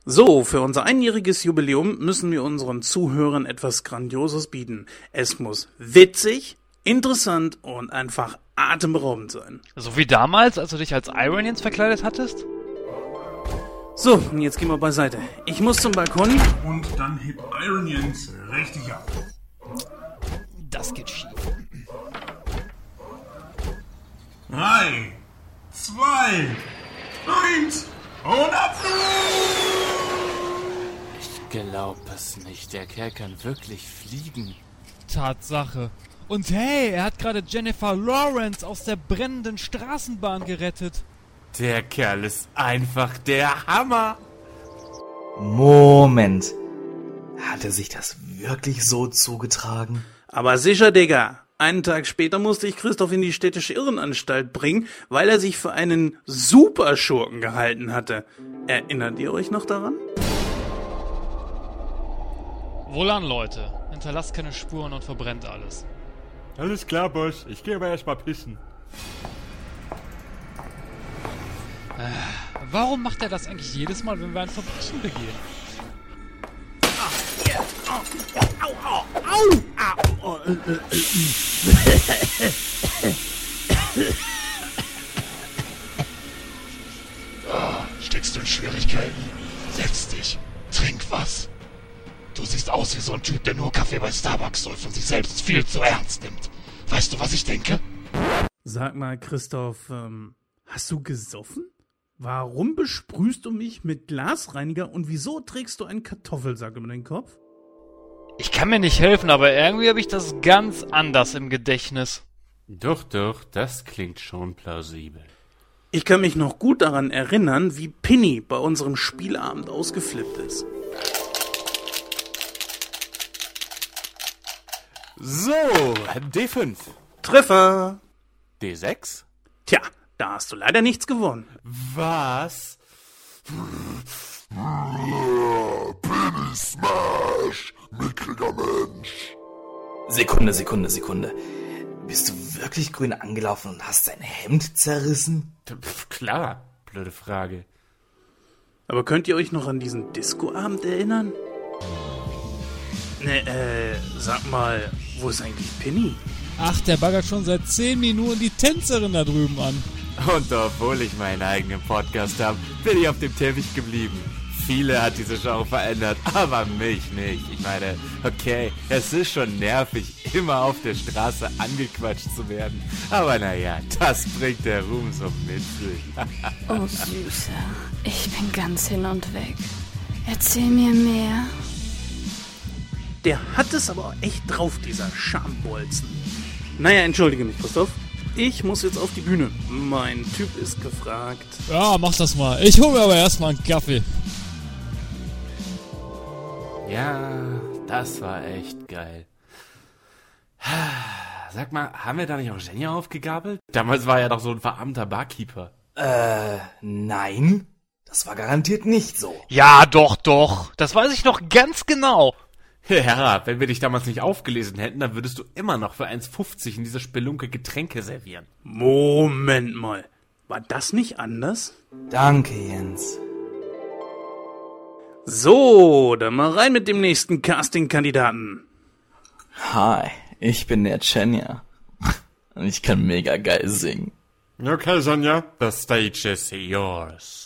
So, für unser einjähriges Jubiläum müssen wir unseren Zuhörern etwas Grandioses bieten. Es muss witzig, interessant und einfach atemberaubend sein. So wie damals, als du dich als Ironians verkleidet hattest? So, und jetzt gehen wir beiseite. Ich muss zum Balkon. Und dann hebt Ironians richtig ab. Das geht schief. 3, 2, 1 und ab! Ich glaub es nicht. Der Kerl kann wirklich fliegen. Tatsache. Und hey, er hat gerade Jennifer Lawrence aus der brennenden Straßenbahn gerettet. Der Kerl ist einfach der Hammer. Moment. Hat er sich das wirklich so zugetragen? Aber sicher, Digga. Einen Tag später musste ich Christoph in die städtische Irrenanstalt bringen, weil er sich für einen Superschurken gehalten hatte. Erinnert ihr euch noch daran? Wohlan, Leute. Hinterlasst keine Spuren und verbrennt alles. Alles klar, Boss. Ich gehe aber erstmal pissen. Warum macht er das eigentlich jedes Mal, wenn wir ein Verbrechen begehen? Steckst du in Schwierigkeiten? Setz dich. Trink was. Du siehst aus wie so ein Typ, der nur Kaffee bei Starbucks säuft und sich selbst viel zu ernst nimmt. Weißt du, was ich denke? Sag mal, Christoph, hast du gesoffen? Warum besprühst du mich mit Glasreiniger und wieso trägst du einen Kartoffelsack über den Kopf? Ich kann mir nicht helfen, aber irgendwie habe ich das ganz anders im Gedächtnis. Doch, das klingt schon plausibel. Ich kann mich noch gut daran erinnern, wie Pinny bei unserem Spielabend ausgeflippt ist. So, D5. Treffer! D6? Tja, da hast du leider nichts gewonnen. Was? Penny Smash, mickriger Mensch. Sekunde. Bist du wirklich grün angelaufen und hast dein Hemd zerrissen? Klar, blöde Frage. Aber könnt ihr euch noch an diesen Disco-Abend erinnern? Sag mal, wo ist eigentlich Pinny? Ach, der baggert schon seit 10 Minuten die Tänzerin da drüben an. Und obwohl ich meinen eigenen Podcast habe, bin ich auf dem Teppich geblieben. Viele hat diese Show verändert, aber mich nicht. Ich meine, okay, es ist schon nervig, immer auf der Straße angequatscht zu werden. Aber naja, das bringt der Ruhm so mit sich. Oh Süßer, ich bin ganz hin und weg. Erzähl mir mehr. Der hat es aber echt drauf, dieser Schambolzen. Naja, entschuldige mich, Christoph. Ich muss jetzt auf die Bühne. Mein Typ ist gefragt. Ja, mach das mal. Ich hole mir aber erstmal einen Kaffee. Ja, das war echt geil. Sag mal, haben wir da nicht auch Jenny aufgegabelt? Damals war er doch so ein verarmter Barkeeper. Nein. Das war garantiert nicht so. Ja, doch. Das weiß ich noch ganz genau. Ja, wenn wir dich damals nicht aufgelesen hätten, dann würdest du immer noch für 1,50 in dieser Spelunke Getränke servieren. Moment mal. War das nicht anders? Danke, Jens. So, dann mal rein mit dem nächsten Casting-Kandidaten. Hi, ich bin der Chenja. Und ich kann mega geil singen. Okay, Sonja. The stage is yours.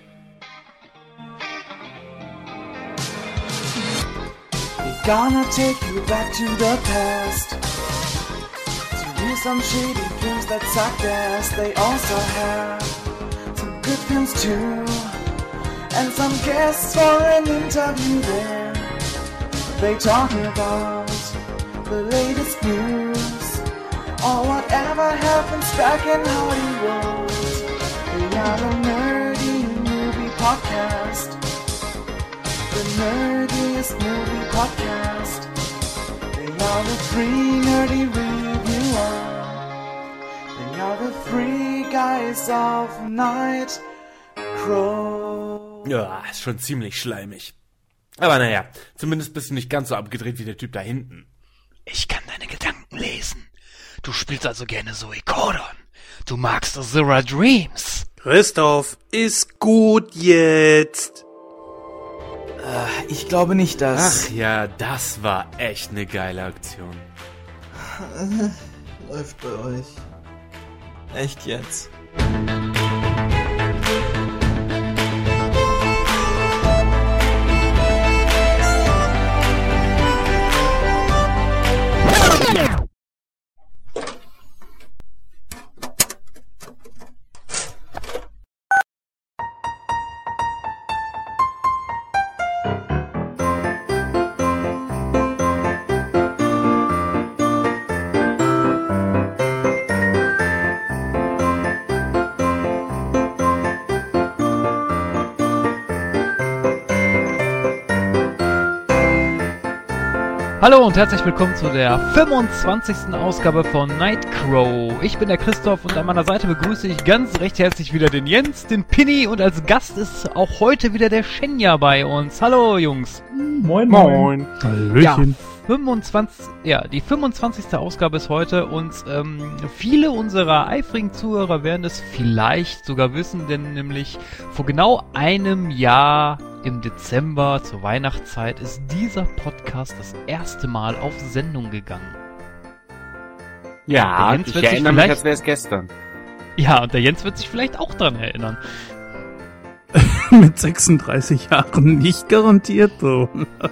Gonna take you back to the past to do some shady things that suck ass. They also have some good things too, and some guests for an interview there. They talk about the latest news or whatever happens back in Hollywood. They are the Nerdy Movie Podcast. The nerdiest movie podcast. They are the Free Nerdy Reviewer. They are the Free Guys of Night Crow. Ja, ist schon ziemlich schleimig. Aber naja, zumindest bist du nicht ganz so abgedreht wie der Typ da hinten. Ich kann deine Gedanken lesen. Du spielst also gerne Zoe Cordon. Du magst Zora Dreams. Christoph, ist gut jetzt. Ich glaube nicht, dass... Ach ja, das war echt eine geile Aktion. Läuft bei euch. Echt jetzt? Hallo und herzlich willkommen zu der 25. Ausgabe von Nightcrow. Ich bin der Christoph und an meiner Seite begrüße ich ganz recht herzlich wieder den Jens, den Pinny und als Gast ist auch heute wieder der Shenya bei uns. Hallo Jungs. Moin, moin. Hallöchen. Die 25. Ausgabe ist heute und viele unserer eifrigen Zuhörer werden es vielleicht sogar wissen, denn nämlich vor genau einem Jahr im Dezember zur Weihnachtszeit ist dieser Podcast das erste Mal auf Sendung gegangen. Ja, ich erinnere mich, als wäre es gestern. Ja, und der Jens wird sich vielleicht auch dran erinnern. Mit 36 Jahren nicht garantiert so.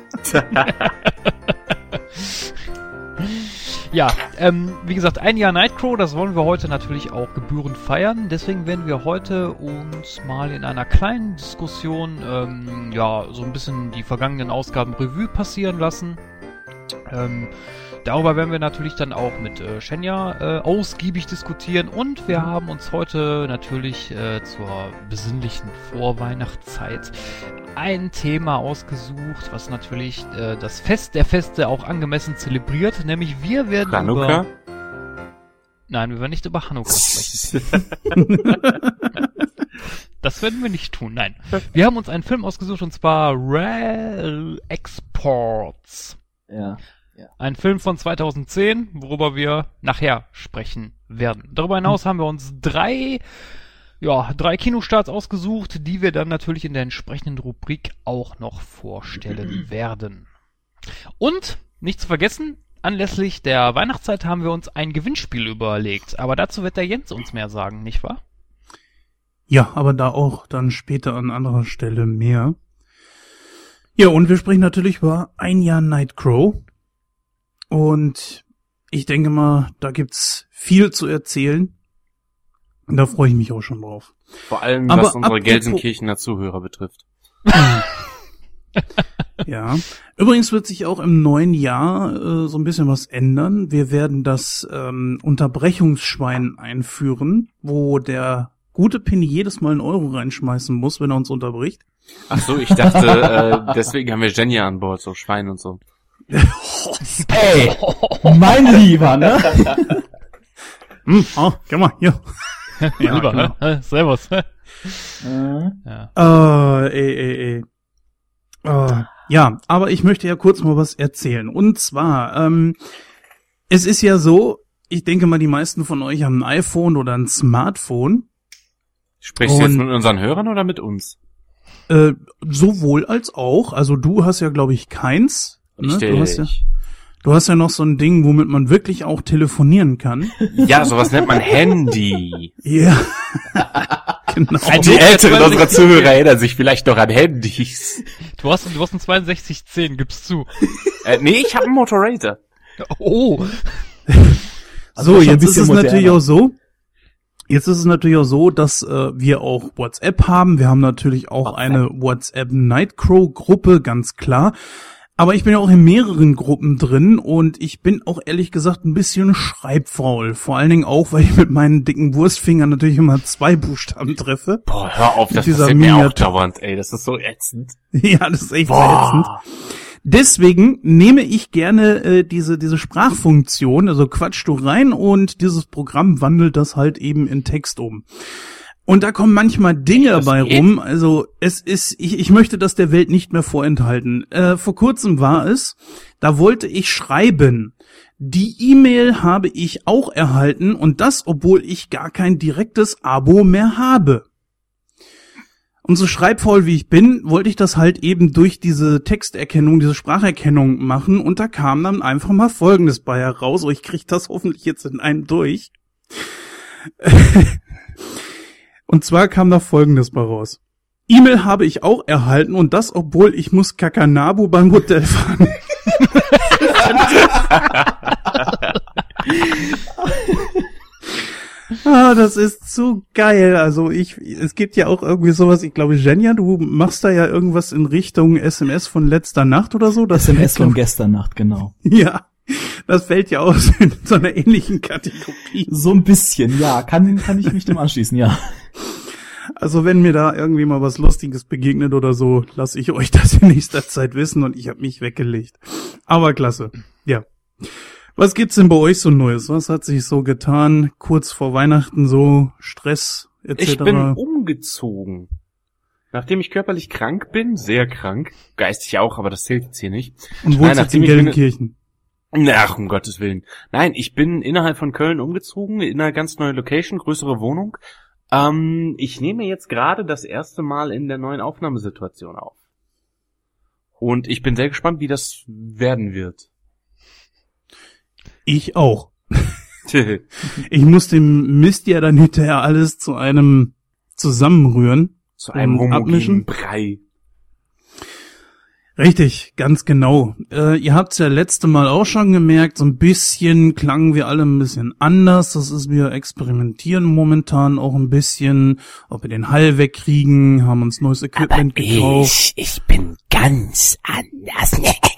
Ja, wie gesagt, ein Jahr Nightcrow, das wollen wir heute natürlich auch gebührend feiern. Deswegen werden wir heute uns mal in einer kleinen Diskussion, so ein bisschen die vergangenen Ausgaben Revue passieren lassen. Darüber werden wir natürlich dann auch mit Shenya ausgiebig diskutieren und wir haben uns heute natürlich zur besinnlichen Vorweihnachtszeit ein Thema ausgesucht, was natürlich das Fest der Feste auch angemessen zelebriert, nämlich wir werden Hanukkah? Nein, wir werden nicht über Hanukkah sprechen. Das werden wir nicht tun, nein. Wir haben uns einen Film ausgesucht und zwar Rare Exports. Ja. Ein Film von 2010, worüber wir nachher sprechen werden. Darüber hinaus haben wir uns drei Kinostarts ausgesucht, die wir dann natürlich in der entsprechenden Rubrik auch noch vorstellen werden. Und, nicht zu vergessen, anlässlich der Weihnachtszeit haben wir uns ein Gewinnspiel überlegt. Aber dazu wird der Jens uns mehr sagen, nicht wahr? Ja, aber da auch dann später an anderer Stelle mehr. Ja, und wir sprechen natürlich über ein Jahr Nightcrow. Und ich denke mal, da gibt's viel zu erzählen. Da freue ich mich auch schon drauf. Vor allem, was unsere Gelsenkirchener Zuhörer betrifft. Ja. Übrigens wird sich auch im neuen Jahr so ein bisschen was ändern. Wir werden das Unterbrechungsschwein einführen, wo der gute Penny jedes Mal 1 Euro reinschmeißen muss, wenn er uns unterbricht. Ach so, ich dachte, deswegen haben wir Shenya an Bord, so Schwein und so. Ey, mein Lieber, ne? Geh mal, hier. Ja, lieber, genau. Servus. Ja, aber ich möchte ja kurz mal was erzählen. Und zwar, es ist ja so, ich denke mal, die meisten von euch haben ein iPhone oder ein Smartphone. Sprichst du jetzt mit unseren Hörern oder mit uns? Sowohl als auch. Also du hast ja, glaube ich, keins. Ne? Du hast ja noch so ein Ding, womit man wirklich auch telefonieren kann. Ja, sowas nennt man Handy. Ja, genau. Die Älteren unserer Zuhörer erinnern sich vielleicht noch an Handys. Du hast ein 6210, gib's zu. Nee, ich habe einen Motorrad. Oh. So, jetzt ist es natürlich auch so. Jetzt ist es natürlich auch so, dass wir auch WhatsApp haben. Wir haben natürlich auch eine WhatsApp-Nightcrow-Gruppe, ganz klar. Aber ich bin ja auch in mehreren Gruppen drin und ich bin auch ehrlich gesagt ein bisschen schreibfaul. Vor allen Dingen auch, weil ich mit meinen dicken Wurstfingern natürlich immer 2 Buchstaben treffe. Boah, hör auf, das passiert mir auch dauernd, ey. Das ist so ätzend. Ja, das ist echt ätzend. Deswegen nehme ich gerne diese Sprachfunktion, also quatsch du rein und dieses Programm wandelt das halt eben in Text um. Und da kommen manchmal Dinge dabei rum, also ich möchte das der Welt nicht mehr vorenthalten. Vor kurzem war es, da wollte ich schreiben. Die E-Mail habe ich auch erhalten und das, obwohl ich gar kein direktes Abo mehr habe. Und so schreibfaul wie ich bin, wollte ich das halt eben durch diese Texterkennung, diese Spracherkennung machen. Und da kam dann einfach mal Folgendes bei heraus. Oh, ich krieg das hoffentlich jetzt in einem durch. Und zwar kam da Folgendes bei raus. E-Mail habe ich auch erhalten und das, obwohl ich muss Kakanabu beim Hotel fahren. Das ist zu geil. Also es gibt ja auch irgendwie sowas, ich glaube, Jenja, du machst da ja irgendwas in Richtung SMS von letzter Nacht oder so. Das SMS von gestern Nacht, genau. Ja, das fällt ja aus in so einer ähnlichen Kategorie. So ein bisschen, ja. Kann ich mich dem anschließen, ja. Also wenn mir da irgendwie mal was Lustiges begegnet oder so, lasse ich euch das in nächster Zeit wissen und ich habe mich weggelegt. Aber klasse, ja. Was gibt's denn bei euch so Neues? Was hat sich so getan? Kurz vor Weihnachten so Stress etc.? Ich bin umgezogen. Nachdem ich körperlich krank bin, sehr krank, geistig auch, aber das zählt jetzt hier nicht. Und wohnst jetzt in Gelsenkirchen? Ach, um Gottes Willen. Nein, ich bin innerhalb von Köln umgezogen, in einer ganz neuen Location, größere Wohnung. Ich nehme jetzt gerade das erste Mal in der neuen Aufnahmesituation auf. Und ich bin sehr gespannt, wie das werden wird. Ich auch. Ich muss dem Mist ja dann hinterher alles zu einem zusammenrühren. Zu einem homogenen Brei. Richtig, ganz genau. Ihr habt's ja letzte Mal auch schon gemerkt, so ein bisschen klangen wir alle ein bisschen anders. Das ist, wir experimentieren momentan auch ein bisschen, ob wir den Hall wegkriegen, haben uns neues Equipment gekauft. Ich bin ganz anders.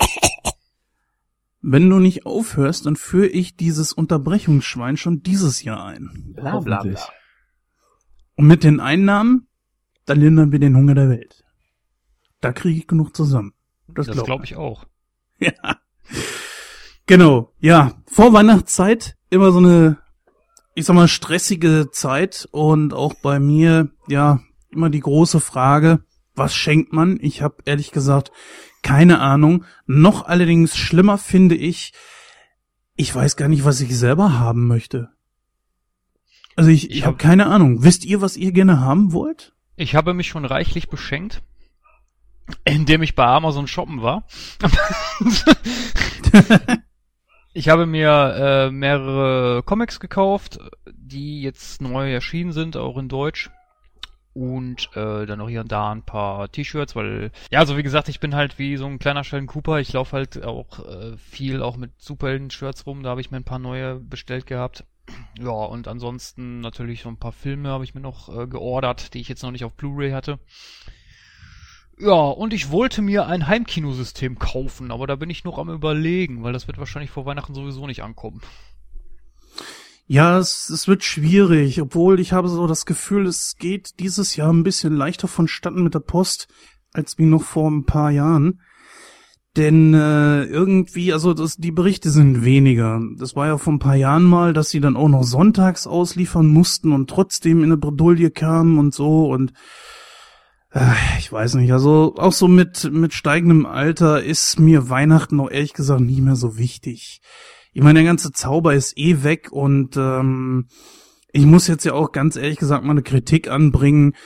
Wenn du nicht aufhörst, dann führe ich dieses Unterbrechungsschwein schon dieses Jahr ein. Bla bla bla. Und mit den Einnahmen, dann lindern wir den Hunger der Welt. Da kriege ich genug zusammen. Das glaube ich auch. Ja. Genau. Ja, vor Weihnachtszeit immer so eine, ich sag mal, stressige Zeit und auch bei mir, ja, immer die große Frage, was schenkt man? Ich habe ehrlich gesagt keine Ahnung. Noch allerdings schlimmer finde ich weiß gar nicht, was ich selber haben möchte. Also ich habe keine Ahnung. Wisst ihr, was ihr gerne haben wollt? Ich habe mich schon reichlich beschenkt, indem ich bei Amazon shoppen war. Ich habe mir mehrere Comics gekauft, die jetzt neu erschienen sind, auch in Deutsch. Und dann noch hier und da ein paar T-Shirts, weil, ja, also wie gesagt, ich bin halt wie so ein kleiner Sheldon Cooper. Ich laufe halt auch viel auch mit Superhelden-Shirts rum. Da habe ich mir ein paar neue bestellt gehabt. Ja, und ansonsten natürlich so ein paar Filme habe ich mir noch geordert, die ich jetzt noch nicht auf Blu-ray hatte. Ja, und ich wollte mir ein Heimkinosystem kaufen, aber da bin ich noch am Überlegen, weil das wird wahrscheinlich vor Weihnachten sowieso nicht ankommen. Ja, es wird schwierig, obwohl ich habe so das Gefühl, es geht dieses Jahr ein bisschen leichter vonstatten mit der Post, als wie noch vor ein paar Jahren. Denn irgendwie, also die Berichte sind weniger. Das war ja vor ein paar Jahren mal, dass sie dann auch noch sonntags ausliefern mussten und trotzdem in eine Bredouille kamen und so und ich weiß nicht, also auch so mit steigendem Alter ist mir Weihnachten auch ehrlich gesagt nicht mehr so wichtig. Ich meine, der ganze Zauber ist eh weg und ich muss jetzt ja auch ganz ehrlich gesagt mal eine Kritik anbringen.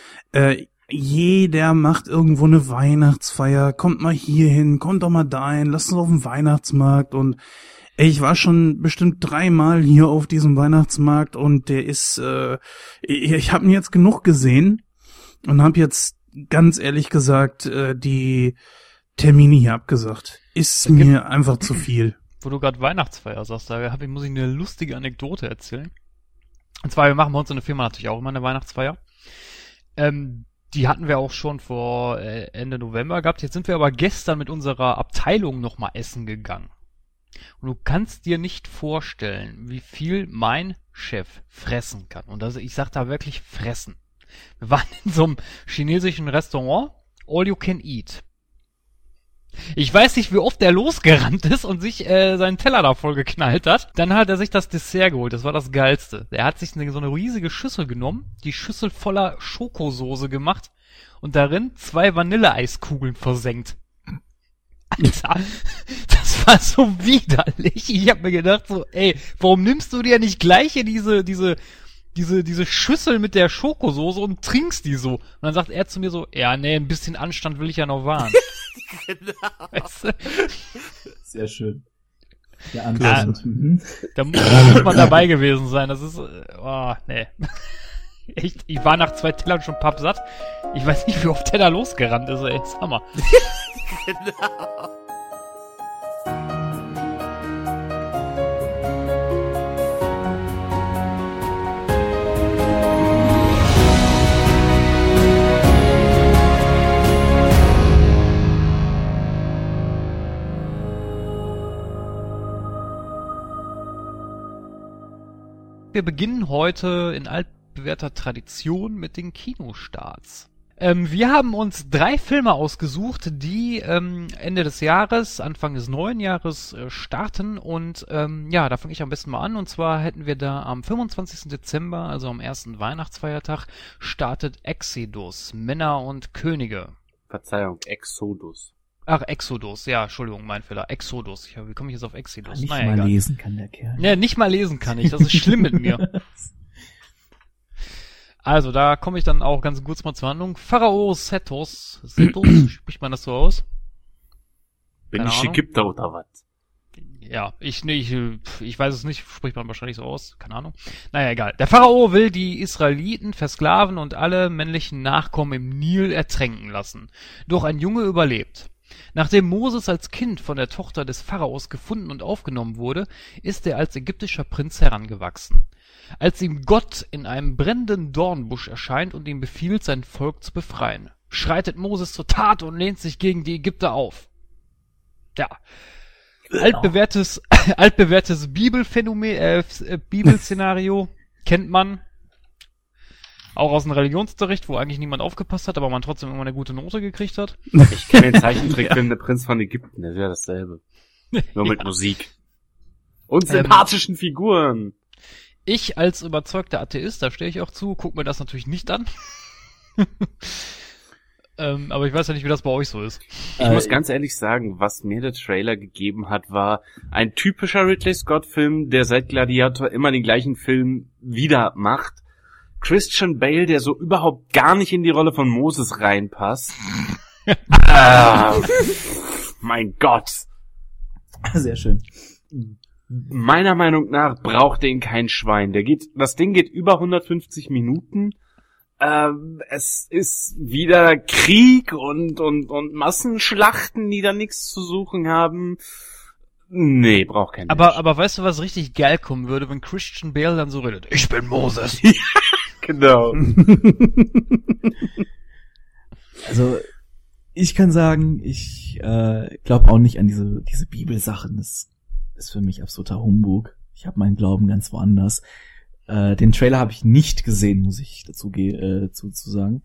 Jeder macht irgendwo eine Weihnachtsfeier, kommt mal hier hin, kommt doch mal dahin, lasst uns auf den Weihnachtsmarkt und ich war schon bestimmt 3-mal hier auf diesem Weihnachtsmarkt und der ist, ich habe ihn jetzt genug gesehen und habe jetzt ganz ehrlich gesagt die Termine hier abgesagt. Ist mir einfach zu viel. Wo du gerade Weihnachtsfeier sagst, da muss ich eine lustige Anekdote erzählen. Und zwar, wir machen bei uns in der Firma natürlich auch immer eine Weihnachtsfeier. Die hatten wir auch schon vor Ende November gehabt. Jetzt sind wir aber gestern mit unserer Abteilung nochmal essen gegangen. Und du kannst dir nicht vorstellen, wie viel mein Chef fressen kann. Und also ich sag da wirklich fressen. Wir waren in so einem chinesischen Restaurant, all you can eat. Ich weiß nicht, wie oft er losgerannt ist und sich seinen Teller da voll geknallt hat. Dann hat er sich das Dessert geholt, das war das Geilste. Er hat sich so eine riesige Schüssel genommen, die Schüssel voller Schokosoße gemacht und darin 2 Vanilleeiskugeln versenkt. Alter, das war so widerlich. Ich hab mir gedacht so, ey, warum nimmst du dir nicht gleich hier diese diese Schüssel mit der Schokosoße und trinkst die so. Und dann sagt er zu mir so, ja, nee, ein bisschen Anstand will ich ja noch wahren. Genau. Weißt du? Sehr schön. Der Anstand. Da muss man dabei gewesen sein. Das ist, nee. Echt, ich war nach 2 Tellern schon pappsatt. Ich weiß nicht, wie oft der da losgerannt ist, ey. Das ist Hammer. Genau. Wir beginnen heute in altbewährter Tradition mit den Kinostarts. Wir haben uns 3 Filme ausgesucht, die Ende des Jahres, Anfang des neuen Jahres starten und da fange ich am besten mal an und zwar hätten wir da am 25. Dezember, also am ersten Weihnachtsfeiertag, startet Exodus, Männer und Könige. Verzeihung, Exodus. Ach, Exodus, ja, Entschuldigung, mein Fehler. Exodus. Wie komme ich jetzt auf Exodus? Nicht mal lesen kann der Kerl. Ja, nicht mal lesen kann ich. Das ist schlimm mit mir. Also, da komme ich dann auch ganz kurz mal zur Handlung. Pharao Setos, spricht man das so aus? Bin ich Ägypter oder was? Ja, ich weiß es nicht, spricht man wahrscheinlich so aus, keine Ahnung. Naja, egal. Der Pharao will die Israeliten versklaven und alle männlichen Nachkommen im Nil ertränken lassen. Doch ein Junge überlebt. Nachdem Moses als Kind von der Tochter des Pharaos gefunden und aufgenommen wurde, ist er als ägyptischer Prinz herangewachsen. Als ihm Gott in einem brennenden Dornbusch erscheint und ihm befiehlt, sein Volk zu befreien, schreitet Moses zur Tat und lehnt sich gegen die Ägypter auf. Ja. Altbewährtes Bibelphänomen, Bibelszenario kennt man. Auch aus dem Religionsunterricht, wo eigentlich niemand aufgepasst hat, aber man trotzdem immer eine gute Note gekriegt hat. Ich kenne den Zeichentrickfilm Der Prinz von Ägypten, das wäre dasselbe. Nur mit Musik. Und sympathischen Figuren. Ich als überzeugter Atheist, da stehe ich auch zu, guck mir das natürlich nicht an. Aber ich weiß ja nicht, wie das bei euch so ist. Ich muss ganz ehrlich sagen, was mir der Trailer gegeben hat, war ein typischer Ridley Scott-Film, der seit Gladiator immer den gleichen Film wieder macht. Christian Bale, der so überhaupt gar nicht in die Rolle von Moses reinpasst. Mein Gott. Sehr schön. Meiner Meinung nach braucht den kein Schwein. Das Ding geht über 150 Minuten. Es ist wieder Krieg und Massenschlachten, die da nichts zu suchen haben. Nee, braucht kein Mensch. Aber weißt du, was richtig geil kommen würde, wenn Christian Bale dann so redet? Ich bin Moses. Genau. Also, ich kann sagen, ich glaube auch nicht an diese Bibelsachen. Das ist für mich absoluter Humbug. Ich habe meinen Glauben ganz woanders. Den Trailer habe ich nicht gesehen, muss ich dazu zu sagen.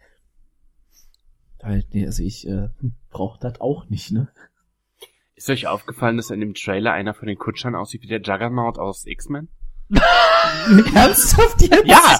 Also ich brauche das auch nicht, ne? Ist euch aufgefallen, dass in dem Trailer einer von den Kutschern aussieht wie der Juggernaut aus X-Men? Ernsthaft jetzt? Ja!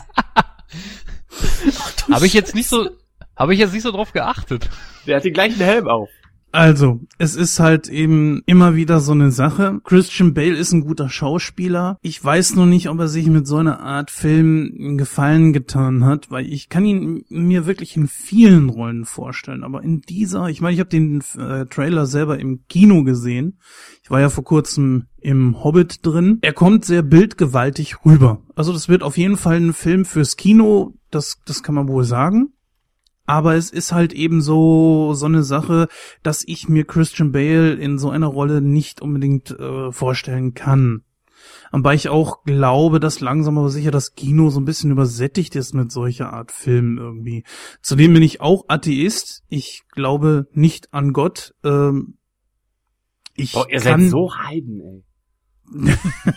Habe ich jetzt nicht so drauf geachtet. Der hat den gleichen Helm auf. Also, es ist halt eben immer wieder so eine Sache. Christian Bale ist ein guter Schauspieler. Ich weiß nur nicht, ob er sich mit so einer Art Film einen Gefallen getan hat, weil ich kann ihn mir wirklich in vielen Rollen vorstellen. Aber in dieser, ich meine, ich habe den Trailer selber im Kino gesehen. Ich war ja vor kurzem im Hobbit drin. Er kommt sehr bildgewaltig rüber. Also das wird auf jeden Fall ein Film fürs Kino, das kann man wohl sagen. Aber es ist halt eben so eine Sache, dass ich mir Christian Bale in so einer Rolle nicht unbedingt vorstellen kann. Wobei ich auch glaube, dass langsam aber sicher das Kino so ein bisschen übersättigt ist mit solcher Art Filmen irgendwie. Zudem bin ich auch Atheist. Ich glaube nicht an Gott. Ihr seid so Heiden, ey.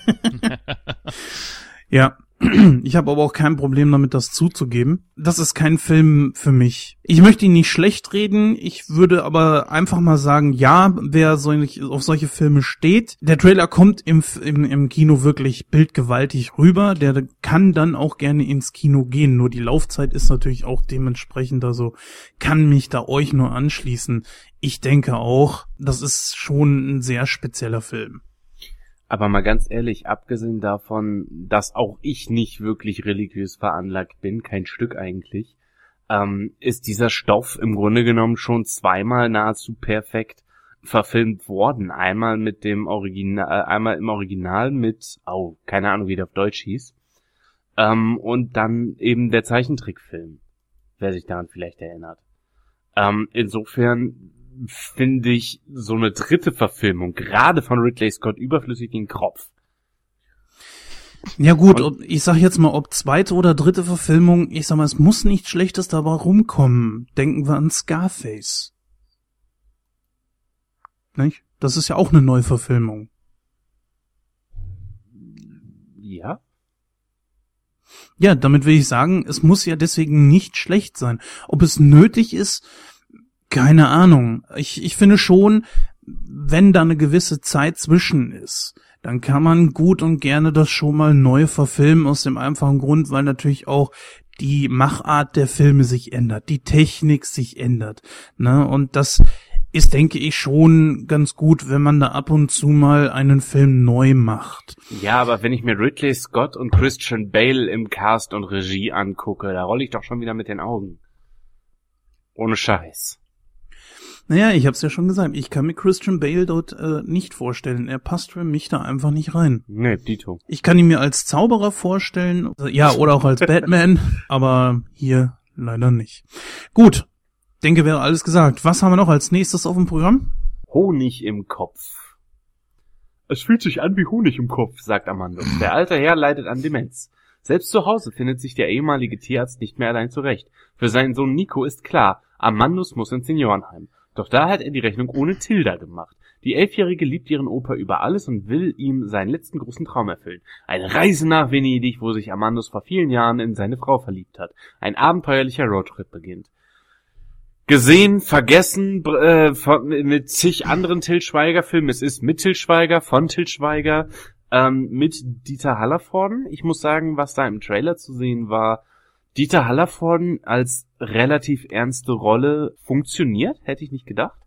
Ja. Ich habe aber auch kein Problem damit, das zuzugeben. Das ist kein Film für mich. Ich möchte ihn nicht schlecht reden. Ich würde aber einfach mal sagen, ja, wer auf solche Filme steht, der Trailer kommt im Kino wirklich bildgewaltig rüber. Der kann dann auch gerne ins Kino gehen. Nur die Laufzeit ist natürlich auch dementsprechend, also kann mich da euch nur anschließen. Ich denke auch, das ist schon ein sehr spezieller Film. Aber mal ganz ehrlich, abgesehen davon, dass auch ich nicht wirklich religiös veranlagt bin, kein Stück eigentlich, ist dieser Stoff im Grunde genommen schon zweimal nahezu perfekt verfilmt worden. Einmal mit dem einmal im Original mit, keine Ahnung, wie der auf Deutsch hieß, und dann eben der Zeichentrickfilm, wer sich daran vielleicht erinnert. Insofern finde ich so eine dritte Verfilmung, gerade von Ridley Scott, überflüssig in den Kopf. Ja gut, ich sag jetzt mal, ob zweite oder dritte Verfilmung, ich sag mal, es muss nichts Schlechtes dabei rumkommen. Denken wir an Scarface. Nicht? Das ist ja auch eine Neuverfilmung. Ja? Ja, damit will ich sagen, es muss ja deswegen nicht schlecht sein. Ob es nötig ist, keine Ahnung. Ich finde schon, wenn da eine gewisse Zeit zwischen ist, dann kann man gut und gerne das schon mal neu verfilmen, aus dem einfachen Grund, weil natürlich auch die Machart der Filme sich ändert, die Technik sich ändert, ne? Und das ist, denke ich, schon ganz gut, wenn man da ab und zu mal einen Film neu macht. Ja, aber wenn ich mir Ridley Scott und Christian Bale im Cast und Regie angucke, da rolle ich doch schon wieder mit den Augen. Ohne Scheiß. Naja, ich hab's ja schon gesagt, ich kann mir Christian Bale dort nicht vorstellen. Er passt für mich da einfach nicht rein. Nee, Dito. Ich kann ihn mir als Zauberer vorstellen, ja, oder auch als Batman, aber hier leider nicht. Gut, denke, wäre alles gesagt. Was haben wir noch als nächstes auf dem Programm? Honig im Kopf. Es fühlt sich an wie Honig im Kopf, sagt Amandus. Der alte Herr leidet an Demenz. Selbst zu Hause findet sich der ehemalige Tierarzt nicht mehr allein zurecht. Für seinen Sohn Nico ist klar, Amandus muss ins Seniorenheim. Doch da hat er die Rechnung ohne Tilda gemacht. Die 11-Jährige liebt ihren Opa über alles und will ihm seinen letzten großen Traum erfüllen. Eine Reise nach Venedig, wo sich Amandus vor vielen Jahren in seine Frau verliebt hat. Ein abenteuerlicher Roadtrip beginnt. Gesehen, vergessen, mit zig anderen Til Schweiger-Filmen. Es ist mit Til Schweiger, von Til Schweiger, mit Dieter Hallervorden. Ich muss sagen, was da im Trailer zu sehen war, Dieter Hallervorden als relativ ernste Rolle funktioniert, hätte ich nicht gedacht.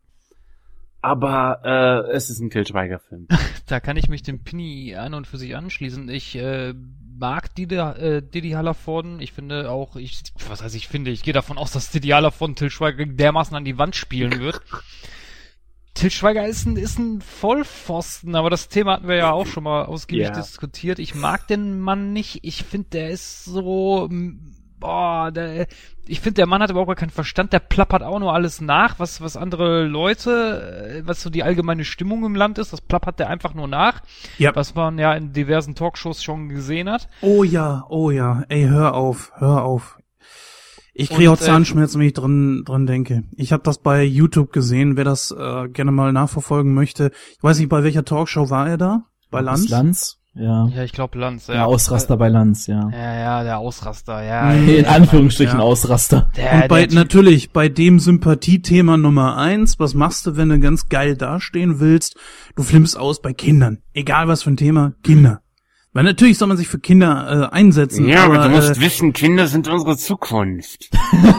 Aber es ist ein Til Schweiger-Film. Da kann ich mich dem Pinny an und für sich anschließen. Ich mag Didi Hallervorden. Ich finde auch, ich gehe davon aus, dass Didi Hallervorden Til Schweiger dermaßen an die Wand spielen wird. Til Schweiger ist ein Vollpfosten, aber das Thema hatten wir ja auch schon mal ausgiebig diskutiert. Ich mag den Mann nicht. Ich finde, der ist so... ich finde, der Mann hat überhaupt gar keinen Verstand, der plappert auch nur alles nach, was andere Leute, was so die allgemeine Stimmung im Land ist, das plappert der einfach nur nach, was man ja in diversen Talkshows schon gesehen hat. Oh ja, ey, hör auf. Ich kriege auch Zahnschmerzen, wenn ich dran denke. Ich habe das bei YouTube gesehen, wer das gerne mal nachverfolgen möchte. Ich weiß nicht, bei welcher Talkshow war er da? Bei Lanz? Ja. Ja, ich glaube Lanz, ja. Der Ausraster bei Lanz, ja. Ja, der Ausraster, ja. In Anführungsstrichen Ausraster. Und natürlich bei dem Sympathiethema Nummer 1, was machst du, wenn du ganz geil dastehen willst? Du flimmst aus bei Kindern. Egal was für ein Thema, Kinder. Weil natürlich soll man sich für Kinder einsetzen. Ja, aber du musst wissen, Kinder sind unsere Zukunft.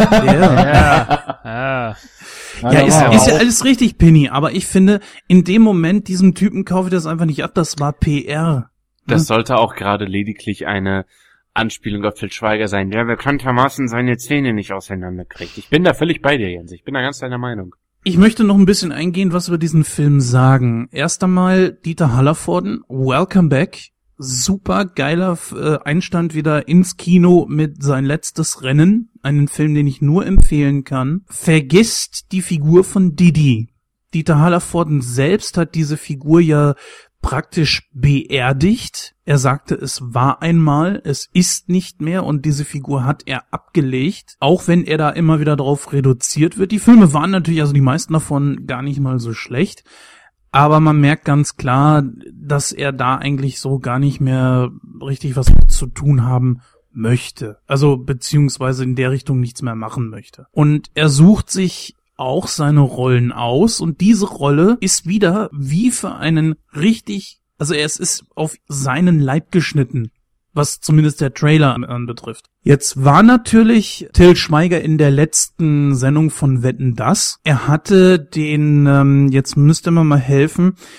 Ja, ist ja alles richtig, Penny, aber ich finde, in dem Moment, diesem Typen kaufe ich das einfach nicht ab, das war PR. Das sollte auch gerade lediglich eine Anspielung auf Til Schweiger sein, der bekanntermaßen seine Zähne nicht auseinanderkriegt. Ich bin da völlig bei dir, Jens. Ich bin da ganz deiner Meinung. Ich möchte noch ein bisschen eingehen, was wir diesen Film sagen. Erst einmal Dieter Hallervorden, welcome back. Super geiler Einstand wieder ins Kino mit sein letztes Rennen. Einen Film, den ich nur empfehlen kann. Vergisst die Figur von Didi. Dieter Hallervorden selbst hat diese Figur ja praktisch beerdigt. Er sagte, es war einmal, es ist nicht mehr und diese Figur hat er abgelegt, auch wenn er da immer wieder drauf reduziert wird. Die Filme waren natürlich, also die meisten davon, gar nicht mal so schlecht, aber man merkt ganz klar, dass er da eigentlich so gar nicht mehr richtig was mit zu tun haben möchte. Also beziehungsweise in der Richtung nichts mehr machen möchte. Und er sucht sich auch seine Rollen aus und diese Rolle ist wieder wie für einen es ist auf seinen Leib geschnitten, was zumindest der Trailer anbetrifft. Jetzt war natürlich Til Schweiger in der letzten Sendung von Wetten, dass. Er hatte den, jetzt müsste man mal helfen,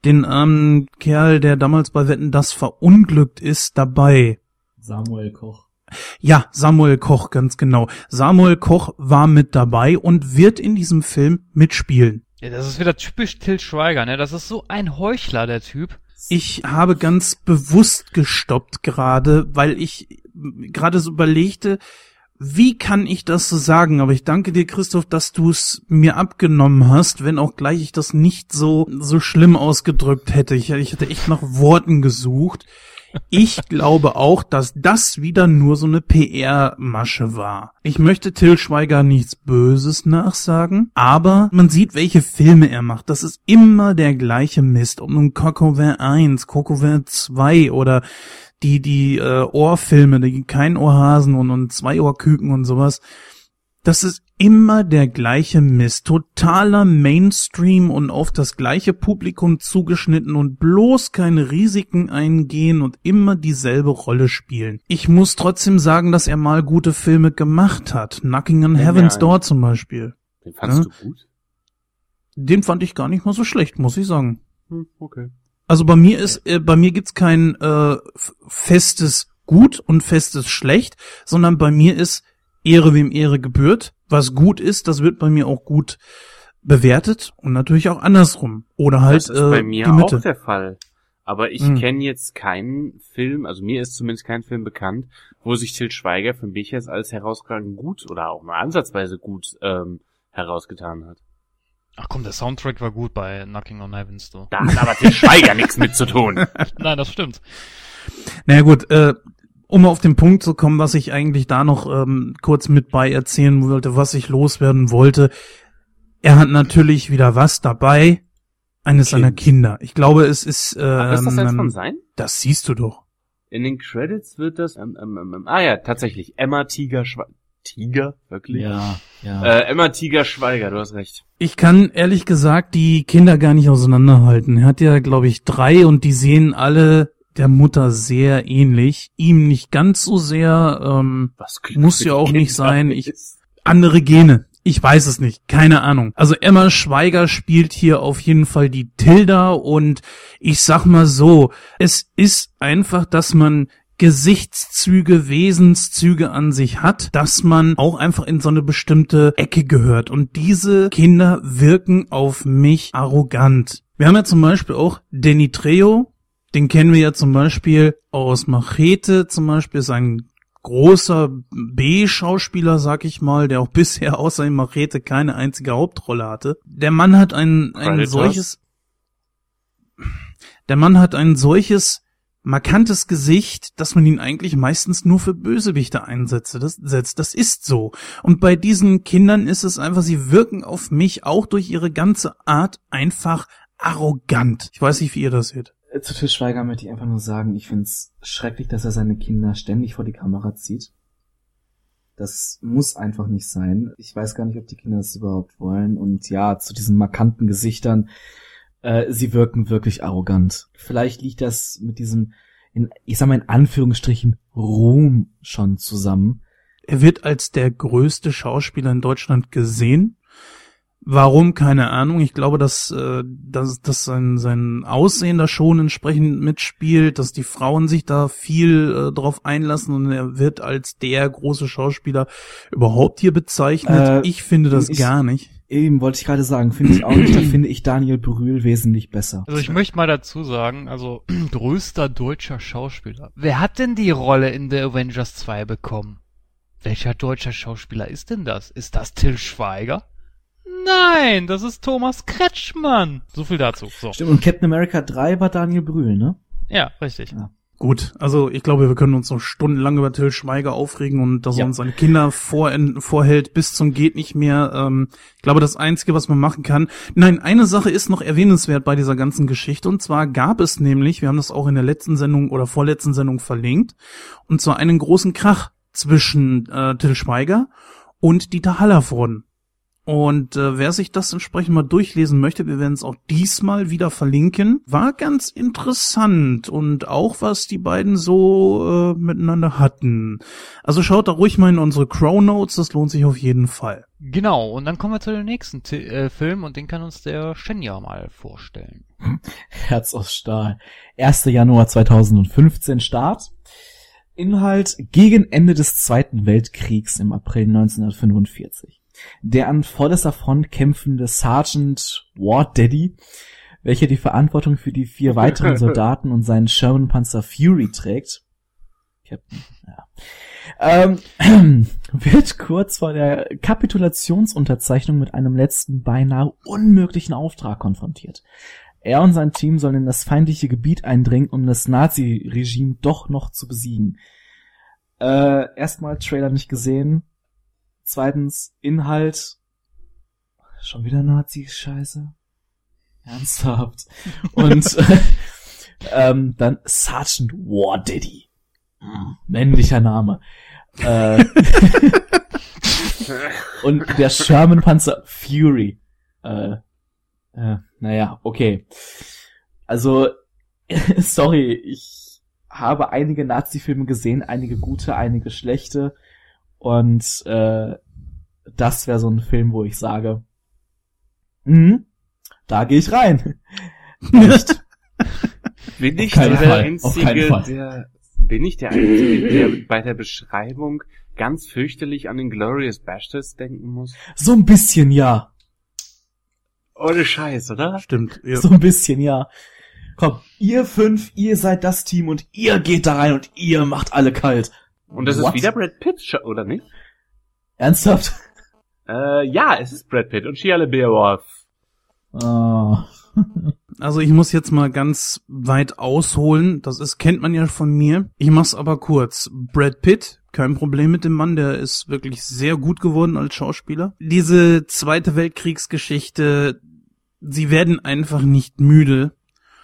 den armen Kerl, der damals bei Wetten, das verunglückt ist, dabei. Samuel Koch. Ja, Samuel Koch, ganz genau. Samuel Koch war mit dabei und wird in diesem Film mitspielen. Ja, das ist wieder typisch Til Schweiger, ne? Das ist so ein Heuchler, der Typ. Ich habe ganz bewusst gestoppt gerade, weil ich gerade so überlegte, wie kann ich das so sagen? Aber ich danke dir, Christoph, dass du es mir abgenommen hast, wenn auch gleich ich das nicht so schlimm ausgedrückt hätte. Ich hätte echt nach Worten gesucht. Ich glaube auch, dass das wieder nur so eine PR-Masche war. Ich möchte Til Schweiger nichts Böses nachsagen, aber man sieht, welche Filme er macht. Das ist immer der gleiche Mist. Ob nun Coq au vin 1, Coq au vin 2 oder die Ohrfilme, die kein Ohrhasen und zwei Ohrküken und sowas. Das ist immer der gleiche Mist. Totaler Mainstream und auf das gleiche Publikum zugeschnitten und bloß keine Risiken eingehen und immer dieselbe Rolle spielen. Ich muss trotzdem sagen, dass er mal gute Filme gemacht hat. Knocking on Heaven's Door zum Beispiel. Den fandst du gut? Den fand ich gar nicht mal so schlecht, muss ich sagen. Okay. Also bei mir gibt's kein festes Gut und festes Schlecht, sondern bei mir ist Ehre wem Ehre gebührt. Was gut ist, das wird bei mir auch gut bewertet und natürlich auch andersrum. Oder halt das ist bei mir die Mitte. auch der Fall. Aber ich kenne jetzt keinen Film, also mir ist zumindest kein Film bekannt, wo sich Til Schweiger für mich jetzt als herausragend gut oder auch mal ansatzweise gut herausgetan hat. Ach komm, der Soundtrack war gut bei Knocking on Heaven's Door. Da hat aber Til Schweiger nichts mit zu tun. Nein, das stimmt. Naja gut, um auf den Punkt zu kommen, was ich eigentlich da noch kurz mit bei erzählen wollte, was ich loswerden wollte. Er hat natürlich wieder was dabei, eines seiner Kinder. Ich glaube, es ist... Ach, ist das jetzt von sein? Das siehst du doch. In den Credits wird das... ja, tatsächlich. Emma Tiger, wirklich? Ja. Emma Tiger Schweiger, du hast recht. Ich kann ehrlich gesagt die Kinder gar nicht auseinanderhalten. Er hat ja, glaube ich, 3 und die sehen alle der Mutter sehr ähnlich. Ihm nicht ganz so sehr, muss ja auch nicht sein. Andere Gene. Ich weiß es nicht. Keine Ahnung. Also Emma Schweiger spielt hier auf jeden Fall die Tilda und ich sag mal so, es ist einfach, dass man Gesichtszüge, Wesenszüge an sich hat, dass man auch einfach in so eine bestimmte Ecke gehört. Und diese Kinder wirken auf mich arrogant. Wir haben ja zum Beispiel auch Danny Trejo, den kennen wir ja zum Beispiel aus Machete, zum Beispiel ist ein großer B-Schauspieler, sag ich mal, der auch bisher außer in Machete keine einzige Hauptrolle hatte. Der Mann hat ein solches markantes Gesicht, dass man ihn eigentlich meistens nur für Bösewichte einsetzt. Das ist so. Und bei diesen Kindern ist es einfach, sie wirken auf mich auch durch ihre ganze Art einfach arrogant. Ich weiß nicht, wie ihr das seht. Zu Til Schweiger möchte ich einfach nur sagen, ich find's schrecklich, dass er seine Kinder ständig vor die Kamera zieht. Das muss einfach nicht sein. Ich weiß gar nicht, ob die Kinder das überhaupt wollen. Und ja, zu diesen markanten Gesichtern, sie wirken wirklich arrogant. Vielleicht liegt das mit diesem, ich sag mal in Anführungsstrichen, Ruhm schon zusammen. Er wird als der größte Schauspieler in Deutschland gesehen. Warum? Keine Ahnung. Ich glaube, dass sein Aussehen da schon entsprechend mitspielt, dass die Frauen sich da viel drauf einlassen und er wird als der große Schauspieler überhaupt hier bezeichnet. Ich finde das gar nicht. Eben, wollte ich gerade sagen, finde ich auch nicht. Da finde ich Daniel Brühl wesentlich besser. Also ich möchte mal dazu sagen, also größter deutscher Schauspieler. Wer hat denn die Rolle in The Avengers 2 bekommen? Welcher deutscher Schauspieler ist denn das? Ist das Til Schweiger? Nein, das ist Thomas Kretschmann. So viel dazu. So. Stimmt, und Captain America 3 war Daniel Brühl, ne? Ja, richtig. Ja. Gut, also ich glaube, wir können uns noch stundenlang über Til Schweiger aufregen und dass er uns seine Kinder vorhält bis zum geht nicht mehr. Ich glaube, das Einzige, was man machen kann. Nein, eine Sache ist noch erwähnenswert bei dieser ganzen Geschichte und zwar gab es nämlich, wir haben das auch in der letzten Sendung oder vorletzten Sendung verlinkt, und zwar einen großen Krach zwischen Til Schweiger und Dieter Hallervorden. Und wer sich das entsprechend mal durchlesen möchte, wir werden es auch diesmal wieder verlinken, war ganz interessant und auch was die beiden so miteinander hatten. Also schaut da ruhig mal in unsere Crow Notes, das lohnt sich auf jeden Fall. Genau, und dann kommen wir zu dem nächsten Film und den kann uns der Shenja mal vorstellen. Herz aus Stahl. 1. Januar 2015 Start. Inhalt: gegen Ende des Zweiten Weltkriegs im April 1945. Der an vorderster Front kämpfende Sergeant War Daddy, welcher die Verantwortung für die 4 weiteren Soldaten und seinen Sherman-Panzer Fury trägt, Captain, ja, wird kurz vor der Kapitulationsunterzeichnung mit einem letzten, beinahe unmöglichen Auftrag konfrontiert. Er und sein Team sollen in das feindliche Gebiet eindringen, um das Nazi-Regime doch noch zu besiegen. Erstmal Trailer nicht gesehen. Zweitens, Inhalt. Schon wieder Nazi-Scheiße. Ernsthaft. Und dann Sergeant War Daddy. Männlicher Name. Und der Sherman-Panzer Fury. Naja, okay. Also, sorry, ich habe einige Nazi-Filme gesehen, einige gute, einige schlechte. Und das wäre so ein Film, wo ich sage, da gehe ich rein. Nicht. Bin ich der Einzige, der bei der Beschreibung ganz fürchterlich an den Glorious Bastards denken muss? So ein bisschen, ja. Ohne Scheiß, oder? Stimmt. Ja. So ein bisschen, ja. Komm, ihr 5, ihr seid das Team und ihr geht da rein und ihr macht alle kalt. Und das ist wieder Brad Pitt, oder nicht? Ernsthaft? Ja, es ist Brad Pitt und Shia LaBeouf. Oh. Also ich muss jetzt mal ganz weit ausholen. Kennt man ja von mir. Ich mach's aber kurz. Brad Pitt, kein Problem mit dem Mann, der ist wirklich sehr gut geworden als Schauspieler. Diese Zweite Weltkriegsgeschichte, sie werden einfach nicht müde.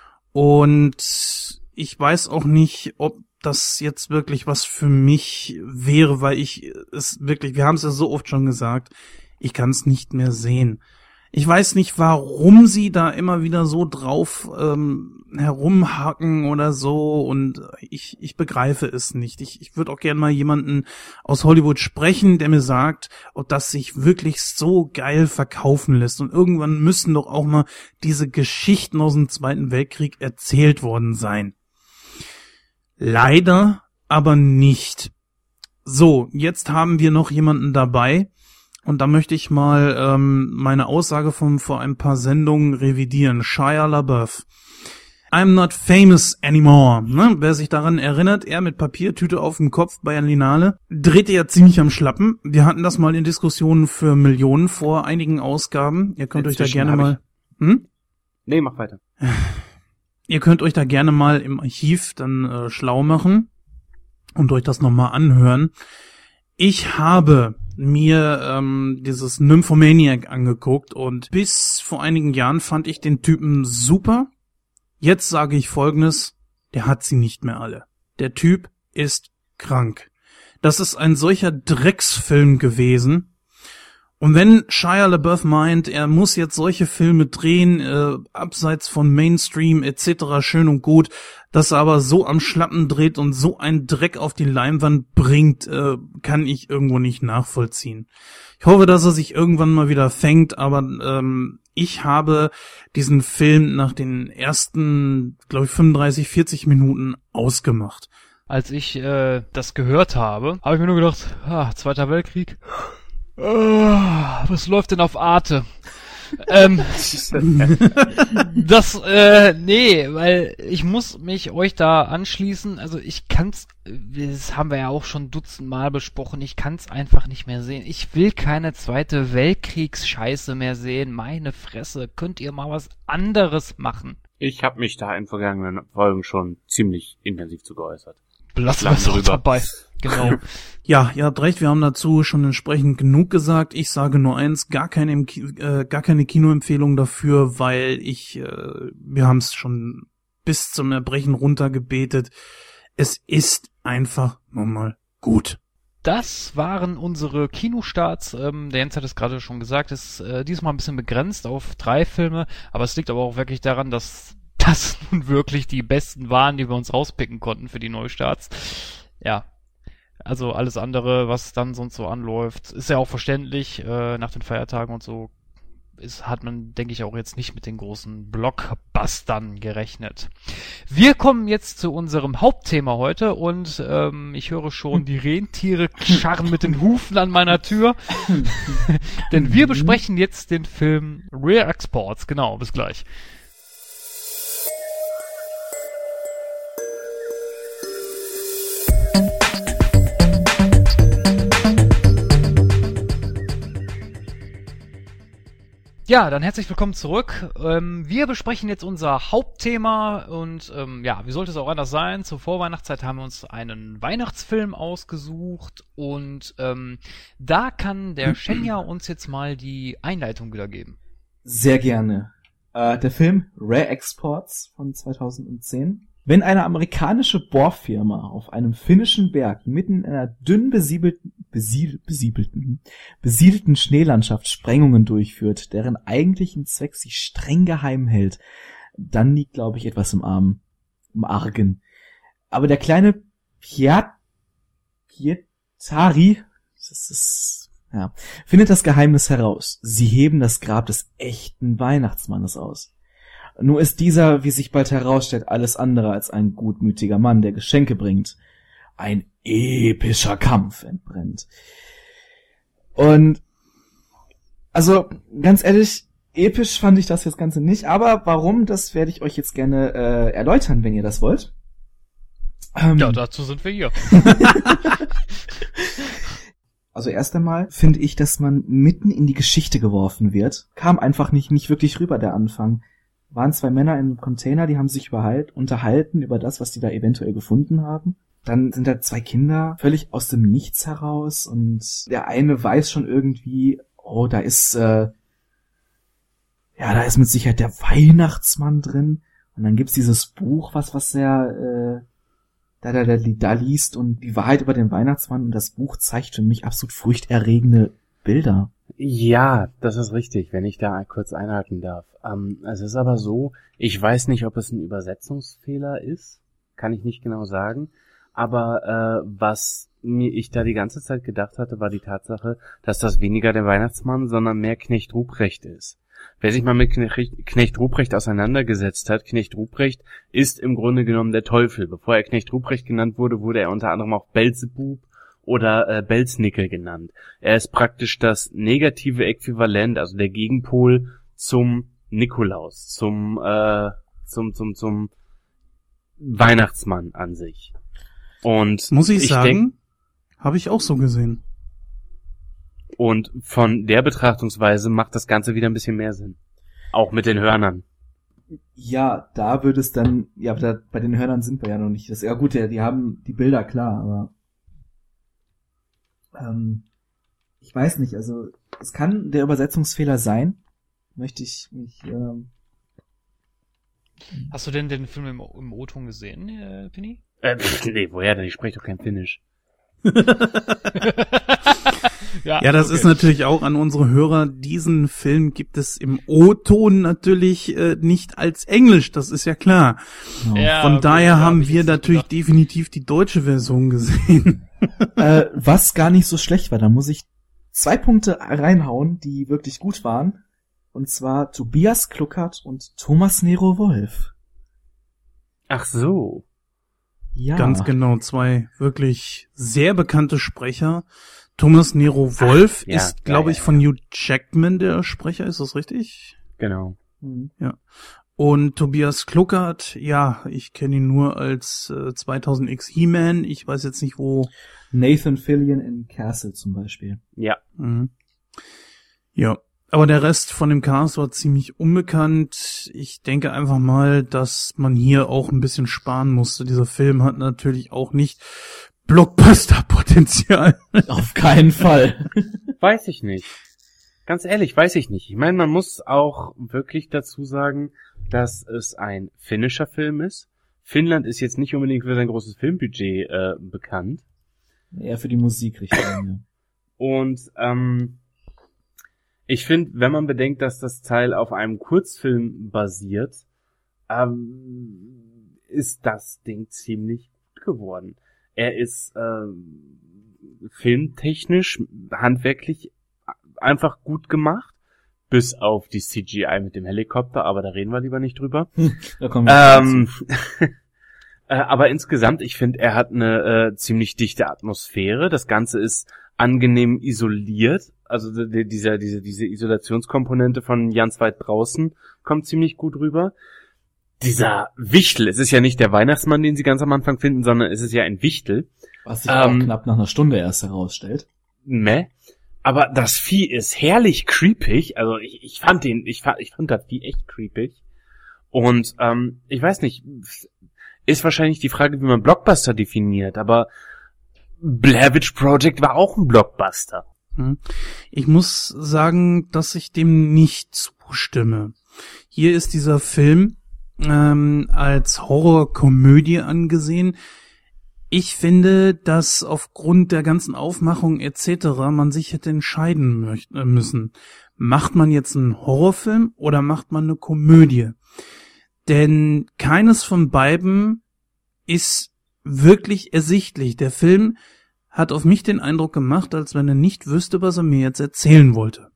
Und ich weiß auch nicht, ob das jetzt wirklich was für mich wäre, weil wir haben es ja so oft schon gesagt, ich kann es nicht mehr sehen. Ich weiß nicht, warum sie da immer wieder so drauf herumhacken oder so, und ich begreife es nicht. Ich würde auch gerne mal jemanden aus Hollywood sprechen, der mir sagt, ob das sich wirklich so geil verkaufen lässt. Und irgendwann müssen doch auch mal diese Geschichten aus dem Zweiten Weltkrieg erzählt worden sein. Leider aber nicht. So, jetzt haben wir noch jemanden dabei. Und da möchte ich mal meine Aussage von vor ein paar Sendungen revidieren. Shia LaBeouf. I'm not famous anymore. Ne? Wer sich daran erinnert, er mit Papiertüte auf dem Kopf bei Berlinale, drehte ja ziemlich am Schlappen. Wir hatten das mal in Diskussionen für Millionen vor einigen Ausgaben. Ihr könnt euch da gerne mal... Nee, mach weiter. Ihr könnt euch da gerne mal im Archiv dann schlau machen und euch das nochmal anhören. Ich habe mir dieses Nymphomaniac angeguckt und bis vor einigen Jahren fand ich den Typen super. Jetzt sage ich Folgendes, der hat sie nicht mehr alle. Der Typ ist krank. Das ist ein solcher Drecksfilm gewesen. Und wenn Shia LaBeouf meint, er muss jetzt solche Filme drehen, abseits von Mainstream etc., schön und gut, dass er aber so am Schlappen dreht und so einen Dreck auf die Leinwand bringt, kann ich irgendwo nicht nachvollziehen. Ich hoffe, dass er sich irgendwann mal wieder fängt, aber ich habe diesen Film nach den ersten, glaube ich, 35, 40 Minuten ausgemacht. Als ich das gehört habe ich mir nur gedacht, Zweiter Weltkrieg... was läuft denn auf Arte? Weil ich muss mich euch da anschließen, also ich kann's, das haben wir ja auch schon dutzendmal besprochen, ich kann's einfach nicht mehr sehen. Ich will keine Zweite Weltkriegsscheiße mehr sehen, meine Fresse, könnt ihr mal was anderes machen? Ich habe mich da in vergangenen Folgen schon ziemlich intensiv zu geäußert. Lass uns darüber dabei. Genau. Ja, ihr habt recht, wir haben dazu schon entsprechend genug gesagt. Ich sage nur eins, gar keine Kinoempfehlung dafür, weil wir haben es schon bis zum Erbrechen runtergebetet. Es ist einfach nochmal gut. das waren unsere Kinostarts. Der Jens hat es gerade schon gesagt, ist diesmal ein bisschen begrenzt auf 3 Filme, aber es liegt aber auch wirklich daran, dass das nun wirklich die besten waren, die wir uns rauspicken konnten für die Neustarts. Ja, also alles andere, was dann sonst so anläuft, ist ja auch verständlich, nach den Feiertagen und so hat man, denke ich, auch jetzt nicht mit den großen Blockbustern gerechnet. Wir kommen jetzt zu unserem Hauptthema heute und ich höre schon die Rentiere scharren mit den Hufen an meiner Tür. Denn wir besprechen jetzt den Film Rare Exports. Genau, bis gleich. Ja, dann herzlich willkommen zurück. Wir besprechen jetzt unser Hauptthema und ja, wie sollte es auch anders sein? Zur Vorweihnachtszeit haben wir uns einen Weihnachtsfilm ausgesucht und da kann der Shenya uns jetzt mal die Einleitung wiedergeben. Sehr gerne. Der Film Rare Exports von 2010. Wenn eine amerikanische Bohrfirma auf einem finnischen Berg mitten in einer dünn besiedelten Schneelandschaft Sprengungen durchführt, deren eigentlichen Zweck sie streng geheim hält, dann liegt, glaube ich, etwas im Argen. Aber der kleine Pietari, findet das Geheimnis heraus. Sie heben das Grab des echten Weihnachtsmannes aus. Nur ist dieser, wie sich bald herausstellt, alles andere als ein gutmütiger Mann, der Geschenke bringt. Ein epischer Kampf entbrennt. Und, also, ganz ehrlich, episch fand ich das jetzt Ganze nicht, aber warum, das werde ich euch jetzt gerne erläutern, wenn ihr das wollt. Ja, dazu sind wir hier. Also erst einmal finde ich, dass man mitten in die Geschichte geworfen wird. Kam einfach nicht wirklich rüber, der Anfang. Waren 2 Männer in einem Container, die haben sich unterhalten über das, was die da eventuell gefunden haben. Dann sind da 2 Kinder völlig aus dem Nichts heraus und der eine weiß schon irgendwie, oh, da ist mit Sicherheit der Weihnachtsmann drin. Und dann gibt's dieses Buch, was er da liest und die Wahrheit über den Weihnachtsmann und das Buch zeigt für mich absolut furchterregende Bilder. Ja, das ist richtig, wenn ich da kurz einhaken darf. Es ist aber so, ich weiß nicht, ob es ein Übersetzungsfehler ist, kann ich nicht genau sagen, aber was ich da die ganze Zeit gedacht hatte, war die Tatsache, dass das weniger der Weihnachtsmann, sondern mehr Knecht Ruprecht ist. Wer sich mal mit Knecht Ruprecht auseinandergesetzt hat, Knecht Ruprecht ist im Grunde genommen der Teufel. Bevor er Knecht Ruprecht genannt wurde, wurde er unter anderem auch Belzebub oder Belznickel genannt. Er ist praktisch das negative Äquivalent, also der Gegenpol zum Nikolaus, zum Weihnachtsmann an sich. Und muss ich sagen, habe ich auch so gesehen. Und von der Betrachtungsweise macht das Ganze wieder ein bisschen mehr Sinn. Auch mit den Hörnern. Ja, da würde es dann, bei den Hörnern sind wir ja noch nicht. Ja gut, die haben die Bilder klar, aber ich weiß nicht, also es kann der Übersetzungsfehler sein. Möchte ich mich Hast du denn den Film im O-Ton gesehen, Pini? Nee, woher denn? Ich spreche doch kein Finnisch. Ja, das ist natürlich auch an unsere Hörer. Diesen Film gibt es im O-Ton natürlich nicht als Englisch, das ist ja klar. Ja, von daher haben wir natürlich definitiv die deutsche Version gesehen. Was gar nicht so schlecht war, da muss ich 2 Punkte reinhauen, die wirklich gut waren. Und zwar Tobias Kluckert und Thomas Nero Wolf. Ach so. Ja. Ganz genau, 2 wirklich sehr bekannte Sprecher. Thomas Nero Wolf ist, glaube ich, von Hugh Jackman der Sprecher, ist das richtig? Genau. Ja. Und Tobias Kluckert, ja, ich kenne ihn nur als 2000X He-Man, ich weiß jetzt nicht wo. Nathan Fillion in Castle zum Beispiel. Ja. Mhm. Ja. Aber der Rest von dem Cast war ziemlich unbekannt. Ich denke einfach mal, dass man hier auch ein bisschen sparen musste. Dieser Film hat natürlich auch nicht Blockbuster-Potenzial. Auf keinen Fall. Weiß ich nicht. Ganz ehrlich, weiß ich nicht. Ich meine, man muss auch wirklich dazu sagen, dass es ein finnischer Film ist. Finnland ist jetzt nicht unbedingt für sein großes Filmbudget bekannt. Eher für die Musikrichtung, ja. Und ich finde, wenn man bedenkt, dass das Teil auf einem Kurzfilm basiert, ist das Ding ziemlich gut geworden. Er ist filmtechnisch, handwerklich einfach gut gemacht, bis auf die CGI mit dem Helikopter, aber da reden wir lieber nicht drüber. Da kommen wir aber insgesamt, ich finde, er hat eine ziemlich dichte Atmosphäre. Das Ganze ist angenehm isoliert. Also diese Isolationskomponente von ganz weit draußen kommt ziemlich gut rüber. Dieser Wichtel, es ist ja nicht der Weihnachtsmann, den sie ganz am Anfang finden, sondern es ist ja ein Wichtel. Was sich auch knapp nach einer Stunde erst herausstellt. Aber das Vieh ist herrlich creepig. Also ich fand das Vieh echt creepig. Und ich weiß nicht, ist wahrscheinlich die Frage, wie man Blockbuster definiert, aber Blair Witch Project war auch ein Blockbuster. Ich muss sagen, dass ich dem nicht zustimme. Hier ist dieser Film als Horrorkomödie angesehen. Ich finde, dass aufgrund der ganzen Aufmachung etc. man sich hätte entscheiden müssen. Macht man jetzt einen Horrorfilm oder macht man eine Komödie? Denn keines von beiden ist wirklich ersichtlich. Der Film hat auf mich den Eindruck gemacht, als wenn er nicht wüsste, was er mir jetzt erzählen wollte.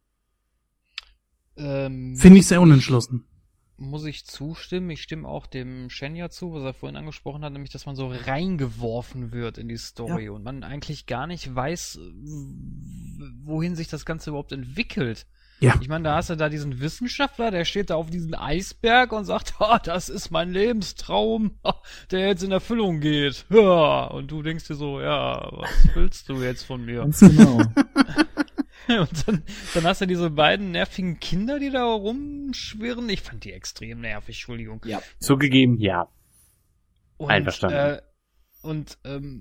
Finde ich sehr unentschlossen. Muss ich zustimmen. Ich stimme auch dem Shenya zu, was er vorhin angesprochen hat, nämlich, dass man so reingeworfen wird in die Story und man eigentlich gar nicht weiß, wohin sich das Ganze überhaupt entwickelt. Ja. Ich meine, da hast du da diesen Wissenschaftler, der steht da auf diesem Eisberg und sagt, das ist mein Lebenstraum, der jetzt in Erfüllung geht. Ja, und du denkst dir so, was willst du jetzt von mir? Ganz genau. Und dann hast du diese beiden nervigen Kinder, die da rumschwirren. Ich fand die extrem nervig, Entschuldigung. Ja. Zugegeben, ja. Einverstanden. Und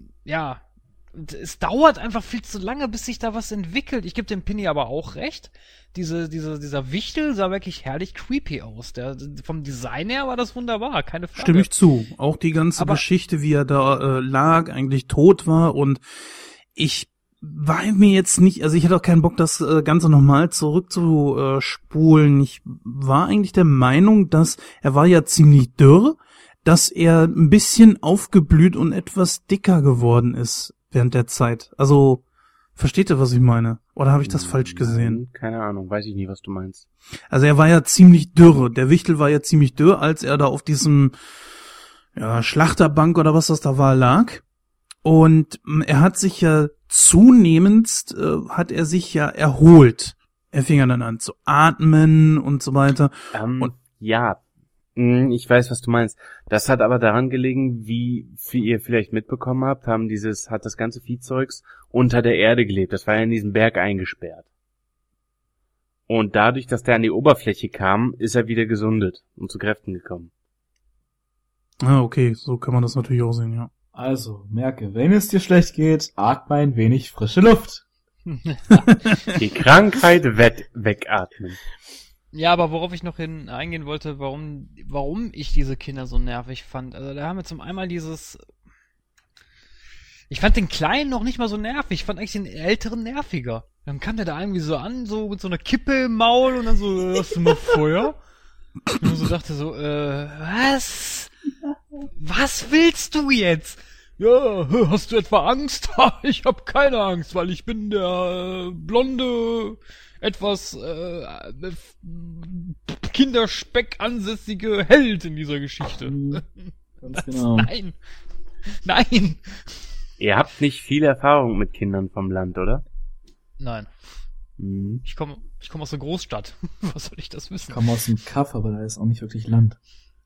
es dauert einfach viel zu lange, bis sich da was entwickelt. Ich gebe dem Pinny aber auch recht. Dieser Wichtel sah wirklich herrlich creepy aus. Vom Design her war das wunderbar, keine Frage. Stimme ich zu. Auch die ganze Geschichte, wie er da lag, eigentlich tot war, und ich war mir jetzt nicht, also ich hatte auch keinen Bock, das Ganze nochmal zurückzuspulen. Ich war eigentlich der Meinung, dass er war ja ziemlich dürr, dass er ein bisschen aufgeblüht und etwas dicker geworden ist während der Zeit. Also, versteht ihr, was ich meine? Oder habe ich das falsch gesehen? Keine Ahnung, weiß ich nie, was du meinst. Also er war ja ziemlich dürr. Der Wichtel war ja ziemlich dürr, als er da auf diesem Schlachterbank oder was das da war lag. Und er hat sich ja zunehmend, erholt. Er fing dann an zu atmen und so weiter. Ich weiß, was du meinst. Das hat aber daran gelegen, wie ihr vielleicht mitbekommen habt, hat das ganze Viehzeugs unter der Erde gelebt. Das war ja in diesem Berg eingesperrt. Und dadurch, dass der an die Oberfläche kam, ist er wieder gesundet und zu Kräften gekommen. Okay, so kann man das natürlich auch sehen, ja. Also, merke, wenn es dir schlecht geht, atme ein wenig frische Luft. Die Krankheit wegatmen. Ja, aber worauf ich noch eingehen wollte, warum ich diese Kinder so nervig fand. Also da haben wir zum einmal ich fand den Kleinen noch nicht mal so nervig, ich fand eigentlich den Älteren nerviger. Dann kam der da irgendwie so an, so mit so einer Kippe im Maul und dann so, hast du noch Feuer? Und so dachte so, was? Was willst du jetzt? Ja, hast du etwa Angst? Ich hab keine Angst, weil ich bin der blonde, etwas Kinderspeck ansässige Held in dieser Geschichte. Ganz genau. Nein. Ihr habt nicht viel Erfahrung mit Kindern vom Land, oder? Nein. Ich komme aus der Großstadt. Was soll ich das wissen? Ich komme aus dem Kaff, aber da ist auch nicht wirklich Land.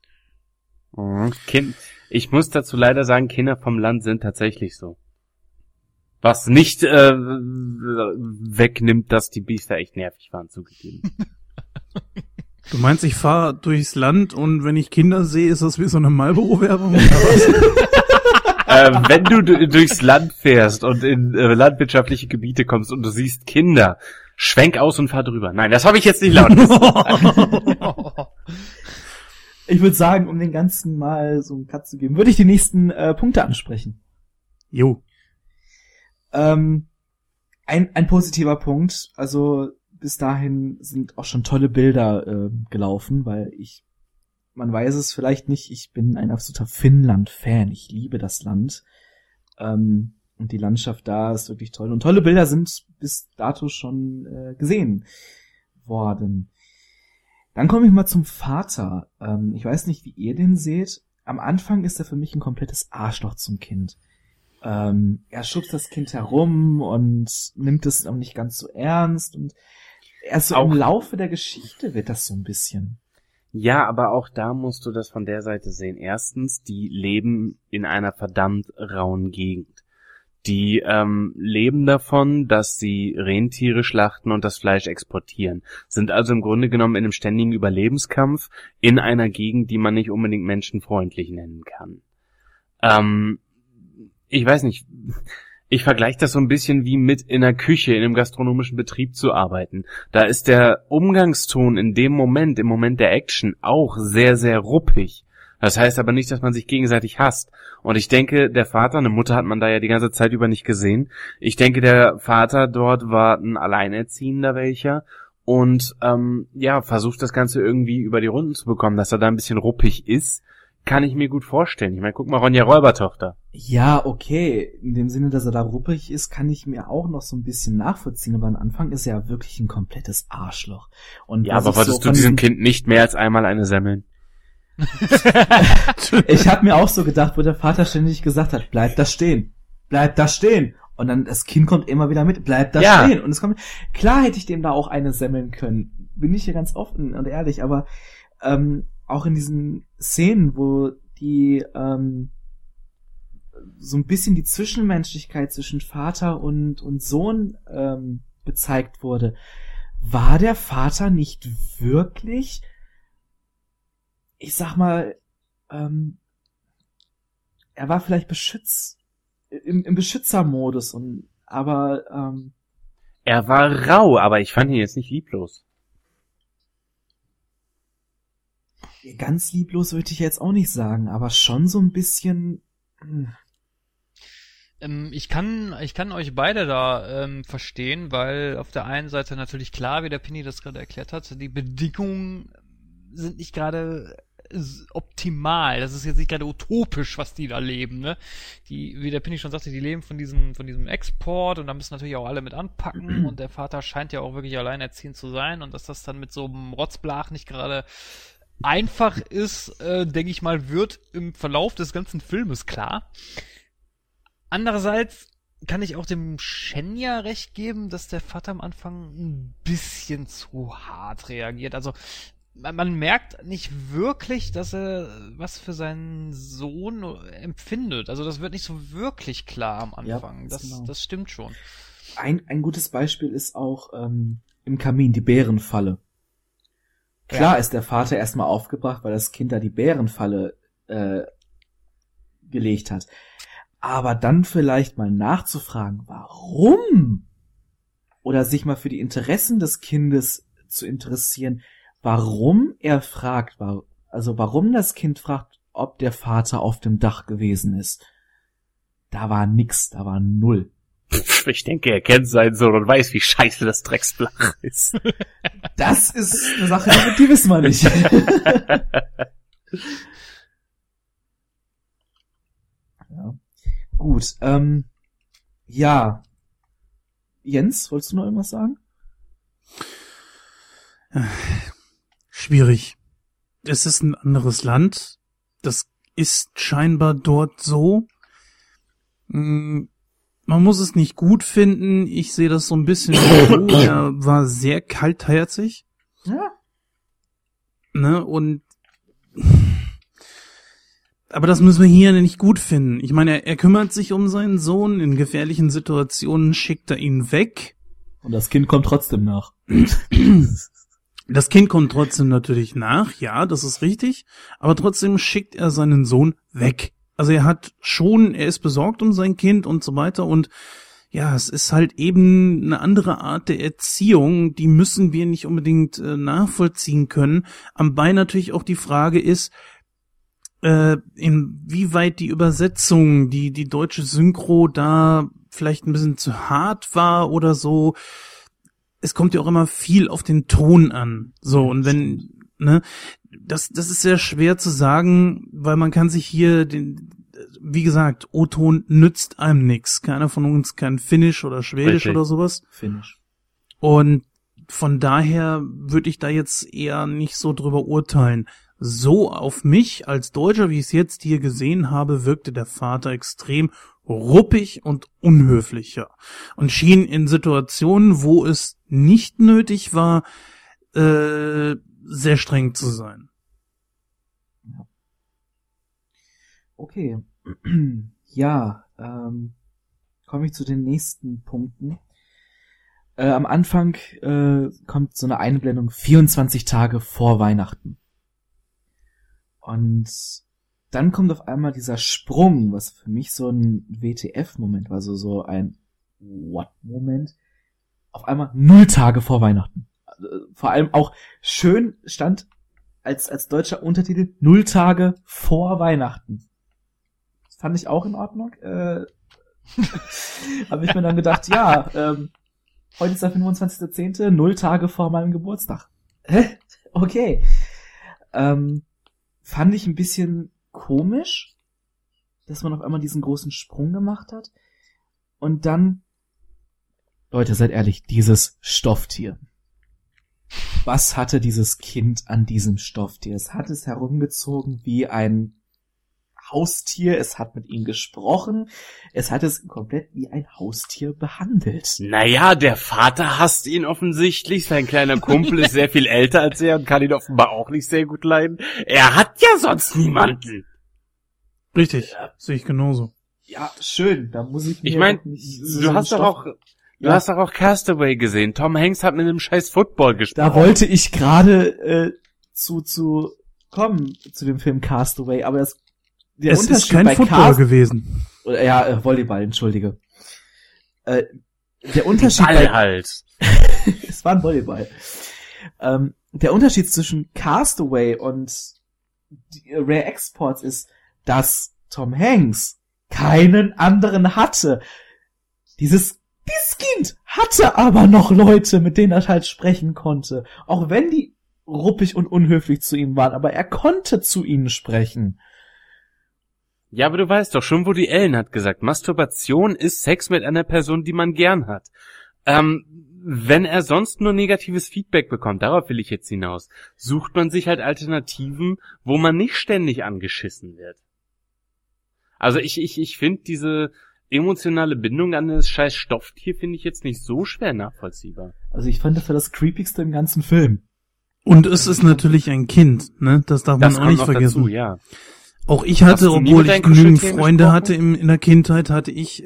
Ich muss dazu leider sagen, Kinder vom Land sind tatsächlich so. Was nicht wegnimmt, dass die Biester echt nervig waren, zugegeben. Du meinst, ich fahre durchs Land und wenn ich Kinder sehe, ist das wie so eine Marlboro-Werbung oder was? Wenn du durchs Land fährst und in landwirtschaftliche Gebiete kommst und du siehst Kinder, schwenk aus und fahr drüber. Nein, das habe ich jetzt nicht laut gesagt. Ich würde sagen, um den Ganzen mal so einen Cut zu geben, würde ich die nächsten Punkte ansprechen. Jo. Ein positiver Punkt, also bis dahin sind auch schon tolle Bilder gelaufen, weil man weiß es vielleicht nicht, ich bin ein absoluter Finnland-Fan, ich liebe das Land und die Landschaft da ist wirklich toll und tolle Bilder sind bis dato schon gesehen worden. Dann komme ich mal zum Vater. Ich weiß nicht, wie ihr den seht. Am Anfang ist er für mich ein komplettes Arschloch zum Kind. Er schubst das Kind herum und nimmt es auch nicht ganz so ernst und erst so auch im Laufe der Geschichte wird das so ein bisschen. Ja, aber auch da musst du das von der Seite sehen. Erstens, die leben in einer verdammt rauen Gegend. Die leben davon, dass sie Rentiere schlachten und das Fleisch exportieren. Sind also im Grunde genommen in einem ständigen Überlebenskampf in einer Gegend, die man nicht unbedingt menschenfreundlich nennen kann. Ich weiß nicht, ich vergleiche das so ein bisschen wie mit in der Küche, in einem gastronomischen Betrieb zu arbeiten. Da ist der Umgangston in dem Moment, im Moment der Action auch sehr, sehr ruppig. Das heißt aber nicht, dass man sich gegenseitig hasst. Und ich denke, der Vater, eine Mutter hat man da ja die ganze Zeit über nicht gesehen. Ich denke, der Vater dort war ein Alleinerziehender welcher und versucht das Ganze irgendwie über die Runden zu bekommen, dass er da ein bisschen ruppig ist. Kann ich mir gut vorstellen. Ich meine, guck mal, Ronja Räubertochter. Ja, okay. In dem Sinne, dass er da ruppig ist, kann ich mir auch noch so ein bisschen nachvollziehen. Aber am Anfang ist er ja wirklich ein komplettes Arschloch. Und ja, aber wolltest du diesem Kind nicht mehr als einmal eine semmeln? Ich habe mir auch so gedacht, wo der Vater ständig gesagt hat, bleib da stehen. Bleib da stehen. Und dann das Kind kommt immer wieder mit, bleib da stehen. Und es kommt, klar hätte ich dem da auch eine semmeln können. Bin ich hier ganz offen und ehrlich, aber auch in diesen Szenen, wo die so ein bisschen die Zwischenmenschlichkeit zwischen Vater und Sohn gezeigt wurde, war der Vater nicht wirklich, ich sag mal, er war vielleicht im Beschützermodus aber er war rau, aber ich fand ihn jetzt nicht lieblos. Ganz lieblos würde ich jetzt auch nicht sagen, aber schon so ein bisschen. Ich kann euch beide da verstehen, weil auf der einen Seite natürlich klar, wie der Pini das gerade erklärt hat, die Bedingungen sind nicht gerade optimal. Das ist jetzt nicht gerade utopisch, was die da leben, ne? Wie der Pini schon sagte, die leben von diesem Export und da müssen natürlich auch alle mit anpacken und der Vater scheint ja auch wirklich alleinerziehend zu sein und dass das dann mit so einem Rotzblach nicht gerade einfach ist, denke ich mal, wird im Verlauf des ganzen Filmes klar. Andererseits kann ich auch dem Shenya recht geben, dass der Vater am Anfang ein bisschen zu hart reagiert. Also man merkt nicht wirklich, dass er was für seinen Sohn empfindet. Also das wird nicht so wirklich klar am Anfang. Ja, das stimmt schon. Ein gutes Beispiel ist auch im Kamin die Bärenfalle. Klar ist der Vater erstmal aufgebracht, weil das Kind da die Bärenfalle gelegt hat. Aber dann vielleicht mal nachzufragen, warum? Oder sich mal für die Interessen des Kindes zu interessieren, warum er fragt, warum das Kind fragt, ob der Vater auf dem Dach gewesen ist. Da war nix, da war null. Ich denke, er kennt seinen Sohn und weiß, wie scheiße das Drecksblach ist. Das ist eine Sache, die wissen wir nicht. Ja. Gut, ja. Jens, wolltest du noch irgendwas sagen? Schwierig. Es ist ein anderes Land. Das ist scheinbar dort so. Man muss es nicht gut finden. Ich sehe das so ein bisschen so. Er war sehr kaltherzig. Ja. Ne, und aber das müssen wir hier nicht gut finden. Ich meine, er kümmert sich um seinen Sohn. In gefährlichen Situationen schickt er ihn weg. Und das Kind kommt trotzdem nach. Das Kind kommt trotzdem natürlich nach, ja, das ist richtig. Aber trotzdem schickt er seinen Sohn weg. Also er ist besorgt um sein Kind und so weiter. Und ja, es ist halt eben eine andere Art der Erziehung. Die müssen wir nicht unbedingt nachvollziehen können. Am Bein natürlich auch die Frage ist, inwieweit die Übersetzung, die deutsche Synchro da vielleicht ein bisschen zu hart war oder so. Es kommt ja auch immer viel auf den Ton an. So, und wenn, ne, das ist sehr schwer zu sagen, weil man kann sich hier wie gesagt, O-Ton nützt einem nix. Keiner von uns kann Finnisch oder Schwedisch Richtig. oder sowas. Finnisch. Und von daher würde ich da jetzt eher nicht so drüber urteilen. So auf mich als Deutscher, wie ich es jetzt hier gesehen habe, wirkte der Vater extrem ruppig und unhöflicher und schien in Situationen, wo es nicht nötig war, sehr streng zu sein. Okay. Ja, komme ich zu den nächsten Punkten. Am Anfang kommt so eine Einblendung 24 Tage vor Weihnachten. Und dann kommt auf einmal dieser Sprung, was für mich so ein WTF-Moment war, also so ein What-Moment. Auf einmal 0 Tage vor Weihnachten. Vor allem auch schön stand als deutscher Untertitel 0 Tage vor Weihnachten. Das fand ich auch in Ordnung. Habe ich mir dann gedacht, ja, heute ist der 25.10., 0 Tage vor meinem Geburtstag. Hä? Okay. Fand ich ein bisschen komisch, dass man auf einmal diesen großen Sprung gemacht hat. Und dann, Leute, seid ehrlich, dieses Stofftier. Was hatte dieses Kind an diesem Stofftier? Es hat es herumgezogen wie ein Haustier, es hat mit ihm gesprochen, es hat es komplett wie ein Haustier behandelt. Naja, der Vater hasst ihn offensichtlich, sein kleiner Kumpel ist sehr viel älter als er und kann ihn offenbar auch nicht sehr gut leiden. Er hat ja sonst niemanden. Richtig, sehe ich genauso. Ja, schön, da muss ich mir Ich meine, nicht du hast doch auch Castaway gesehen. Tom Hanks hat mit einem scheiß Football gesprochen. Da wollte ich gerade zu kommen, zu dem Film Castaway, aber es ist kein Football gewesen. Ja, Volleyball, entschuldige. Der Unterschied Ball halt. Es war ein Volleyball. Der Unterschied zwischen Castaway und Rare Exports ist, dass Tom Hanks keinen anderen hatte. Dieses Kind hatte aber noch Leute, mit denen er halt sprechen konnte. Auch wenn die ruppig und unhöflich zu ihm waren, aber er konnte zu ihnen sprechen. Ja, aber du weißt doch, schon Woody Allen hat gesagt, Masturbation ist Sex mit einer Person, die man gern hat. Wenn er sonst nur negatives Feedback bekommt, darauf will ich jetzt hinaus, sucht man sich halt Alternativen, wo man nicht ständig angeschissen wird. Also ich finde diese emotionale Bindung an das scheiß Stofftier finde ich jetzt nicht so schwer nachvollziehbar. Also ich fand, das war das Creepigste im ganzen Film. Und es ist natürlich ein Kind, ne? Das darf man auch nicht vergessen. Dazu, ja. Auch ich hatte, obwohl ich genügend Freunde hatte in der Kindheit, hatte ich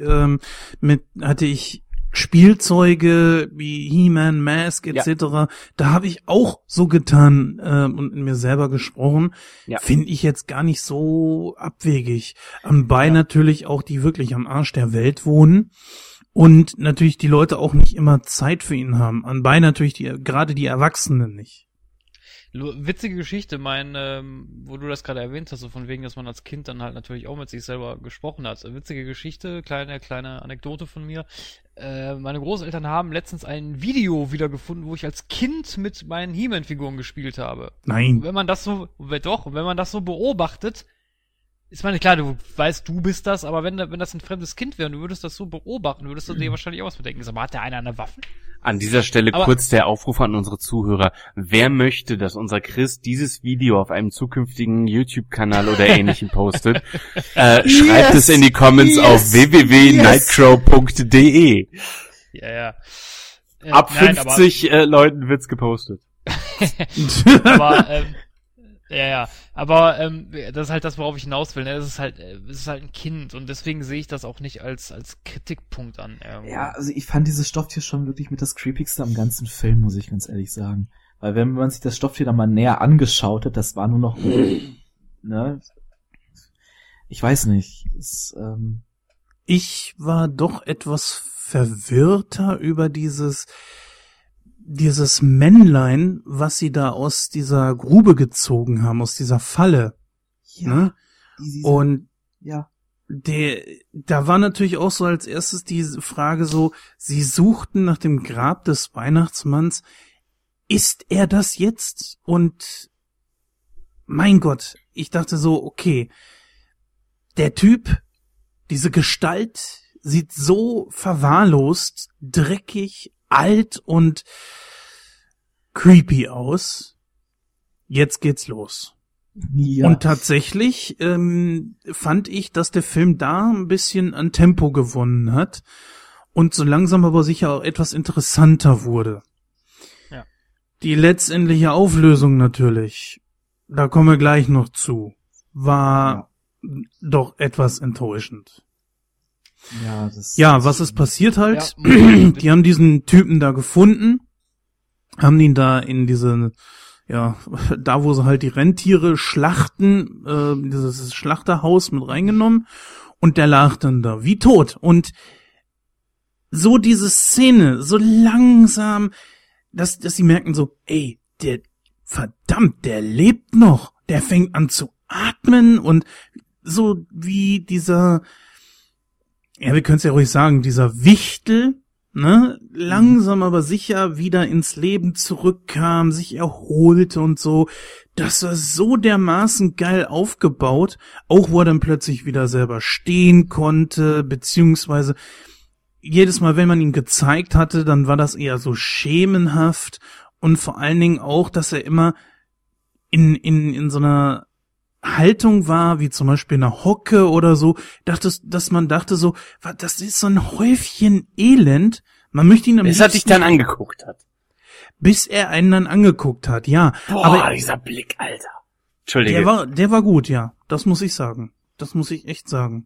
Spielzeuge wie He-Man, Mask etc. Ja. Da habe ich auch so getan und in mir selber gesprochen. Ja. Finde ich jetzt gar nicht so abwegig. Anbei natürlich auch, die wirklich am Arsch der Welt wohnen und natürlich die Leute auch nicht immer Zeit für ihn haben. Anbei natürlich gerade die Erwachsenen nicht. Witzige Geschichte, wo du das gerade erwähnt hast, so von wegen, dass man als Kind dann halt natürlich auch mit sich selber gesprochen hat. Witzige Geschichte, kleine Anekdote von mir. Meine Großeltern haben letztens ein Video wiedergefunden, wo ich als Kind mit meinen He-Man-Figuren gespielt habe. Nein. Und wenn man das so beobachtet, ist meine, klar, du weißt, du bist das, aber wenn das ein fremdes Kind wäre und du würdest das so beobachten, würdest du dir wahrscheinlich auch was bedenken. Aber hat der eine Waffe? An dieser Stelle kurz der Aufruf an unsere Zuhörer. Wer möchte, dass unser Chris dieses Video auf einem zukünftigen YouTube-Kanal oder ähnlichem postet, schreibt es in die Comments auf www.nightcrow.de. Ja. Ab 50 Leuten wird's gepostet. Aber, aber das ist halt das, worauf ich hinaus will. Ne? Es ist halt ein Kind und deswegen sehe ich das auch nicht als Kritikpunkt an. Ja, also ich fand dieses Stofftier schon wirklich mit das Creepigste am ganzen Film, muss ich ganz ehrlich sagen. Weil wenn man sich das Stofftier dann mal näher angeschaut hat, das war nur noch, ne? Ich weiß nicht. Ich war doch etwas verwirrter über dieses Männlein, was sie da aus dieser Grube gezogen haben, aus dieser Falle. Ja, ne? Und ja. Da war natürlich auch so als erstes diese Frage so, sie suchten nach dem Grab des Weihnachtsmanns. Ist er das jetzt? Und mein Gott, ich dachte so, okay, der Typ, diese Gestalt sieht so verwahrlost, dreckig, alt und creepy aus. Jetzt geht's los. Ja. Und tatsächlich fand ich, dass der Film da ein bisschen an Tempo gewonnen hat und so langsam aber sicher auch etwas interessanter wurde. Ja. Die letztendliche Auflösung natürlich, da kommen wir gleich noch zu, war doch etwas enttäuschend. Ja, was ist passiert halt? Ja. Die haben diesen Typen da gefunden, haben ihn da in diese, ja, da wo sie halt die Rentiere schlachten, dieses Schlachterhaus mit reingenommen und der lag dann da wie tot. Und so diese Szene, so langsam, dass sie merken so, ey, der lebt noch, der fängt an zu atmen und so wie dieser, ja, wir können es ja ruhig sagen, dieser Wichtel, ne, langsam aber sicher wieder ins Leben zurückkam, sich erholte und so. Das war so dermaßen geil aufgebaut, auch wo er dann plötzlich wieder selber stehen konnte, beziehungsweise jedes Mal, wenn man ihn gezeigt hatte, dann war das eher so schemenhaft und vor allen Dingen auch, dass er immer in so einer Haltung war, wie zum Beispiel in einer Hocke oder so, dass man dachte so, das ist so ein Häufchen Elend, man möchte ihn am Bis er dich dann angeguckt hat. Bis er einen dann angeguckt hat, ja. Boah, aber dieser Blick, Alter. Entschuldige. Der war gut, ja. Das muss ich sagen. Das muss ich echt sagen.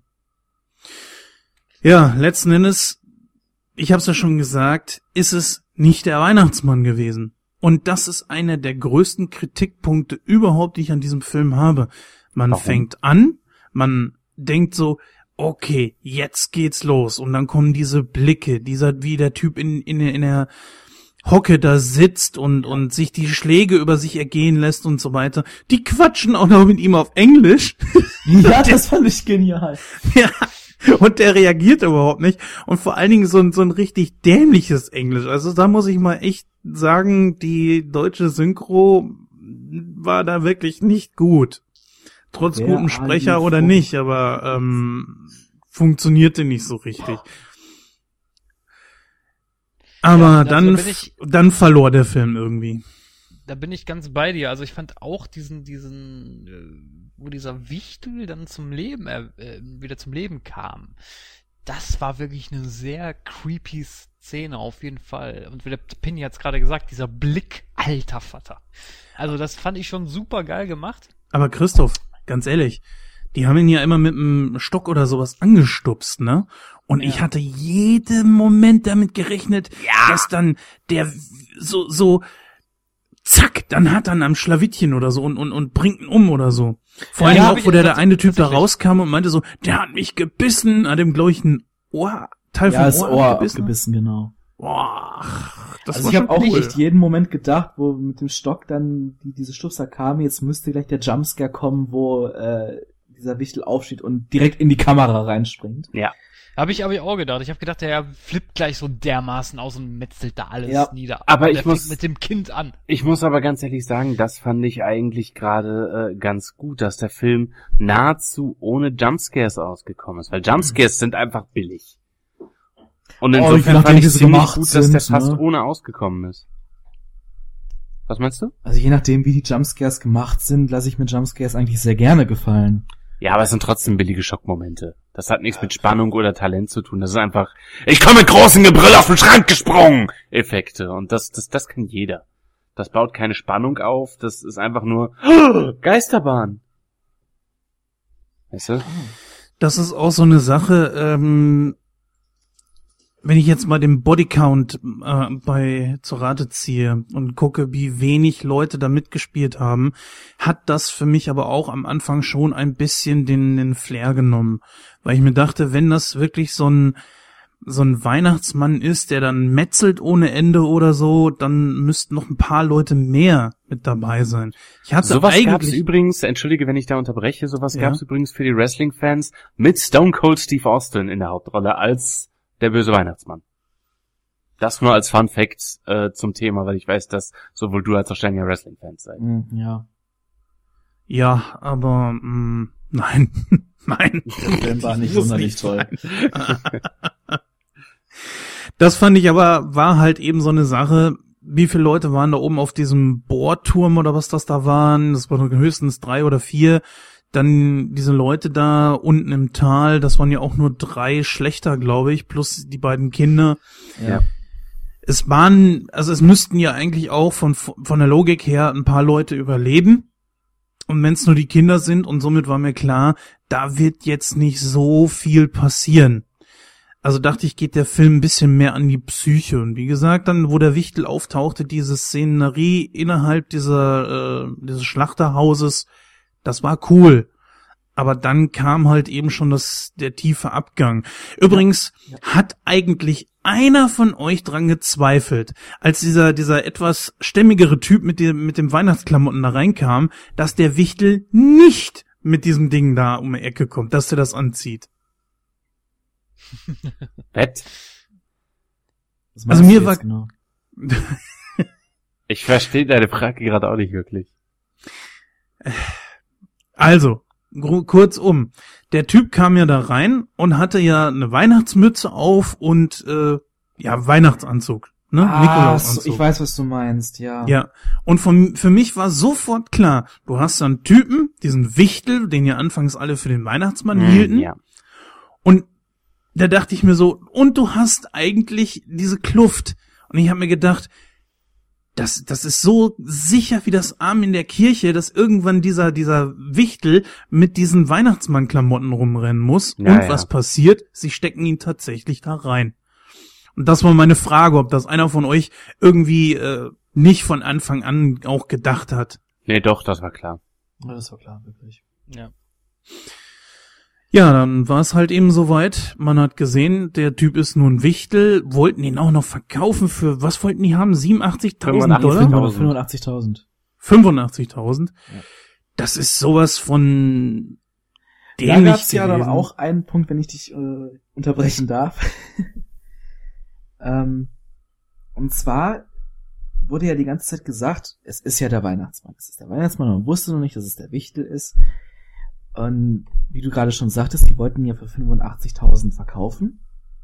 Ja, letzten Endes, ich hab's ja schon gesagt, ist es nicht der Weihnachtsmann gewesen. Und das ist einer der größten Kritikpunkte überhaupt, die ich an diesem Film habe. Man fängt an, man denkt so, okay, jetzt geht's los. Und dann kommen diese Blicke, wie der Typ in der Hocke da sitzt und sich die Schläge über sich ergehen lässt und so weiter. Die quatschen auch noch mit ihm auf Englisch. Ja, das fand ich genial. Ja. Und der reagiert überhaupt nicht. Und vor allen Dingen so ein richtig dämliches Englisch. Also da muss ich mal echt sagen, die deutsche Synchro war da wirklich nicht gut. Trotz gutem Sprecher oder nicht, aber funktionierte nicht so richtig. Aber ja, dann verlor der Film irgendwie. Da bin ich ganz bei dir. Also ich fand auch wo dieser Wichtel dann zum Leben, wieder zum Leben kam. Das war wirklich eine sehr creepy Szene auf jeden Fall. Und wie der Pinny hat's gerade gesagt, dieser Blick, alter Vater. Also das fand ich schon super geil gemacht. Aber Christoph, ganz ehrlich, die haben ihn ja immer mit einem Stock oder sowas angestupst, ne? Und ich hatte jeden Moment damit gerechnet, dass dann der so zack, dann hat er am Schlawittchen oder so und bringt ihn um oder so. Vor allem auch, wo der eine Typ da rauskam und meinte so, der hat mich gebissen, hat ihm, glaube ich, ein Teil vom Ohr abgebissen, genau. Boah, das also war ich habe auch cool. echt jeden Moment gedacht, wo mit dem Stock dann diese Stupser kamen, jetzt müsste gleich der Jumpscare kommen, wo dieser Wichtel aufsteht und direkt in die Kamera reinspringt. Ja. Habe ich auch gedacht. Ich habe gedacht, der flippt gleich so dermaßen aus und metzelt da alles nieder. Aber der fängt mit dem Kind an. Ich muss aber ganz ehrlich sagen, das fand ich eigentlich gerade ganz gut, dass der Film nahezu ohne Jumpscares ausgekommen ist. Weil Jumpscares sind einfach billig. Und insofern fand ich ziemlich gut, dass der fast ohne ausgekommen ist. Was meinst du? Also je nachdem, wie die Jumpscares gemacht sind, lasse ich mir Jumpscares eigentlich sehr gerne gefallen. Ja, aber es sind trotzdem billige Schockmomente. Das hat nichts mit Spannung oder Talent zu tun. Das ist einfach, ich komme mit großem Gebrüll auf den Schrank gesprungen! Effekte. Und das kann jeder. Das baut keine Spannung auf. Das ist einfach nur Geisterbahn. Weißt du? Das ist auch so eine Sache, wenn ich jetzt mal den Bodycount zur Rate ziehe und gucke, wie wenig Leute da mitgespielt haben, hat das für mich aber auch am Anfang schon ein bisschen den Flair genommen. Weil ich mir dachte, wenn das wirklich so ein so ein Weihnachtsmann ist, der dann metzelt ohne Ende oder so, dann müssten noch ein paar Leute mehr mit dabei sein. Ich hatte sowas eigentlich gab's übrigens, entschuldige, wenn ich da unterbreche, sowas Ja. gab's übrigens für die Wrestling-Fans mit Stone Cold Steve Austin in der Hauptrolle als der böse Weihnachtsmann. Das nur als Fun Fact zum Thema, weil ich weiß, dass sowohl du als auch Stein ja Wrestling-Fans seid. Ja. Ja, aber nein. Nein. Der Film war nicht Muss sonderlich nicht toll. Das fand ich aber, war halt eben so eine Sache. Wie viele Leute waren da oben auf diesem Bohrturm oder was das da waren? Das waren höchstens 3 oder 4. Dann diese Leute da unten im Tal, das waren ja auch nur 3 Schlechter, glaube ich, plus die beiden Kinder. Ja. Es müssten ja eigentlich auch von der Logik her ein paar Leute überleben. Und wenn es nur die Kinder sind, und somit war mir klar, da wird jetzt nicht so viel passieren. Also dachte ich, geht der Film ein bisschen mehr an die Psyche. Und wie gesagt, dann, wo der Wichtel auftauchte, diese Szenerie innerhalb dieses Schlachterhauses, das war cool. Aber dann kam halt eben schon der tiefe Abgang. Übrigens hat eigentlich einer von euch dran gezweifelt, als dieser etwas stämmigere Typ mit dem Weihnachtsklamotten da reinkam, dass der Wichtel nicht mit diesem Ding da um die Ecke kommt, dass der das anzieht. Bett? Also mir war genau. Ich verstehe deine Frage gerade auch nicht wirklich. Also, kurzum, der Typ kam ja da rein und hatte ja eine Weihnachtsmütze auf und Weihnachtsanzug, ne? Nikolausanzug. Ich weiß, was du meinst, ja. Ja, und für mich war sofort klar, du hast da einen Typen, diesen Wichtel, den ja anfangs alle für den Weihnachtsmann hielten. Ja. Und da dachte ich mir so, und du hast eigentlich diese Kluft. Und ich habe mir gedacht, das ist so sicher wie das Arm in der Kirche, dass irgendwann dieser Wichtel mit diesen Weihnachtsmann-Klamotten rumrennen muss. Ja, und ja. was passiert? Sie stecken ihn tatsächlich da rein. Und das war meine Frage, ob das einer von euch irgendwie nicht von Anfang an auch gedacht hat. Nee, doch, das war klar. Ja, das war klar, wirklich. Ja. Ja, dann war es halt eben soweit. Man hat gesehen, der Typ ist nur ein Wichtel. Wollten ihn auch noch verkaufen für, was wollten die haben? 87.000 Dollar? 85.000. 85.000? Ja. Das ist sowas von Da dämlich gab's ja dann gewesen. auch einen Punkt, wenn ich dich unterbrechen darf. Und zwar wurde ja die ganze Zeit gesagt, es ist ja der Weihnachtsmann. Es ist der Weihnachtsmann, man wusste noch nicht, dass es der Wichtel ist. Und wie du gerade schon sagtest, die wollten ihn ja für 85.000 verkaufen.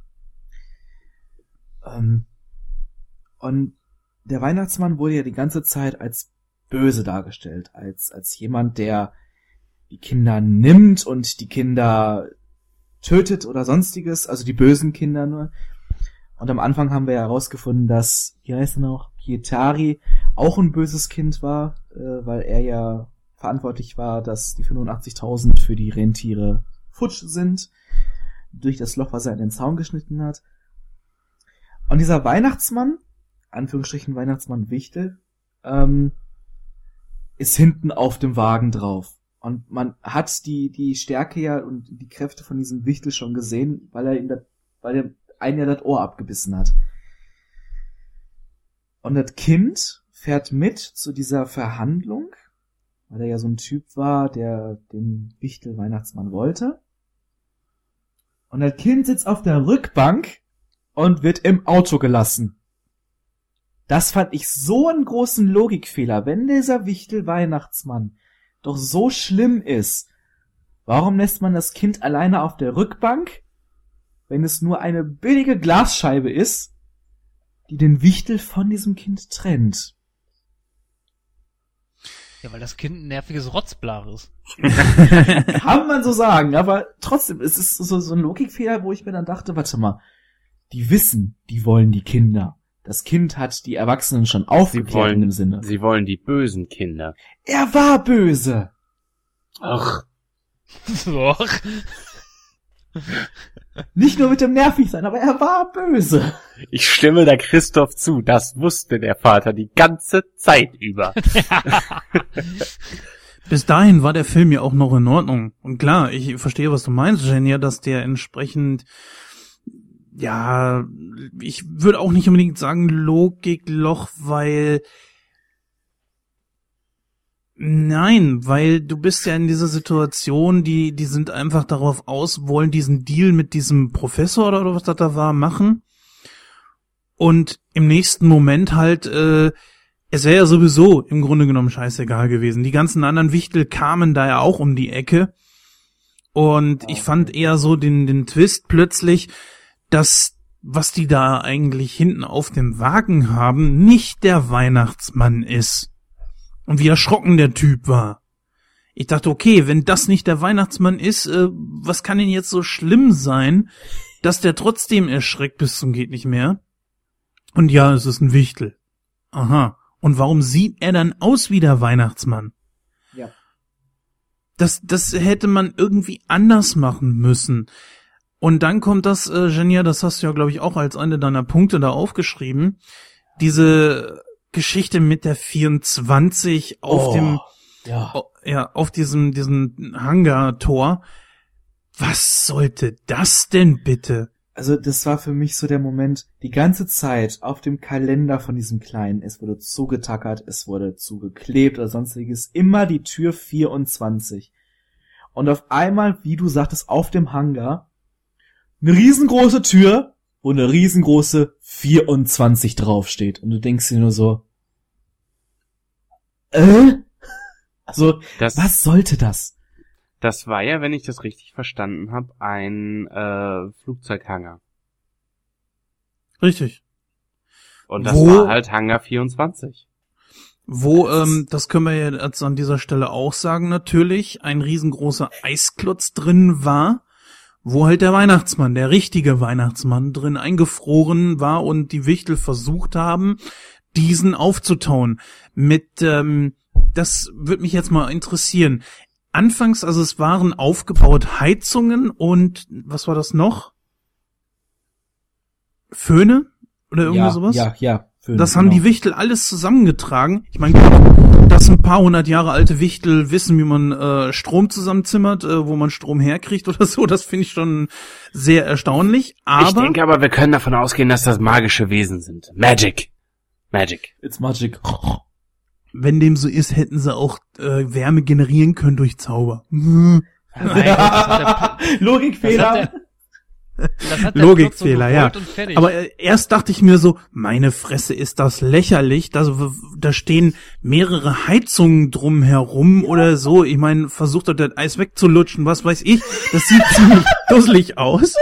Und der Weihnachtsmann wurde ja die ganze Zeit als böse dargestellt, als jemand, der die Kinder nimmt und die Kinder tötet oder sonstiges, also die bösen Kinder nur. Und am Anfang haben wir ja herausgefunden, dass, wie heißt er noch, Pietari auch ein böses Kind war, weil er ja verantwortlich war, dass die 85.000 für die Rentiere futsch sind, durch das Loch, was er in den Zaun geschnitten hat. Und dieser Weihnachtsmann, Anführungsstrichen Weihnachtsmann Wichtel, ist hinten auf dem Wagen drauf. Und man hat die Stärke ja und die Kräfte von diesem Wichtel schon gesehen, weil er einen ja das Ohr abgebissen hat. Und das Kind fährt mit zu dieser Verhandlung, weil er ja so ein Typ war, der den Wichtel Weihnachtsmann wollte. Und das Kind sitzt auf der Rückbank und wird im Auto gelassen. Das fand ich so einen großen Logikfehler. Wenn dieser Wichtel Weihnachtsmann doch so schlimm ist, warum lässt man das Kind alleine auf der Rückbank, wenn es nur eine billige Glasscheibe ist, die den Wichtel von diesem Kind trennt? Ja, weil das Kind ein nerviges Rotzblach ist. Kann man so sagen, aber trotzdem, es ist so ein Logikfehler, wo ich mir dann dachte, warte mal, die wissen, die wollen die Kinder. Das Kind hat die Erwachsenen schon aufgeklärt in dem Sinne. Sie wollen die bösen Kinder. Er war böse. Ach. Doch. Nicht nur mit dem Nervigsein, aber er war böse. Ich stimme da Christoph zu, das wusste der Vater die ganze Zeit über. Bis dahin war der Film ja auch noch in Ordnung. Und klar, ich verstehe, was du meinst, Jenny, dass der entsprechend ja, ich würde auch nicht unbedingt sagen Logikloch, weil du bist ja in dieser Situation, die sind einfach darauf aus, wollen diesen Deal mit diesem Professor oder was das da war, machen. Und im nächsten Moment halt, es wäre ja sowieso im Grunde genommen scheißegal gewesen. Die ganzen anderen Wichtel kamen da ja auch um die Ecke. Und ich fand eher so den Twist plötzlich, dass, was die da eigentlich hinten auf dem Wagen haben, nicht der Weihnachtsmann ist. Und wie erschrocken der Typ war. Ich dachte, okay, wenn das nicht der Weihnachtsmann ist, was kann denn jetzt so schlimm sein, dass der trotzdem erschreckt bis zum geht nicht mehr? Und ja, es ist ein Wichtel. Aha. Und warum sieht er dann aus wie der Weihnachtsmann? Ja. Das hätte man irgendwie anders machen müssen. Und dann kommt das, Genia, das hast du ja, glaube ich, auch als eine deiner Punkte da aufgeschrieben, diese Geschichte mit der 24 auf auf diesem Hangar-Tor. Was sollte das denn bitte? Also das war für mich so der Moment, die ganze Zeit auf dem Kalender von diesem Kleinen, es wurde zugetackert, es wurde zugeklebt oder sonstiges, immer die Tür 24. Und auf einmal, wie du sagtest, auf dem Hangar, eine riesengroße Tür, wo eine riesengroße 24 draufsteht. Und du denkst dir nur so, Also, was sollte das? Das war ja, wenn ich das richtig verstanden habe, ein Flugzeughangar. Richtig. Und das war halt Hangar 24. Wo, das können wir jetzt an dieser Stelle auch sagen, natürlich, ein riesengroßer Eisklotz drin war, wo halt der Weihnachtsmann, der richtige Weihnachtsmann drin eingefroren war und die Wichtel versucht haben, diesen aufzutauen. Das würde mich jetzt mal interessieren. Anfangs, also es waren aufgebaut Heizungen und, was war das noch? Föhne? Oder irgendwie sowas? Ja. Föhne, das haben die Wichtel alles zusammengetragen. Ich meine, dass ein paar hundert Jahre alte Wichtel wissen, wie man Strom zusammenzimmert, wo man Strom herkriegt oder so, das finde ich schon sehr erstaunlich. Aber ich denke aber, wir können davon ausgehen, dass das magische Wesen sind. Magic. It's magic. Wenn dem so ist, hätten sie auch Wärme generieren können durch Zauber. Logikfehler. Logikfehler, ja. Aber erst dachte ich mir so, meine Fresse, ist das lächerlich. Da stehen mehrere Heizungen drum herum oder so. Ich meine, versucht doch das Eis wegzulutschen, was weiß ich. Das sieht ziemlich dusselig aus.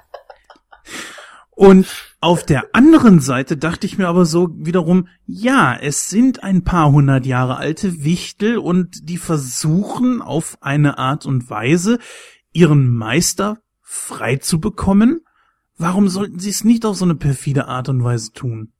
Und auf der anderen Seite dachte ich mir aber so wiederum, ja, es sind ein paar hundert Jahre alte Wichtel und die versuchen auf eine Art und Weise, ihren Meister frei zu bekommen. Warum sollten sie es nicht auf so eine perfide Art und Weise tun?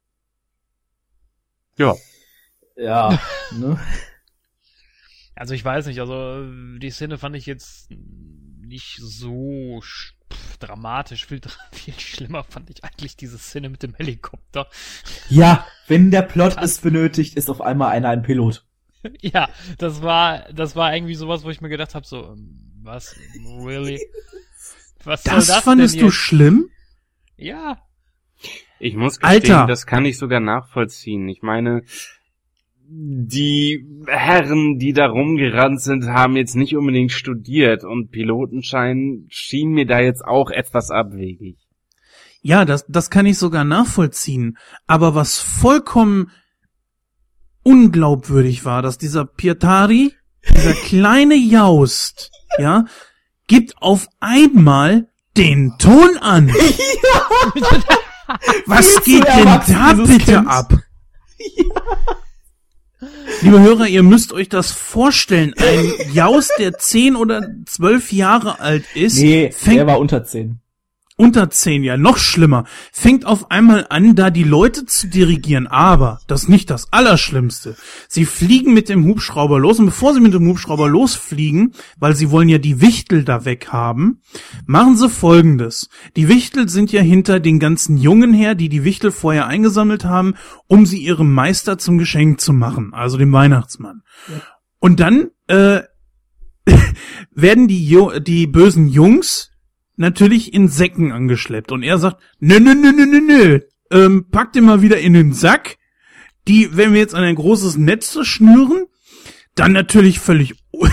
Ja. Ja, ne? Also ich weiß nicht, also die Szene fand ich jetzt nicht so dramatisch, viel schlimmer fand ich eigentlich diese Szene mit dem Helikopter. Ja, wenn der Plot es benötigt, ist auf einmal einer ein Pilot. Ja, das war irgendwie sowas, wo ich mir gedacht habe, so, was, really? Was soll das fandest denn du jetzt? Schlimm? Ja. Ich muss gestehen, Alter. Das kann ich sogar nachvollziehen. Ich meine, die Herren, die da rumgerannt sind, haben jetzt nicht unbedingt studiert und Pilotenschein schien mir da jetzt auch etwas abwegig. Ja, das kann ich sogar nachvollziehen. Aber was vollkommen unglaubwürdig war, dass dieser Pietari, dieser kleine Jaust, ja, gibt auf einmal den Ton an. Ja. Was geht denn da bitte Kind. ab? Ja. Liebe Hörer, ihr müsst euch das vorstellen. Ein Jaust, der 10 oder 12 Jahre alt ist. Nee, der war unter 10. Unter 10, ja, noch schlimmer. Fängt auf einmal an, da die Leute zu dirigieren. Aber das ist nicht das Allerschlimmste. Sie fliegen mit dem Hubschrauber los. Und bevor sie mit dem Hubschrauber losfliegen, weil sie wollen ja die Wichtel da weg haben, machen sie Folgendes. Die Wichtel sind ja hinter den ganzen Jungen her, die Wichtel vorher eingesammelt haben, um sie ihrem Meister zum Geschenk zu machen. Also dem Weihnachtsmann. Ja. Und dann werden die bösen Jungs natürlich in Säcken angeschleppt. Und er sagt, nö, pack den mal wieder in den Sack. Die, wenn wir jetzt an ein großes Netz schnüren, dann natürlich völlig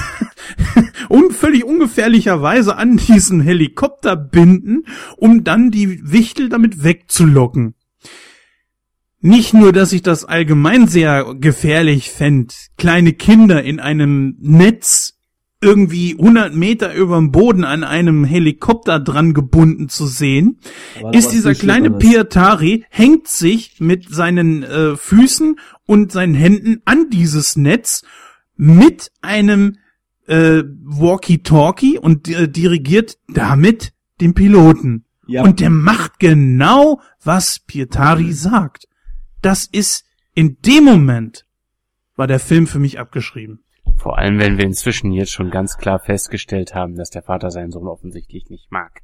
ungefährlicherweise an diesen Helikopter binden, um dann die Wichtel damit wegzulocken. Nicht nur, dass ich das allgemein sehr gefährlich fände, kleine Kinder in einem Netz irgendwie 100 Meter überm Boden an einem Helikopter dran gebunden zu sehen, ist dieser kleine Pietari, hängt sich mit seinen Füßen und seinen Händen an dieses Netz mit einem Walkie-Talkie und dirigiert damit den Piloten. Ja. Und der macht genau, was Pietari sagt. Das ist, in dem Moment war der Film für mich abgeschrieben. Vor allem, wenn wir inzwischen jetzt schon ganz klar festgestellt haben, dass der Vater seinen Sohn offensichtlich nicht mag.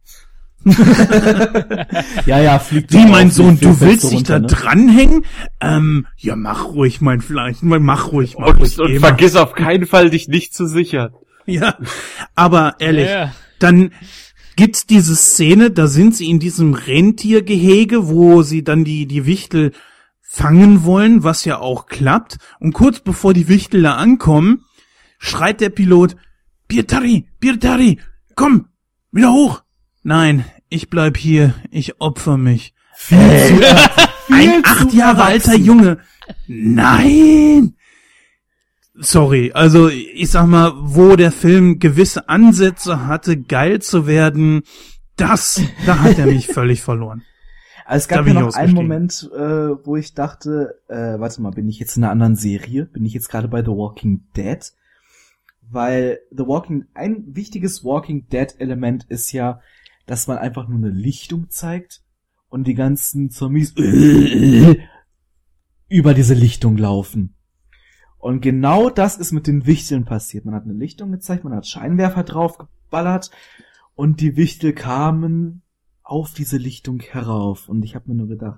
Ja, fliegt. Wie, mein Sohn, du willst dich da dranhängen? Ja, mach ruhig, mach ruhig. Und vergiss auf keinen Fall, dich nicht zu sichern. Ja, aber ehrlich, dann gibt's diese Szene, da sind sie in diesem Rentiergehege, wo sie dann die Wichtel fangen wollen, was ja auch klappt. Und kurz bevor die Wichtel da ankommen, schreit der Pilot, Pietari, komm, wieder hoch. Nein, ich bleib hier, ich opfer mich. Ein 8 Jahre alter Junge. Nein! Sorry, also ich sag mal, wo der Film gewisse Ansätze hatte, geil zu werden, da hat er mich völlig verloren. Also es gab ja noch einen Moment, wo ich dachte, warte mal, bin ich jetzt in einer anderen Serie? Bin ich jetzt gerade bei The Walking Dead? Weil ein wichtiges Walking Dead Element ist ja, dass man einfach nur eine Lichtung zeigt und die ganzen Zombies über diese Lichtung laufen. Und genau das ist mit den Wichteln passiert. Man hat eine Lichtung gezeigt, man hat Scheinwerfer drauf geballert und die Wichtel kamen auf diese Lichtung herauf. Und ich habe mir nur gedacht,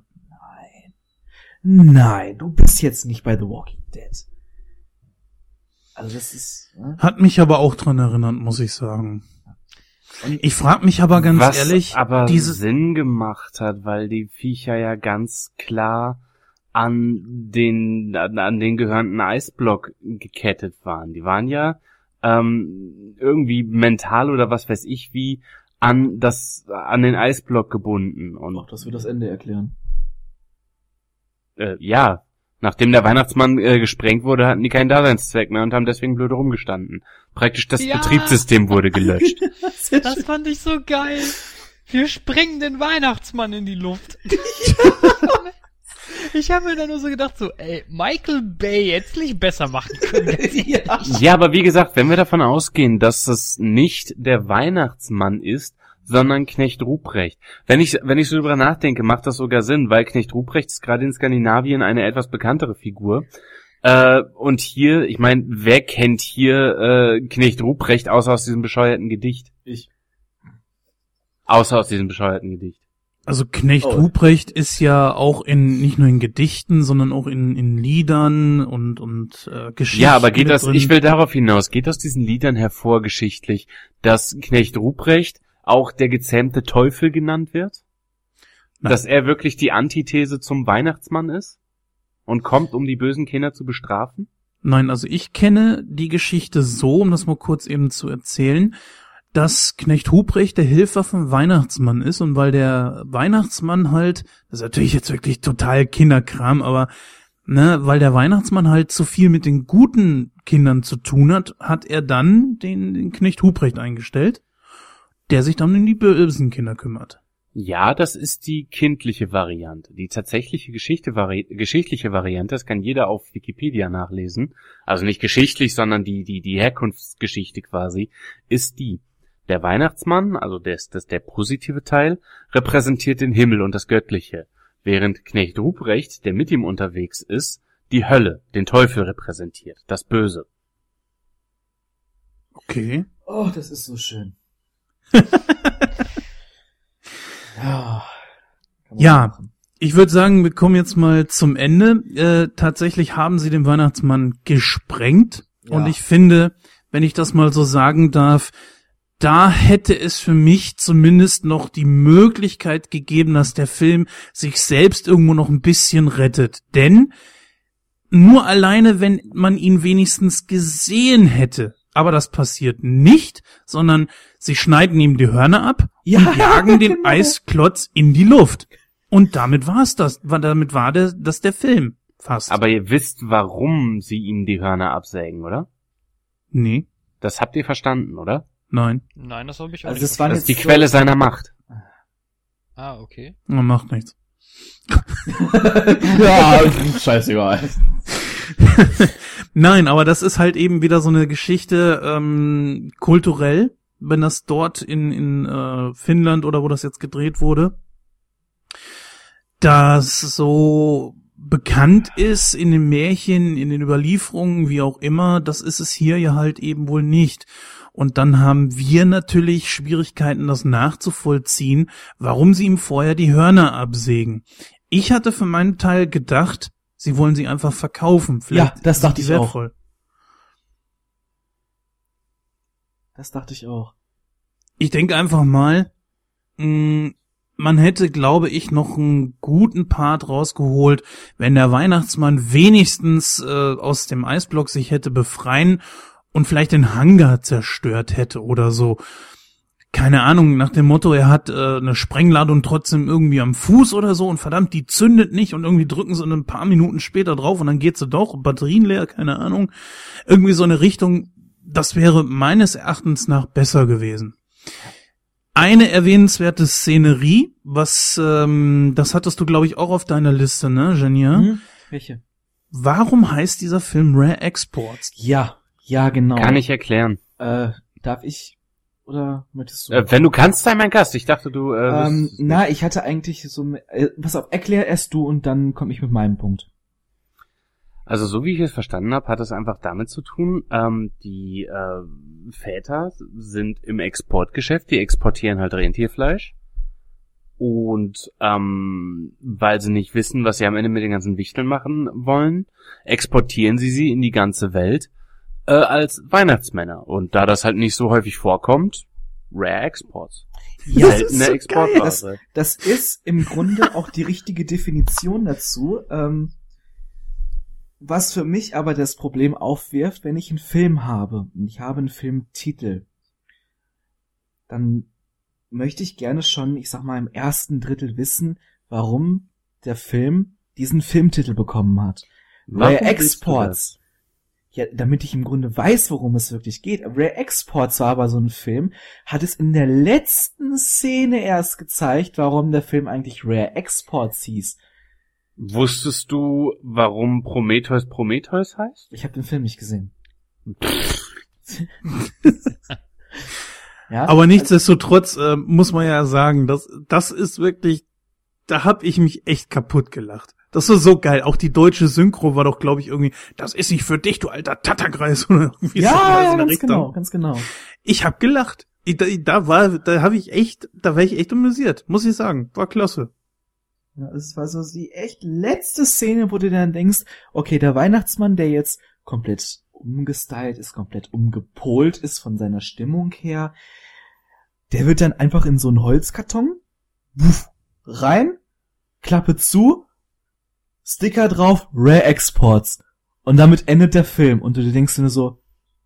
nein, du bist jetzt nicht bei The Walking Dead. Also das ist... Ne? Hat mich aber auch dran erinnert, muss ich sagen. Ich frage mich aber ganz ehrlich... Was aber Sinn gemacht hat, weil die Viecher ja ganz klar an den gehörnten Eisblock gekettet waren. Die waren ja irgendwie mental oder was weiß ich wie an den Eisblock gebunden. Und auch das wird das Ende erklären. Ja, nachdem der Weihnachtsmann gesprengt wurde, hatten die keinen Daseinszweck mehr und haben deswegen blöde rumgestanden. Praktisch das Betriebssystem wurde gelöscht. Das fand ich so geil. Wir sprengen den Weihnachtsmann in die Luft. Ich habe mir dann nur so gedacht, Michael Bay hätte nicht besser machen können. Ja, aber wie gesagt, wenn wir davon ausgehen, dass es nicht der Weihnachtsmann ist, sondern Knecht Ruprecht. Wenn ich so drüber nachdenke, macht das sogar Sinn, weil Knecht Ruprecht ist gerade in Skandinavien eine etwas bekanntere Figur. Und hier, ich meine, wer kennt hier Knecht Ruprecht außer aus diesem bescheuerten Gedicht? Ich. Außer aus diesem bescheuerten Gedicht. Also Knecht Ruprecht ist ja auch nicht nur in Gedichten, sondern auch in Liedern und Geschichten. Ja, aber ich will darauf hinaus, geht aus diesen Liedern hervor geschichtlich, dass Knecht Ruprecht auch der gezähmte Teufel genannt wird? Nein. Dass er wirklich die Antithese zum Weihnachtsmann ist? Und kommt, um die bösen Kinder zu bestrafen? Nein, also ich kenne die Geschichte so, um das mal kurz eben zu erzählen, dass Knecht Ruprecht der Helfer vom Weihnachtsmann ist und weil der Weihnachtsmann halt, das ist natürlich jetzt wirklich total Kinderkram, aber weil der Weihnachtsmann halt zu viel mit den guten Kindern zu tun hat, hat er dann den Knecht Ruprecht eingestellt, der sich dann um die bösen Kinder kümmert. Ja, das ist die kindliche Variante. Die tatsächliche geschichtliche Variante, das kann jeder auf Wikipedia nachlesen, also nicht geschichtlich, sondern die Herkunftsgeschichte quasi, ist die. Der Weihnachtsmann, also der positive Teil, repräsentiert den Himmel und das Göttliche, während Knecht Ruprecht, der mit ihm unterwegs ist, die Hölle, den Teufel repräsentiert, das Böse. Okay. Oh, das ist so schön. Ja, ich würde sagen, wir kommen jetzt mal zum Ende. Tatsächlich haben sie den Weihnachtsmann gesprengt und ich finde, wenn ich das mal so sagen darf, da hätte es für mich zumindest noch die Möglichkeit gegeben, dass der Film sich selbst irgendwo noch ein bisschen rettet. Denn nur alleine, wenn man ihn wenigstens gesehen hätte, aber das passiert nicht, sondern sie schneiden ihm die Hörner ab und jagen den genau. Eisklotz in die Luft. Und damit war's das. Damit war das der Film fast. Aber ihr wisst, warum sie ihm die Hörner absägen, oder? Nee. Das habt ihr verstanden, oder? Nein. Nein, das habe ich auch Also nicht. es waren Das ist jetzt die Quelle seiner Macht. Ah, okay. Man macht nichts. Ja, scheißegal. Nein, aber das ist halt eben wieder so eine Geschichte kulturell, wenn das dort in Finnland oder wo das jetzt gedreht wurde, das so bekannt ist in den Märchen, in den Überlieferungen, wie auch immer, das ist es hier ja halt eben wohl nicht. Und dann haben wir natürlich Schwierigkeiten, das nachzuvollziehen, warum sie ihm vorher die Hörner absägen. Ich hatte für meinen Teil gedacht, sie wollen sie einfach verkaufen. Vielleicht Ja, das dachte sind die ich auch. wertvoll. Das dachte ich auch. Ich denke einfach mal, man hätte, glaube ich, noch einen guten Part rausgeholt, wenn der Weihnachtsmann wenigstens aus dem Eisblock sich hätte befreien und vielleicht den Hangar zerstört hätte oder so. Keine Ahnung, nach dem Motto, er hat eine Sprengladung trotzdem irgendwie am Fuß oder so und verdammt, die zündet nicht und irgendwie drücken sie ein paar Minuten später drauf und dann geht sie doch, Batterien leer, keine Ahnung. Irgendwie so eine Richtung, das wäre meines Erachtens nach besser gewesen. Eine erwähnenswerte Szenerie, das hattest du, glaube ich, auch auf deiner Liste, ne, Genia? Welche? Warum heißt dieser Film Rare Exports? Ja, genau. Kann ich erklären. Darf ich oder möchtest du? Wenn du kannst, sei mein Gast. Ich dachte, du... Ich hatte eigentlich so... pass auf, erklär erst du und dann komme ich mit meinem Punkt. Also so wie ich es verstanden habe, hat es einfach damit zu tun, die Väter sind im Exportgeschäft, die exportieren halt Rentierfleisch. Und weil sie nicht wissen, was sie am Ende mit den ganzen Wichteln machen wollen, exportieren sie in die ganze Welt als Weihnachtsmänner. Und da das halt nicht so häufig vorkommt, Rare Exports. Ja, seltene Exportware. Das ist im Grunde auch die richtige Definition dazu. Was für mich aber das Problem aufwirft, wenn ich einen Film habe und ich habe einen Filmtitel, dann möchte ich gerne schon, ich sag mal, im ersten Drittel wissen, warum der Film diesen Filmtitel bekommen hat. Rare Exports. Ja, damit ich im Grunde weiß, worum es wirklich geht. Rare Exports war aber so ein Film, hat es in der letzten Szene erst gezeigt, warum der Film eigentlich Rare Exports hieß. Wusstest du, warum Prometheus heißt? Ich habe den Film nicht gesehen. Ja, aber nichtsdestotrotz muss man ja sagen, das ist wirklich, da hab ich mich echt kaputt gelacht. Das ist so geil. Auch die deutsche Synchro war doch, glaube ich, irgendwie, das ist nicht für dich, du alter Tatterkreis oder irgendwie so in der Richtung. Ganz genau. Ich hab gelacht. Da war ich echt amüsiert, muss ich sagen. War klasse. Ja, es war so die echt letzte Szene, wo du dann denkst, okay, der Weihnachtsmann, der jetzt komplett umgestylt ist, komplett umgepolt ist von seiner Stimmung her, der wird dann einfach in so einen Holzkarton, rein, Klappe zu, Sticker drauf, Rare Exports. Und damit endet der Film. Und du denkst dir nur so,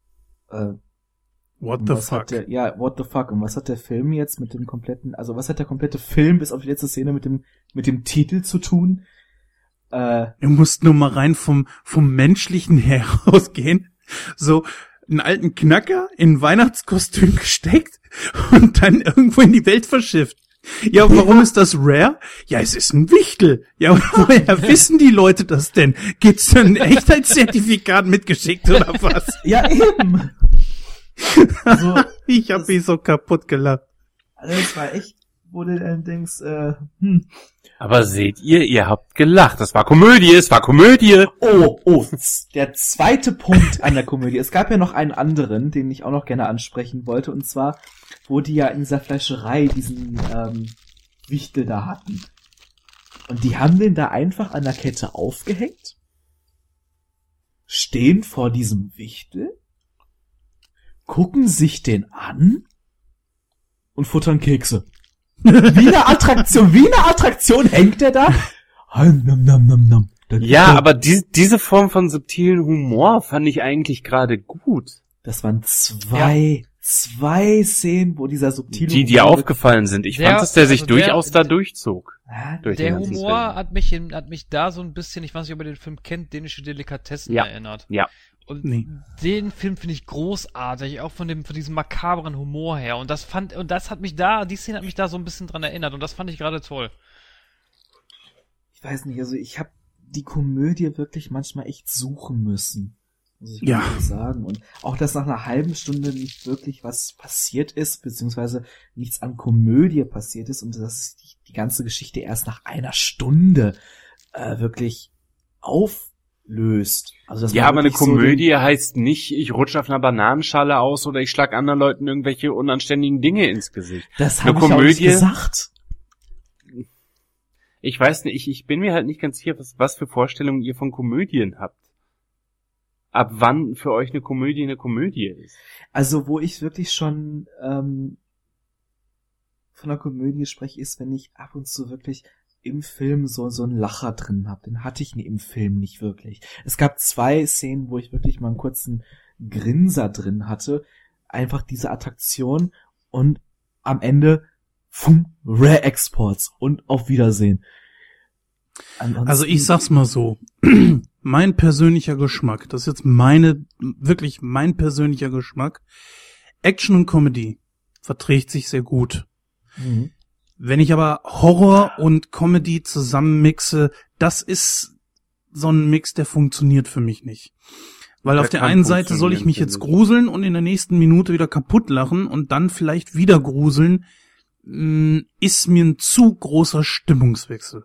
what the fuck? What the fuck? Und was hat der Film jetzt mit dem kompletten, also was hat der komplette Film bis auf die letzte Szene mit dem Titel zu tun? Du musst nur mal rein vom Menschlichen her rausgehen. So einen alten Knacker in ein Weihnachtskostüm gesteckt und dann irgendwo in die Welt verschifft. Ja, warum ist das rare? Ja, es ist ein Wichtel. Ja, und woher wissen die Leute das denn? Gibt's denn ein Echtheitszertifikat mitgeschickt oder was? Ja, eben. Also, ich hab mich so kaputt gelacht. Also das war echt, wo du dann denkst, Aber seht ihr habt gelacht. Das war Komödie, es war Komödie. Oh, der zweite Punkt an der Komödie. Es gab ja noch einen anderen, den ich auch noch gerne ansprechen wollte, und zwar, wo die ja in dieser Fleischerei diesen Wichtel da hatten. Und die haben den da einfach an der Kette aufgehängt, stehen vor diesem Wichtel, gucken sich den an und futtern Kekse. Wie eine Attraktion hängt der da. Nam, nam, nam, nam. Ja, aber diese Form von subtilen Humor fand ich eigentlich gerade gut. Das waren zwei Szenen, wo dieser subtile Die dir aufgefallen sind. Ich fand, dass der sich durchaus da durchzog. Der Humor hat mich da so ein bisschen, ich weiß nicht, ob ihr den Film kennt, Dänische Delikatessen erinnert. Ja. Und den Film finde ich großartig, auch von diesem makabren Humor her. Und die Szene hat mich da so ein bisschen dran erinnert und das fand ich gerade toll. Ich weiß nicht, also ich habe die Komödie wirklich manchmal echt suchen müssen, muss ich wirklich sagen. Und auch, dass nach einer halben Stunde nicht wirklich was passiert ist, beziehungsweise nichts an Komödie passiert ist und dass die ganze Geschichte erst nach einer Stunde wirklich auflöst. Also das aber eine Komödie heißt nicht, ich rutsche auf einer Bananenschale aus oder ich schlag anderen Leuten irgendwelche unanständigen Dinge ins Gesicht. Das habe ich auch nicht gesagt. Ich weiß nicht, ich bin mir halt nicht ganz sicher, was für Vorstellungen ihr von Komödien habt. Ab wann für euch eine Komödie ist. Also, wo ich wirklich schon von einer Komödie spreche, ist, wenn ich ab und zu wirklich im Film so einen Lacher drin habe. Den hatte ich im Film nicht wirklich. Es gab 2 Szenen, wo ich wirklich mal einen kurzen Grinser drin hatte. Einfach diese Attraktion und am Ende Rare Exports und auf Wiedersehen. Ansonsten, also ich sag's mal so, mein persönlicher Geschmack, das ist jetzt wirklich mein persönlicher Geschmack, Action und Comedy verträgt sich sehr gut. Mhm. Wenn ich aber Horror und Comedy zusammenmixe, das ist so ein Mix, der funktioniert für mich nicht. Weil auf der einen Seite soll ich mich jetzt gruseln und in der nächsten Minute wieder kaputt lachen und dann vielleicht wieder gruseln, ist mir ein zu großer Stimmungswechsel.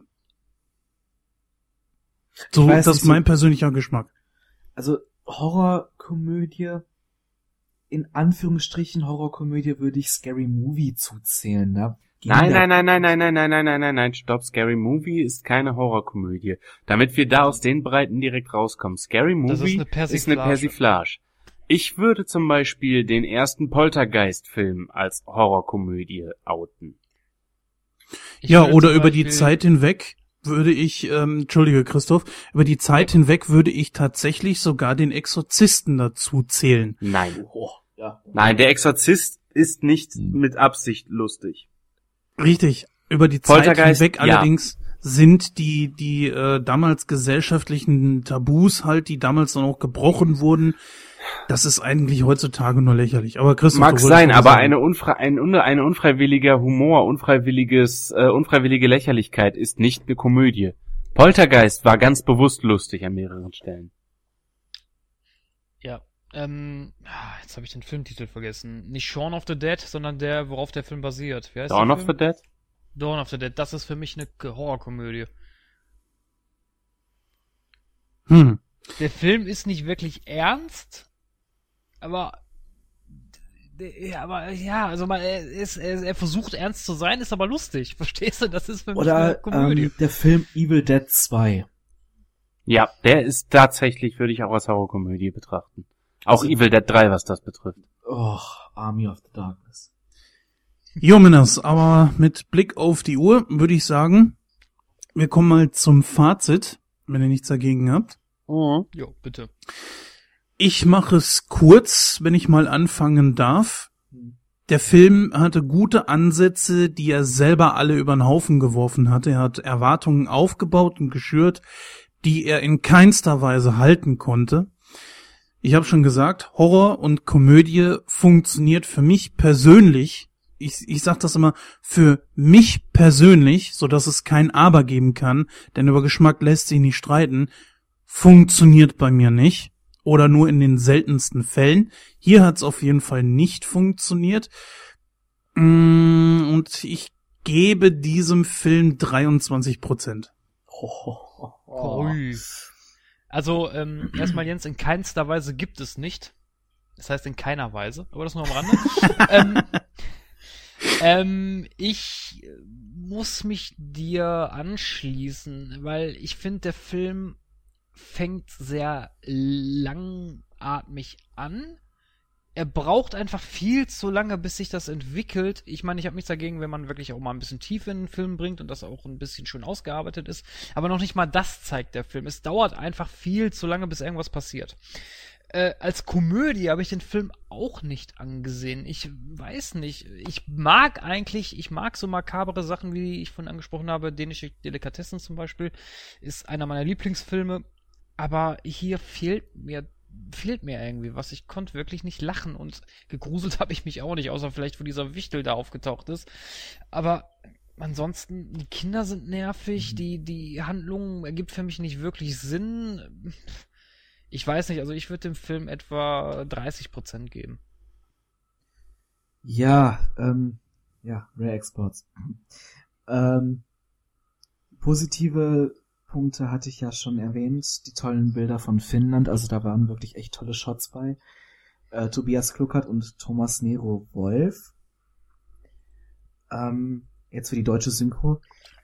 So, das ist mein persönlicher Geschmack. Also Horrorkomödie, in Anführungsstrichen Horrorkomödie würde ich Scary Movie zuzählen, ne? Nein, stopp, Scary Movie ist keine Horrorkomödie. Damit wir da aus den Breiten direkt rauskommen. Scary Movie ist eine Persiflage. Ich würde zum Beispiel den ersten Poltergeist-Film als Horrorkomödie outen. Oder über die Zeit hinweg würde ich, entschuldige Christoph, über die Zeit hinweg würde ich tatsächlich sogar den Exorzisten dazu zählen. Nein. Nein, der Exorzist ist nicht mit Absicht lustig. Richtig. Über die Zeit hinweg allerdings sind die damals gesellschaftlichen Tabus halt, die damals noch gebrochen wurden. Das ist eigentlich heutzutage nur lächerlich. Aber Christoph, mag sein, aber ein unfreiwilliger Humor, unfreiwillige Lächerlichkeit ist nicht eine Komödie. Poltergeist war ganz bewusst lustig an mehreren Stellen. Ja, jetzt habe ich den Filmtitel vergessen. Nicht Shaun of the Dead, sondern der, worauf der Film basiert. Wie heißt Dawn of the Dead? Dawn of the Dead, das ist für mich eine Horrorkomödie. Der Film ist nicht wirklich ernst, aber er versucht ernst zu sein, ist aber lustig. Verstehst du? Das ist für mich eine Komödie. Der Film Evil Dead 2. Ja, der ist tatsächlich, würde ich auch als Horrorkomödie betrachten. Auch Evil Dead 3, was das betrifft. Army of the Darkness. Jo, Männers, aber mit Blick auf die Uhr würde ich sagen, wir kommen mal zum Fazit, wenn ihr nichts dagegen habt. Jo, bitte. Ich mache es kurz, wenn ich mal anfangen darf. Der Film hatte gute Ansätze, die er selber alle über den Haufen geworfen hatte. Er hat Erwartungen aufgebaut und geschürt, die er in keinster Weise halten konnte. Ich habe schon gesagt, Horror und Komödie funktioniert für mich persönlich. Ich sag das immer, für mich persönlich, so dass es kein Aber geben kann, denn über Geschmack lässt sich nicht streiten, funktioniert bei mir nicht. Oder nur in den seltensten Fällen. Hier hat es auf jeden Fall nicht funktioniert. Und ich gebe diesem Film 23%. Also, erstmal Jens, in keinster Weise gibt es nicht. Das heißt in keiner Weise, aber das nur am Rande. Ich muss mich dir anschließen, weil ich finde, der Film fängt sehr langatmig an, er braucht einfach viel zu lange, bis sich das entwickelt. Ich meine, ich habe nichts dagegen, wenn man wirklich auch mal ein bisschen tief in den Film bringt und das auch ein bisschen schön ausgearbeitet ist. Aber noch nicht mal das zeigt der Film. Es dauert einfach viel zu lange, bis irgendwas passiert. Als Komödie habe ich den Film auch nicht angesehen. Ich weiß nicht. Ich mag so makabere Sachen, wie ich vorhin angesprochen habe. Dänische Delikatessen zum Beispiel ist einer meiner Lieblingsfilme. Aber hier fehlt mir irgendwie was. Ich konnte wirklich nicht lachen und gegruselt habe ich mich auch nicht, außer vielleicht, wo dieser Wichtel da aufgetaucht ist. Aber ansonsten, die Kinder sind nervig, die Handlung ergibt für mich nicht wirklich Sinn. Ich weiß nicht, also ich würde dem Film etwa 30% geben. Ja, Rare Exports. Positive Punkte hatte ich ja schon erwähnt, die tollen Bilder von Finnland, also da waren wirklich echt tolle Shots bei. Tobias Kluckert und Thomas Nero Wolf. Jetzt für die deutsche Synchro.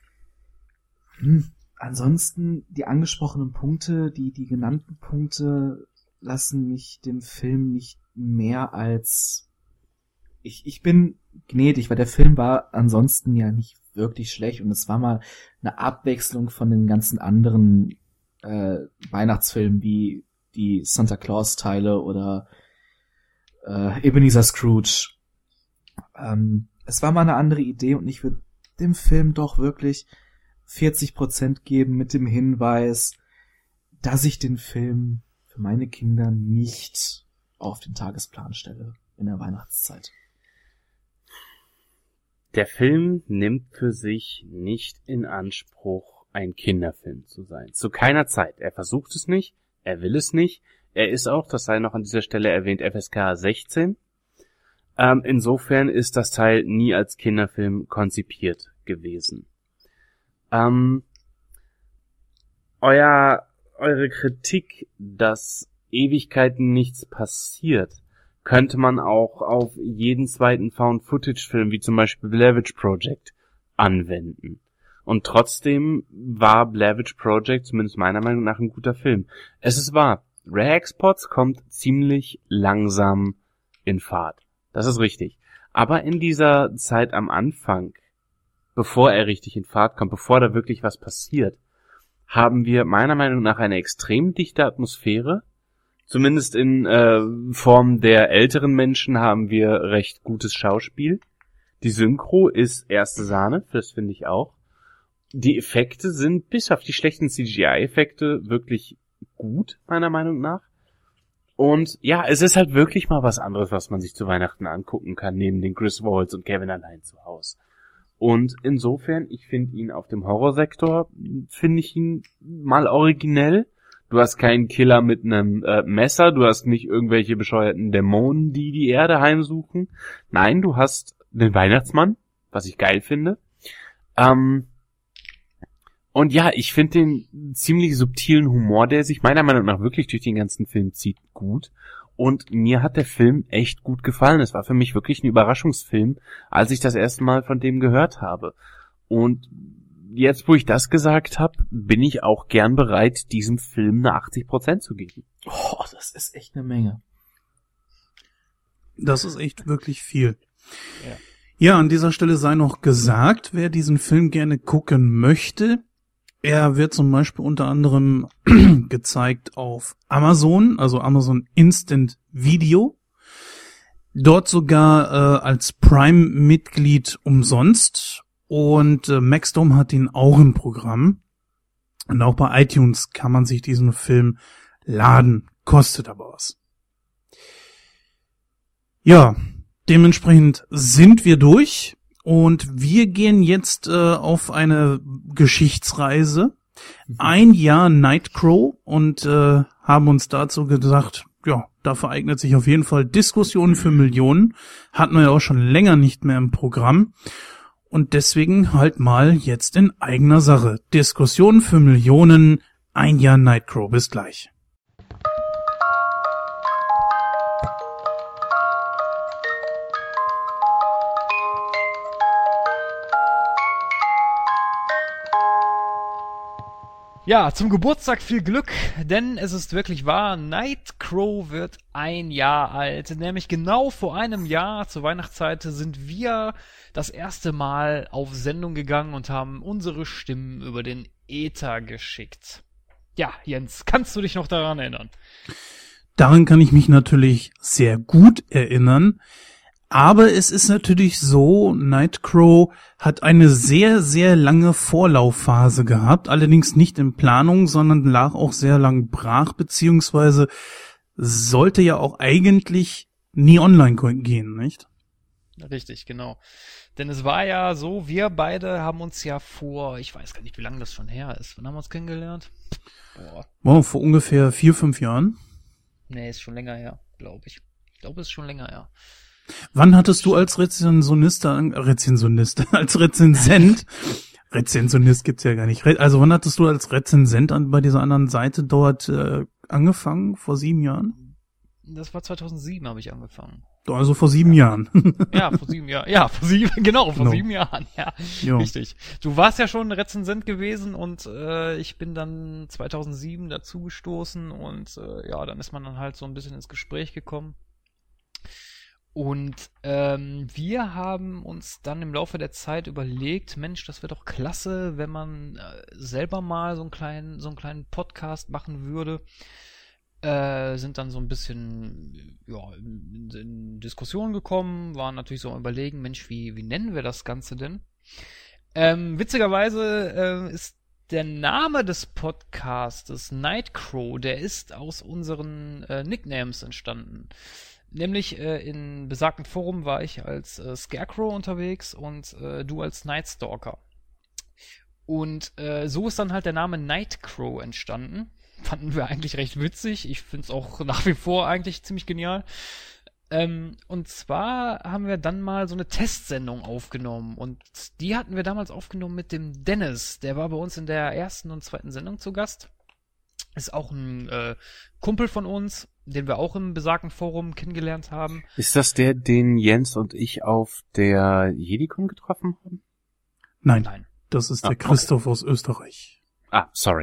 Ansonsten, die angesprochenen Punkte, die genannten Punkte lassen mich dem Film nicht mehr als... Ich bin gnädig, weil der Film war ansonsten ja nicht wirklich schlecht und es war mal eine Abwechslung von den ganzen anderen Weihnachtsfilmen wie die Santa Claus Teile oder Ebenezer Scrooge. Es war mal eine andere Idee und ich würde dem Film doch wirklich 40% geben mit dem Hinweis, dass ich den Film für meine Kinder nicht auf den Tagesplan stelle in der Weihnachtszeit. Der Film nimmt für sich nicht in Anspruch, ein Kinderfilm zu sein. Zu keiner Zeit. Er versucht es nicht, er will es nicht. Er ist auch, das sei noch an dieser Stelle erwähnt, FSK 16. Insofern ist das Teil nie als Kinderfilm konzipiert gewesen. Eure Kritik, dass Ewigkeiten nichts passiert, könnte man auch auf jeden zweiten Found-Footage-Film, wie zum Beispiel Blair Witch Project, anwenden. Und trotzdem war Blair Witch Project zumindest meiner Meinung nach ein guter Film. Es ist wahr, Rare Exports kommt ziemlich langsam in Fahrt. Das ist richtig. Aber in dieser Zeit am Anfang, bevor er richtig in Fahrt kommt, bevor da wirklich was passiert, haben wir meiner Meinung nach eine extrem dichte Atmosphäre. Zumindest in Form der älteren Menschen haben wir recht gutes Schauspiel. Die Synchro ist erste Sahne, das finde ich auch. Die Effekte sind bis auf die schlechten CGI-Effekte wirklich gut, meiner Meinung nach. Und ja, es ist halt wirklich mal was anderes, was man sich zu Weihnachten angucken kann, neben den Griswolds und Kevin allein zu Hause. Und insofern, ich finde ihn auf dem Horrorsektor, finde ich ihn mal originell. Du hast keinen Killer mit einem Messer, du hast nicht irgendwelche bescheuerten Dämonen, die die Erde heimsuchen. Nein, du hast den Weihnachtsmann, was ich geil finde. Und ja, ich finde den ziemlich subtilen Humor, der sich meiner Meinung nach wirklich durch den ganzen Film zieht, gut. Und mir hat der Film echt gut gefallen. Es war für mich wirklich ein Überraschungsfilm, als ich das erste Mal von dem gehört habe. Und jetzt, wo ich das gesagt habe, bin ich auch gern bereit, diesem Film eine 80% zu geben. Oh, das ist echt eine Menge. Das ist echt wirklich viel. Ja, an dieser Stelle sei noch gesagt, wer diesen Film gerne gucken möchte, er wird zum Beispiel unter anderem gezeigt auf Amazon, also Amazon Instant Video. Dort sogar als Prime-Mitglied umsonst. Und Maxdome hat ihn auch im Programm. Und auch bei iTunes kann man sich diesen Film laden. Kostet aber was. Ja, dementsprechend sind wir durch. Und wir gehen jetzt auf eine Geschichtsreise. Ein Jahr Nightcrow und haben uns dazu gesagt, ja, dafür eignet sich auf jeden Fall Diskussionen für Millionen. Hatten wir ja auch schon länger nicht mehr im Programm. Und deswegen halt mal jetzt in eigener Sache. Diskussionen für Millionen, ein Jahr Nightcrow. Bis gleich. Ja, zum Geburtstag viel Glück, denn es ist wirklich wahr, Nightcrow wird 1 Jahr alt. Nämlich genau vor einem Jahr, zur Weihnachtszeit, sind wir das erste Mal auf Sendung gegangen und haben unsere Stimmen über den Äther geschickt. Ja, Jens, kannst du dich noch daran erinnern? Daran kann ich mich natürlich sehr gut erinnern. Aber es ist natürlich so, Nightcrow hat eine sehr, sehr lange Vorlaufphase gehabt, allerdings nicht in Planung, sondern lag auch sehr lang brach, beziehungsweise sollte ja auch eigentlich nie online gehen, nicht? Richtig, genau. Denn es war ja so, wir beide haben uns ja vor, ich weiß gar nicht, wie lange das schon her ist. Wann haben wir uns kennengelernt? Wow, vor ungefähr 4-5 Jahren. Nee, ist schon länger her, glaube ich. Ich glaube, es ist schon länger her. Wann hattest du als als Rezensent gibt's ja gar nicht. Also wann hattest du als Rezensent bei dieser anderen Seite dort angefangen? Vor 7 Jahren? Das war 2007 habe ich angefangen. Also vor 7 Jahren. Ja, vor 7 Jahren. Ja, vor 7 Jahren. Ja, jo. Richtig. Du warst ja schon Rezensent gewesen und ich bin dann 2007 dazugestoßen und ja, dann ist man dann halt so ein bisschen ins Gespräch gekommen. Und wir haben uns dann im Laufe der Zeit überlegt, Mensch, das wäre doch klasse, wenn man selber mal so einen kleinen Podcast machen würde. Sind dann so ein bisschen in Diskussionen gekommen, waren natürlich so am Überlegen, Mensch, wie nennen wir das Ganze denn? Witzigerweise ist der Name des Podcastes Nightcrow, der ist aus unseren Nicknames entstanden. Nämlich in besagten Forum war ich als Scarecrow unterwegs und du als Nightstalker. Und so ist dann halt der Name Nightcrow entstanden. Fanden wir eigentlich recht witzig. Ich finde es auch nach wie vor eigentlich ziemlich genial. Und zwar haben wir dann mal so eine Testsendung aufgenommen. Und die hatten wir damals aufgenommen mit dem Dennis. Der war bei uns in der 1. und 2. Sendung zu Gast. Ist auch ein Kumpel von uns, den wir auch im besagten Forum kennengelernt haben. Ist das der, den Jens und ich auf der JediCon getroffen haben? Nein. Das ist der Christoph aus Österreich. Sorry.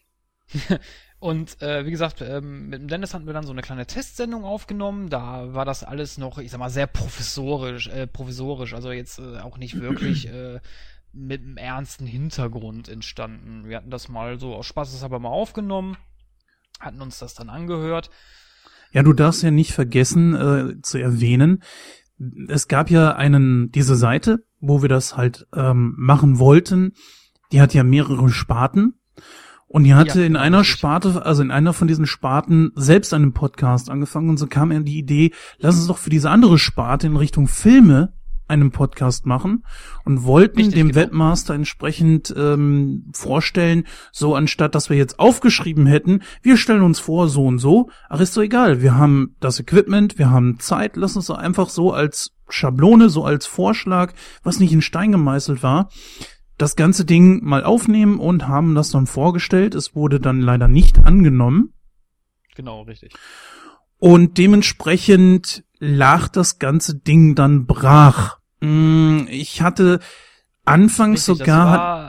Und wie gesagt, mit dem Dennis hatten wir dann so eine kleine Testsendung aufgenommen. Da war das alles noch, ich sag mal, sehr provisorisch. Also jetzt auch nicht wirklich mit einem ernsten Hintergrund entstanden. Wir hatten das mal so aus Spaßeshalber mal aufgenommen, hatten uns das dann angehört. Ja, du darfst ja nicht vergessen zu erwähnen, es gab ja diese Seite, wo wir das halt machen wollten, die hat ja mehrere Sparten. Und die hatte in einer Sparte, also in einer von diesen Sparten, selbst einen Podcast angefangen und so kam er die Idee, lass uns doch für diese andere Sparte in Richtung Filme einen Podcast machen und wollten dem Webmaster entsprechend vorstellen, so anstatt, dass wir jetzt aufgeschrieben hätten, wir stellen uns vor, so und so, ach ist doch egal, wir haben das Equipment, wir haben Zeit, lass uns doch einfach so als Schablone, so als Vorschlag, was nicht in Stein gemeißelt war, das ganze Ding mal aufnehmen und haben das dann vorgestellt. Es wurde dann leider nicht angenommen. Genau, richtig. Und dementsprechend lag das ganze Ding dann brach. Ich hatte anfangs richtig, sogar...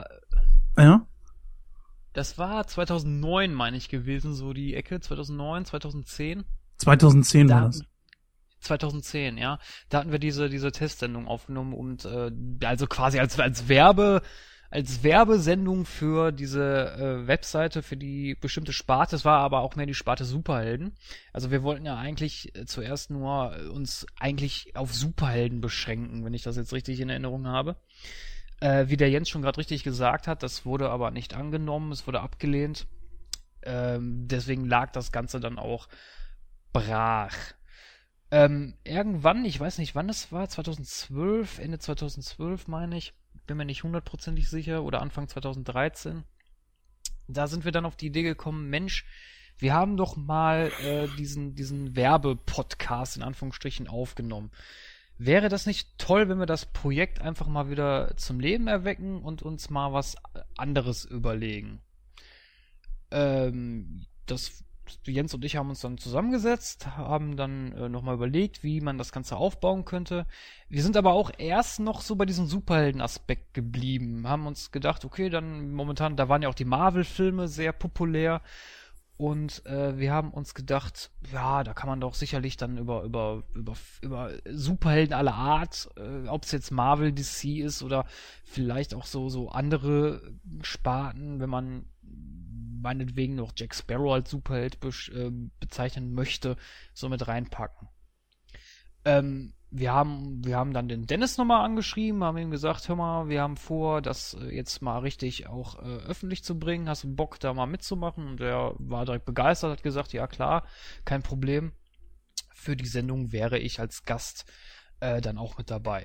Das war 2009, meine ich, gewesen, so die Ecke. 2009, 2010. 2010 war das. 2010, ja. Da hatten wir diese Testsendung aufgenommen und also quasi als Werbesendung für diese Webseite, für die bestimmte Sparte. Es war aber auch mehr die Sparte Superhelden. Also wir wollten ja eigentlich zuerst nur uns eigentlich auf Superhelden beschränken, wenn ich das jetzt richtig in Erinnerung habe. Wie der Jens schon gerade richtig gesagt hat, das wurde aber nicht angenommen, es wurde abgelehnt. Deswegen lag das Ganze dann auch brach. Irgendwann, ich weiß nicht, wann es war, 2012, Ende 2012 meine ich, bin mir nicht 100%ig sicher, oder Anfang 2013, da sind wir dann auf die Idee gekommen, Mensch, wir haben doch mal diesen Werbepodcast in Anführungsstrichen aufgenommen. Wäre das nicht toll, wenn wir das Projekt einfach mal wieder zum Leben erwecken und uns mal was anderes überlegen? Das Jens und ich haben uns dann zusammengesetzt, haben dann nochmal überlegt, wie man das Ganze aufbauen könnte. Wir sind aber auch erst noch so bei diesem Superhelden-Aspekt geblieben, haben uns gedacht, okay, dann momentan, da waren ja auch die Marvel-Filme sehr populär und wir haben uns gedacht, ja, da kann man doch sicherlich dann über Superhelden aller Art, ob es jetzt Marvel, DC ist oder vielleicht auch so andere Sparten, wenn man meinetwegen noch Jack Sparrow als Superheld bezeichnen möchte, so mit reinpacken. Wir haben dann den Dennis nochmal angeschrieben, haben ihm gesagt, hör mal, wir haben vor, das jetzt mal richtig auch öffentlich zu bringen. Hast du Bock, da mal mitzumachen? Und der war direkt begeistert, hat gesagt, ja klar, kein Problem. Für die Sendung wäre ich als Gast dann auch mit dabei.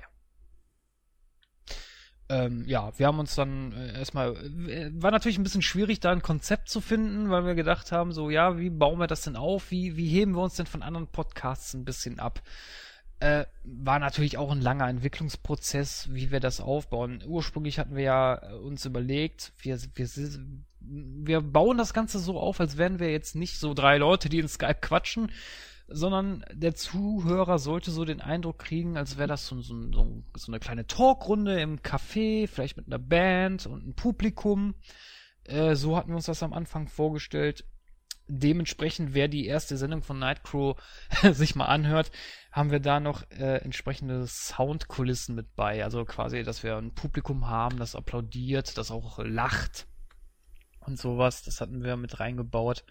Wir haben uns dann erstmal, war natürlich ein bisschen schwierig, da ein Konzept zu finden, weil wir gedacht haben, so, ja, wie bauen wir das denn auf? Wie heben wir uns denn von anderen Podcasts ein bisschen ab? War natürlich auch ein langer Entwicklungsprozess, wie wir das aufbauen. Ursprünglich hatten wir ja uns überlegt, wir bauen das Ganze so auf, als wären wir jetzt nicht so 3 Leute, die in Skype quatschen, sondern der Zuhörer sollte so den Eindruck kriegen, als wäre das so eine kleine Talkrunde im Café, vielleicht mit einer Band und einem Publikum. So hatten wir uns das am Anfang vorgestellt. Dementsprechend, wer die erste Sendung von Nightcrow sich mal anhört, haben wir da noch entsprechende Soundkulissen mit bei. Also quasi, dass wir ein Publikum haben, das applaudiert, das auch lacht und sowas. Das hatten wir mit reingebaut.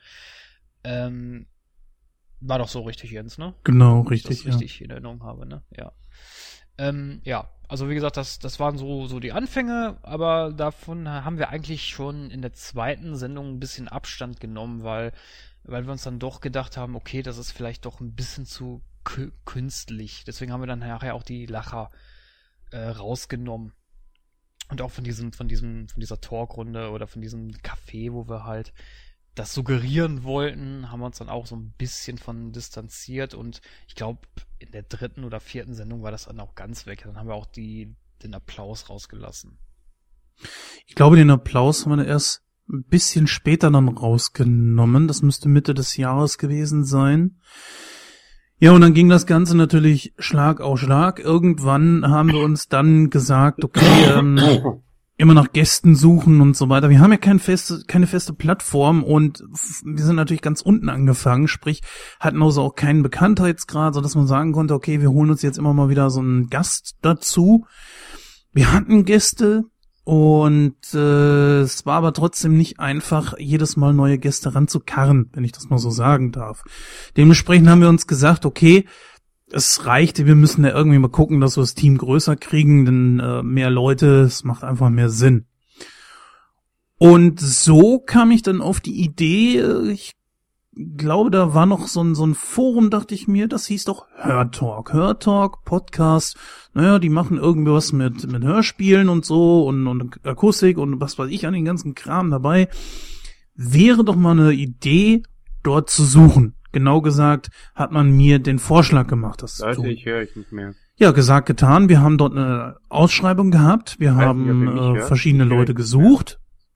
War doch so richtig, Jens, ne? Genau, richtig, ja. Richtig in Erinnerung habe, ne? Ja. Also wie gesagt, das waren so die Anfänge, aber davon haben wir eigentlich schon in der zweiten Sendung ein bisschen Abstand genommen, weil wir uns dann doch gedacht haben, okay, das ist vielleicht doch ein bisschen zu künstlich. Deswegen haben wir dann nachher auch die Lacher rausgenommen. Und auch von dieser Talkrunde oder von diesem Café, wo wir halt das suggerieren wollten, haben wir uns dann auch so ein bisschen von distanziert und ich glaube, in der 3. oder 4. Sendung war das dann auch ganz weg. Dann haben wir auch den Applaus rausgelassen. Ich glaube, den Applaus haben wir erst ein bisschen später dann rausgenommen. Das müsste Mitte des Jahres gewesen sein. Ja, und dann ging das Ganze natürlich Schlag auf Schlag. Irgendwann haben wir uns dann gesagt, okay, immer nach Gästen suchen und so weiter. Wir haben ja keine feste Plattform und wir sind natürlich ganz unten angefangen, sprich hatten also auch keinen Bekanntheitsgrad, sodass man sagen konnte, okay, wir holen uns jetzt immer mal wieder so einen Gast dazu. Wir hatten Gäste und es war aber trotzdem nicht einfach, jedes Mal neue Gäste ranzukarren, wenn ich das mal so sagen darf. Dementsprechend haben wir uns gesagt, okay, es reicht, wir müssen ja irgendwie mal gucken, dass wir das Team größer kriegen, denn mehr Leute, es macht einfach mehr Sinn. Und so kam ich dann auf die Idee, ich glaube, da war noch so ein Forum, dachte ich mir, das hieß doch Hörtalk, Podcast, naja, die machen irgendwie was mit Hörspielen und so und Akustik und was weiß ich an den ganzen Kram dabei. Wäre doch mal eine Idee, dort zu suchen. Genau gesagt hat man mir den Vorschlag gemacht, das zu tun. Ich höre ich nicht mehr. Ja, gesagt, getan. Wir haben dort eine Ausschreibung gehabt. Wir haben verschiedene Leute gesucht.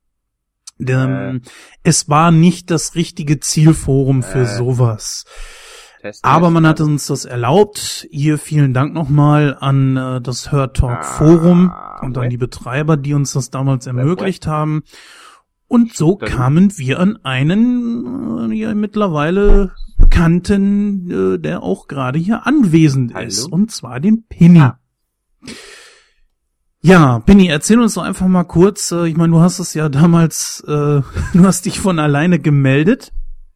Es war nicht das richtige Zielforum für sowas. Aber man hat uns das erlaubt. Hier vielen Dank nochmal an das Hörtalk-Forum und an die Betreiber, die uns das damals ermöglicht haben. Und so kamen wir an einen mittlerweile Bekannten, der auch gerade hier anwesend ist, und zwar den Penny. Ja, Penny, erzähl uns doch einfach mal kurz, ich meine, du hast es ja damals, du hast dich von alleine gemeldet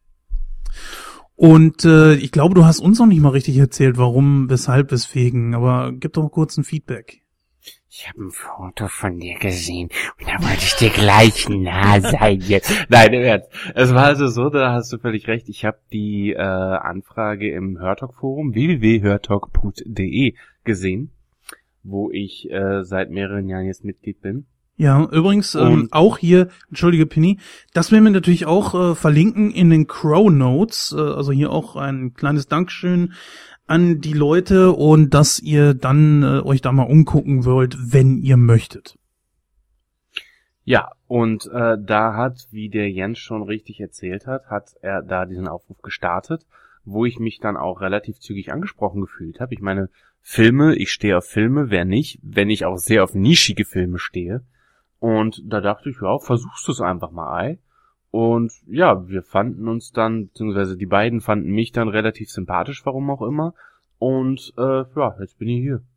und ich glaube, du hast uns noch nicht mal richtig erzählt, warum, weshalb, weswegen, aber gib doch mal kurz ein Feedback. Ich habe ein Foto von dir gesehen und da wollte ich dir gleich nah sein jetzt. Nein, im Ernst. Es war also so, da hast du völlig recht, ich habe die Anfrage im Hörtalk-Forum www.hörtalk.de gesehen, wo ich seit mehreren Jahren jetzt Mitglied bin. Ja, übrigens auch hier, entschuldige Penny, das werden wir natürlich auch verlinken in den Crow Notes, also hier auch ein kleines Dankeschön an die Leute und dass ihr dann euch da mal umgucken wollt, wenn ihr möchtet. Ja, Und da hat, wie der Jens schon richtig erzählt hat er da diesen Aufruf gestartet, wo ich mich dann auch relativ zügig angesprochen gefühlt habe. Ich meine, Filme, ich stehe auf Filme, wer nicht, wenn ich auch sehr auf nischige Filme stehe. Und da dachte ich, ja, versuchst du es einfach mal, Ei. Und ja, wir fanden uns dann, beziehungsweise die beiden fanden mich dann relativ sympathisch, warum auch immer. Und ja, jetzt bin ich hier.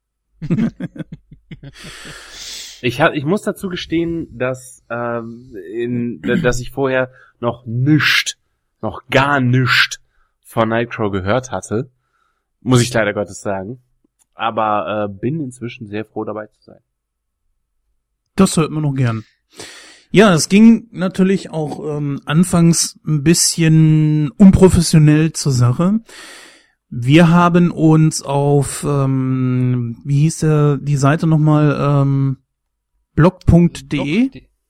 Ich muss dazu gestehen, dass ich vorher noch gar nischt von Nightcrow gehört hatte. Muss ich leider Gottes sagen. Aber bin inzwischen sehr froh, dabei zu sein. Das hört man noch gern. Ja, es ging natürlich auch anfangs ein bisschen unprofessionell zur Sache. Wir haben uns auf, wie hieß die Seite nochmal, blog.de.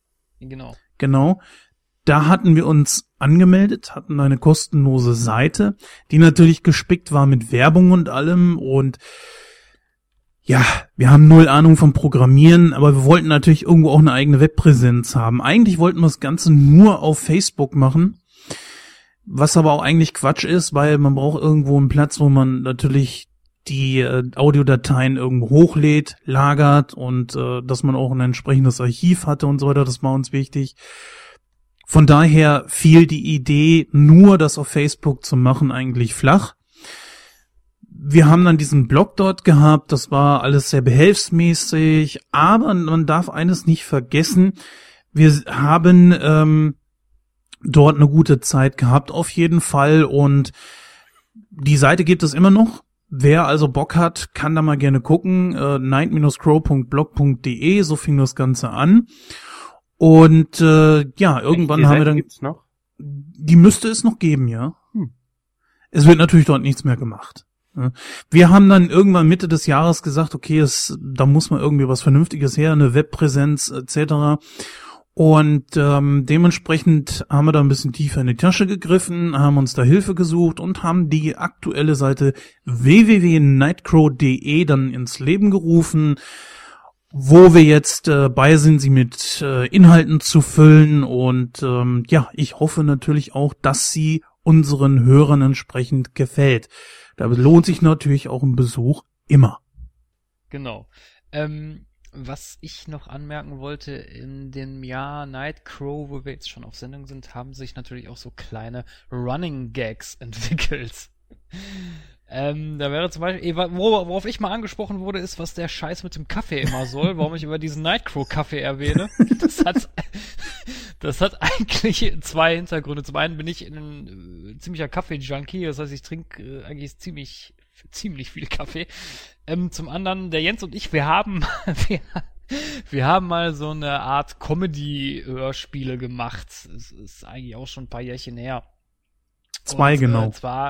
Genau. Da hatten wir uns angemeldet, hatten eine kostenlose Seite, die natürlich gespickt war mit Werbung und allem. Und ja, wir haben null Ahnung vom Programmieren, aber wir wollten natürlich irgendwo auch eine eigene Webpräsenz haben. Eigentlich wollten wir das Ganze nur auf Facebook machen, was aber auch eigentlich Quatsch ist, weil man braucht irgendwo einen Platz, wo man natürlich die Audiodateien irgendwo hochlädt, lagert und dass man auch ein entsprechendes Archiv hatte und so weiter, das war uns wichtig. Von daher fiel die Idee, nur das auf Facebook zu machen, eigentlich flach. Wir haben dann diesen Blog dort gehabt, das war alles sehr behelfsmäßig, aber man darf eines nicht vergessen, wir haben dort eine gute Zeit gehabt auf jeden Fall und die Seite gibt es immer noch. Wer also Bock hat, kann da mal gerne gucken, night-crow.blog.de, so fing das Ganze an. Und ja, irgendwann haben wir dann... Gibt's noch? Die müsste es noch geben, ja. Es wird natürlich dort nichts mehr gemacht. Wir haben dann irgendwann Mitte des Jahres gesagt, okay, da muss man irgendwie was Vernünftiges her, eine Webpräsenz etc. Und dementsprechend haben wir da ein bisschen tiefer in die Tasche gegriffen, haben uns da Hilfe gesucht und haben die aktuelle Seite www.nightcrow.de dann ins Leben gerufen, wo wir jetzt bei sind, sie mit Inhalten zu füllen. Und ja, ich hoffe natürlich auch, dass sie unseren Hörern entsprechend gefällt. Da lohnt sich natürlich auch ein Besuch immer. Genau. Was ich noch anmerken wollte, in dem Jahr Nightcrow, wo wir jetzt schon auf Sendung sind, haben sich natürlich auch so kleine Running Gags entwickelt. Da wäre zum Beispiel, worauf ich mal angesprochen wurde, ist, was der Scheiß mit dem Kaffee immer soll, warum ich über diesen Nightcrow-Kaffee erwähne. Das hat eigentlich zwei Hintergründe. Zum einen bin ich ein ziemlicher Kaffee-Junkie, das heißt, ich trinke eigentlich ziemlich viel Kaffee. Zum anderen, der Jens und ich, wir haben mal so eine Art Comedy-Hörspiele gemacht. Es ist eigentlich auch schon ein paar Jährchen her. Zwei genau.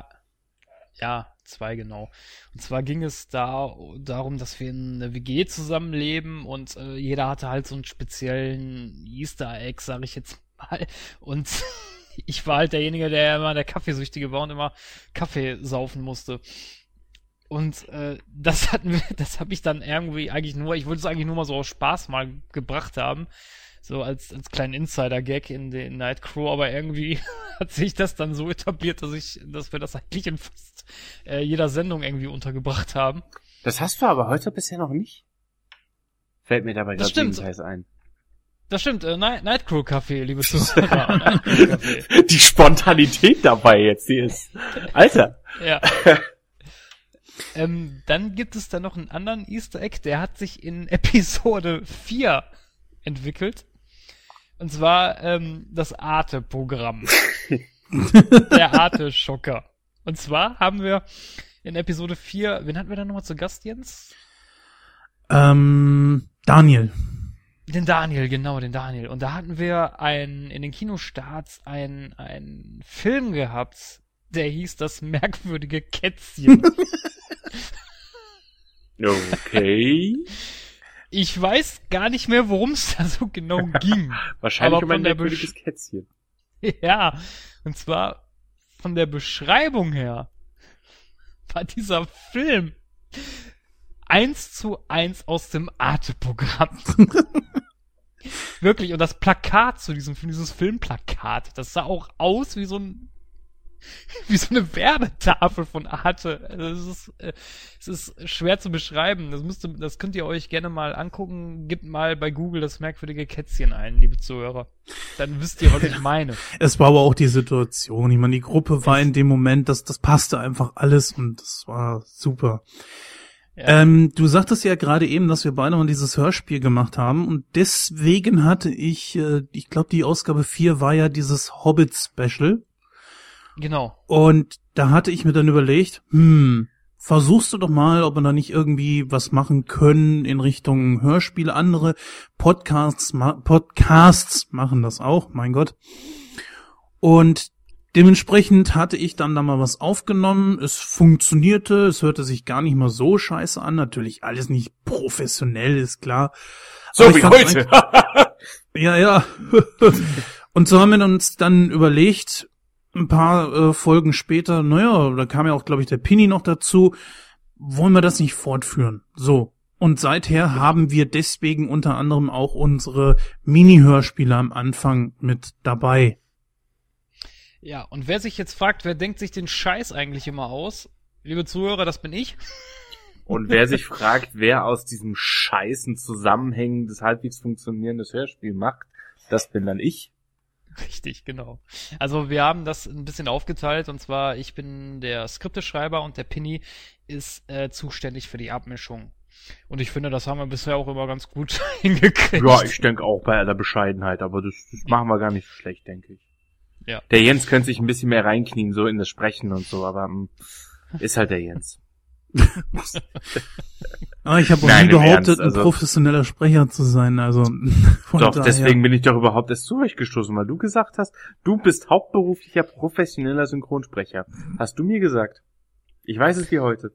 Zwei genau. Und zwar ging es darum, dass wir in einer WG zusammenleben und jeder hatte halt so einen speziellen Easter Egg, sag ich jetzt mal. Und ich war halt derjenige, der immer der Kaffeesüchtige war und immer Kaffee saufen musste. Und das habe ich dann irgendwie ich wollte es eigentlich nur mal so aus Spaß mal gebracht haben. So als kleinen Insider-Gag in den Nightcrow, aber irgendwie hat sich das dann so etabliert, dass wir das eigentlich in fast jeder Sendung irgendwie untergebracht haben. Das hast du aber heute bisher noch nicht. Fällt mir dabei gerade jedenfalls ein. Das stimmt, Nightcrow-Kaffee, liebe Zuhörer. Die Spontanität dabei jetzt, die ist... Alter! Ja. Dann gibt es da noch einen anderen Easter Egg, der hat sich in Episode 4 entwickelt. Und zwar das Arte-Programm. Der Arte-Schocker. Und zwar haben wir in Episode 4, wen hatten wir da nochmal zu Gast, Jens? Daniel. Den Daniel. Und da hatten wir in den Kinostarts einen Film gehabt, der hieß Das merkwürdige Kätzchen. Okay. Ich weiß gar nicht mehr, worum es da so genau ging. Wahrscheinlich um ein merkwürdiges Kätzchen. Ja, und zwar von der Beschreibung her war dieser Film 1:1 aus dem Arte-Programm. Wirklich, und das Plakat zu diesem Film, dieses Filmplakat, das sah auch aus wie so eine Werbetafel von Arte. Also es ist schwer zu beschreiben. Das könnt ihr euch gerne mal angucken. Gebt mal bei Google das merkwürdige Kätzchen ein, liebe Zuhörer. Dann wisst ihr, was ich meine. Es war aber auch die Situation. Ich meine, die Gruppe war in dem Moment, das passte einfach alles und das war super. Ja. Du sagtest ja gerade eben, dass wir beide mal dieses Hörspiel gemacht haben und deswegen hatte ich glaube, die Ausgabe 4 war ja dieses Hobbit-Special. Genau. Und da hatte ich mir dann überlegt, versuchst du doch mal, ob wir da nicht irgendwie was machen können in Richtung Hörspiele. Andere Podcasts machen das auch, mein Gott. Und dementsprechend hatte ich dann da mal was aufgenommen. Es funktionierte, es hörte sich gar nicht mal so scheiße an. Natürlich alles nicht professionell, ist klar. So wie heute. Ja. Und so haben wir uns dann überlegt, ein paar Folgen später, da kam ja auch, glaube ich, der Pini noch dazu, wollen wir das nicht fortführen? So. Und seither haben wir deswegen unter anderem auch unsere Mini-Hörspiele am Anfang mit dabei. Ja, und wer sich jetzt fragt, wer denkt sich den Scheiß eigentlich immer aus? Liebe Zuhörer, das bin ich. Und wer sich fragt, wer aus diesem Scheißen zusammenhängendes, halbwegs funktionierendes Hörspiel macht, das bin dann ich. Richtig, genau. Also wir haben das ein bisschen aufgeteilt und zwar ich bin der Skripteschreiber und der Pinny ist zuständig für die Abmischung. Und ich finde, das haben wir bisher auch immer ganz gut hingekriegt. Ja, ich denke auch bei aller Bescheidenheit, aber das machen wir gar nicht so schlecht, denke ich. Ja. Der Jens könnte sich ein bisschen mehr reinknien, so in das Sprechen und so, aber ist halt der Jens. Ich habe auch nie behauptet, ein professioneller Sprecher zu sein, also von doch, daher. Deswegen bin ich doch überhaupt erst zu euch gestoßen, weil du gesagt hast, du bist hauptberuflicher professioneller Synchronsprecher. Hast du mir gesagt. Ich weiß es wie heute.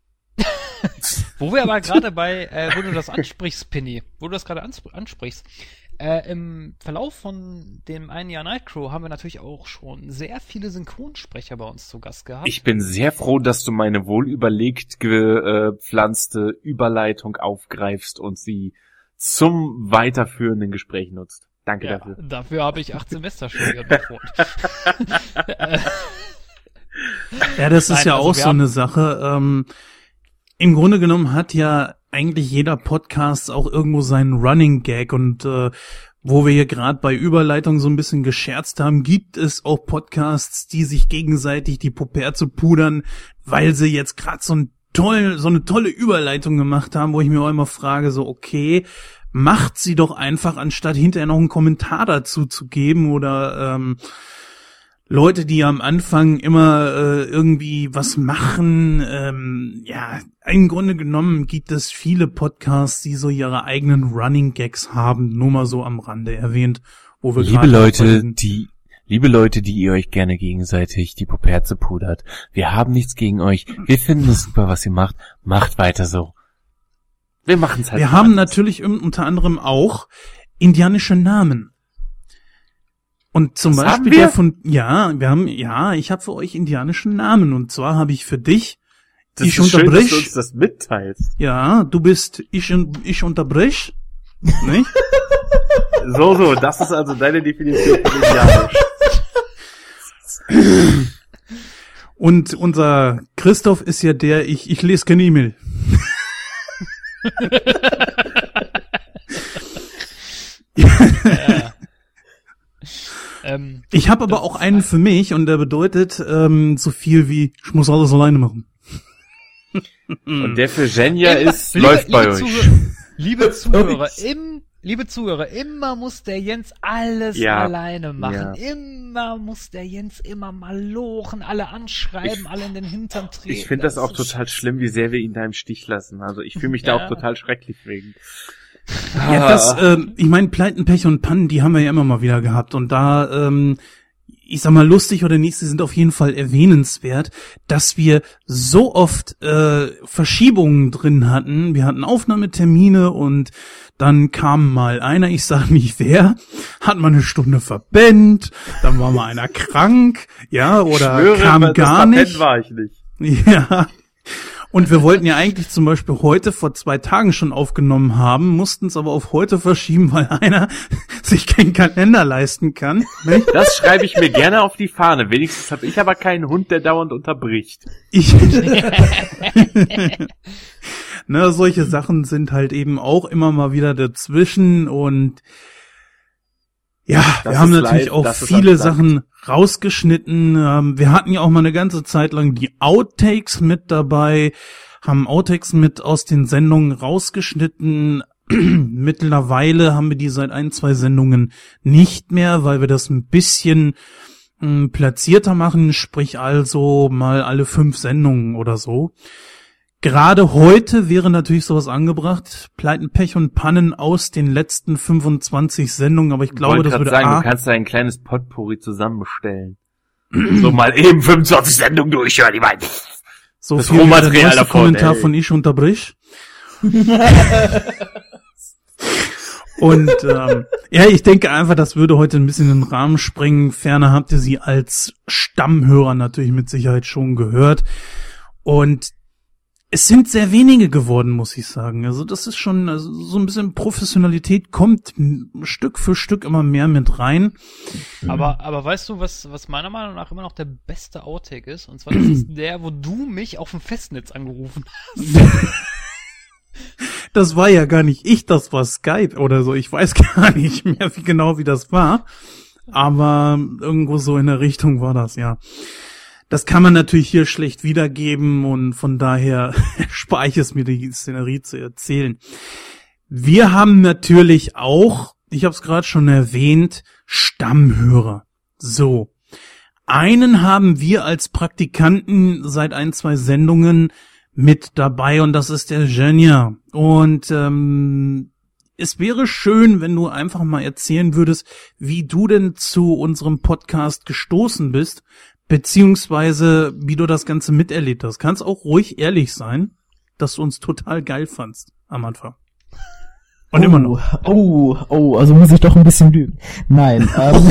Wo wir aber gerade wo du das ansprichst, Pinny, wo du das gerade ansprichst, im Verlauf von dem einen Jahr Nightcrow haben wir natürlich auch schon sehr viele Synchronsprecher bei uns zu Gast gehabt. Ich bin sehr froh, dass du meine wohlüberlegt gepflanzte Überleitung aufgreifst und sie zum weiterführenden Gespräch nutzt. Danke dafür. Dafür habe ich 8 Semester studiert, mein Freund. Ja, das ist auch so eine Sache. Im Grunde genommen hat ja eigentlich jeder Podcast auch irgendwo seinen Running Gag und wo wir hier gerade bei Überleitung so ein bisschen gescherzt haben, gibt es auch Podcasts, die sich gegenseitig die Puperze pudern, weil sie jetzt gerade so eine tolle Überleitung gemacht haben, wo ich mir auch immer frage, so okay, macht sie doch einfach, anstatt hinterher noch einen Kommentar dazu zu geben oder Leute, die am Anfang immer irgendwie was machen, im Grunde genommen gibt es viele Podcasts, die so ihre eigenen Running Gags haben, nur mal so am Rande erwähnt, wo wir Liebe Leute, die ihr euch gerne gegenseitig die Puperze pudert, wir haben nichts gegen euch, wir finden es super, was ihr macht, macht weiter so. Wir machen es halt. Wir haben natürlich unter anderem auch indianische Namen. Und zum Beispiel der von, ich habe für euch indianischen Namen. Und zwar habe ich für dich, ich unterbrich. Schön, dass du uns das mitteilst. Ja, du bist, ich unterbrich. Nicht? So, das ist also deine Definition von indianisch. Und unser Christoph ist ja der, ich lese keine E-Mail. Ich habe aber auch einen für mich und der bedeutet so viel wie, ich muss alles alleine machen. Und der für Genia läuft bei euch. Liebe Zuhörer, immer muss der Jens alles alleine machen. Ja. Immer muss der Jens immer mal lochen, alle anschreiben, alle in den Hintern treten. Ich finde das auch total schlimm, wie sehr wir ihn da im Stich lassen. Also ich fühle mich da auch total schrecklich wegen. Ja, ich meine, Pleiten, Pech und Pannen, die haben wir ja immer mal wieder gehabt. Und da, ich sag mal, lustig oder nicht, sie sind auf jeden Fall erwähnenswert, dass wir so oft Verschiebungen drin hatten. Wir hatten Aufnahmetermine und dann kam mal einer, ich sag nicht wer, hat mal eine Stunde verpennt, dann war mal einer krank, ja, oder kam gar nicht. War ich nicht. Ja. Und wir wollten ja eigentlich zum Beispiel heute vor 2 Tagen schon aufgenommen haben, mussten es aber auf heute verschieben, weil einer sich keinen Kalender leisten kann. Nicht? Das schreibe ich mir gerne auf die Fahne. Wenigstens habe ich aber keinen Hund, der dauernd unterbricht. Ne, solche Sachen sind halt eben auch immer mal wieder dazwischen und ja, wir haben natürlich auch viele Sachen rausgeschnitten. Wir hatten ja auch mal eine ganze Zeit lang die Outtakes mit dabei, haben Outtakes mit aus den Sendungen rausgeschnitten. Mittlerweile haben wir die seit 1-2 Sendungen nicht mehr, weil wir das ein bisschen platzierter machen, sprich also mal alle 5 Sendungen oder so. Gerade heute wäre natürlich sowas angebracht, Pleiten, Pech und Pannen aus den letzten 25 Sendungen, aber ich glaube, das würde sagen, du kannst da ein kleines Potpourri zusammenstellen. So mal eben 25 Sendungen durchhören, ich meine. So viel Rohmaterial der Kommentar von ich unterbrich. Und ja, ich denke einfach, das würde heute ein bisschen den Rahmen sprengen. Ferner habt ihr sie als Stammhörer natürlich mit Sicherheit schon gehört. Und es sind sehr wenige geworden, muss ich sagen. Also das ist schon, also so ein bisschen Professionalität kommt Stück für Stück immer mehr mit rein. Aber weißt du, was meiner Meinung nach immer noch der beste Outtake ist? Und zwar das ist der, wo du mich auf dem Festnetz angerufen hast. Das war ja gar nicht ich, das war Skype oder so. Ich weiß gar nicht mehr wie das war. Aber irgendwo so in der Richtung war das, ja. Das kann man natürlich hier schlecht wiedergeben und von daher spare ich es mir, die Szenerie zu erzählen. Wir haben natürlich auch, ich habe es gerade schon erwähnt, Stammhörer. So, einen haben wir als Praktikanten seit 1-2 Sendungen mit dabei und das ist der Genia. Und es wäre schön, wenn du einfach mal erzählen würdest, wie du denn zu unserem Podcast gestoßen bist, beziehungsweise wie du das Ganze miterlebt hast. Kannst auch ruhig ehrlich sein, dass du uns total geil fandst am Anfang. Und immer noch. Also muss ich doch ein bisschen lügen. Nein.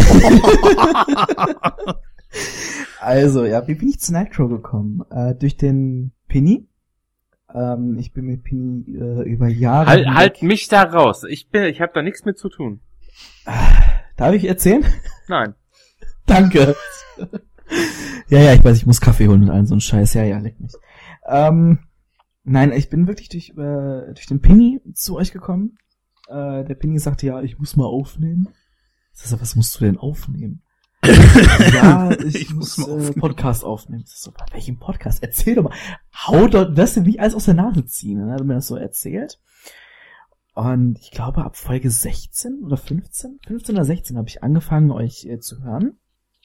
Also, ja, wie bin ich zu Nitro gekommen? Durch den Penny. Ich bin mit Penny über Jahre... Halt mich da raus. Ich habe da nichts mit zu tun. Darf ich erzählen? Nein. Danke. Ja, ich weiß, ich muss Kaffee holen und allen so einen Scheiß. Ja, leck mich. Nein, ich bin wirklich durch den Penny zu euch gekommen. Der Penny sagte, ja, ich muss mal aufnehmen. Ich sag, was musst du denn aufnehmen? Ja, ich muss Podcast aufnehmen. Ich so, bei welchem Podcast? Erzähl doch mal. Hau doch, das nicht alles aus der Nase ziehen. Dann hat er mir das so erzählt. Und ich glaube, ab Folge 16 oder 15 oder 16 habe ich angefangen, euch zu hören.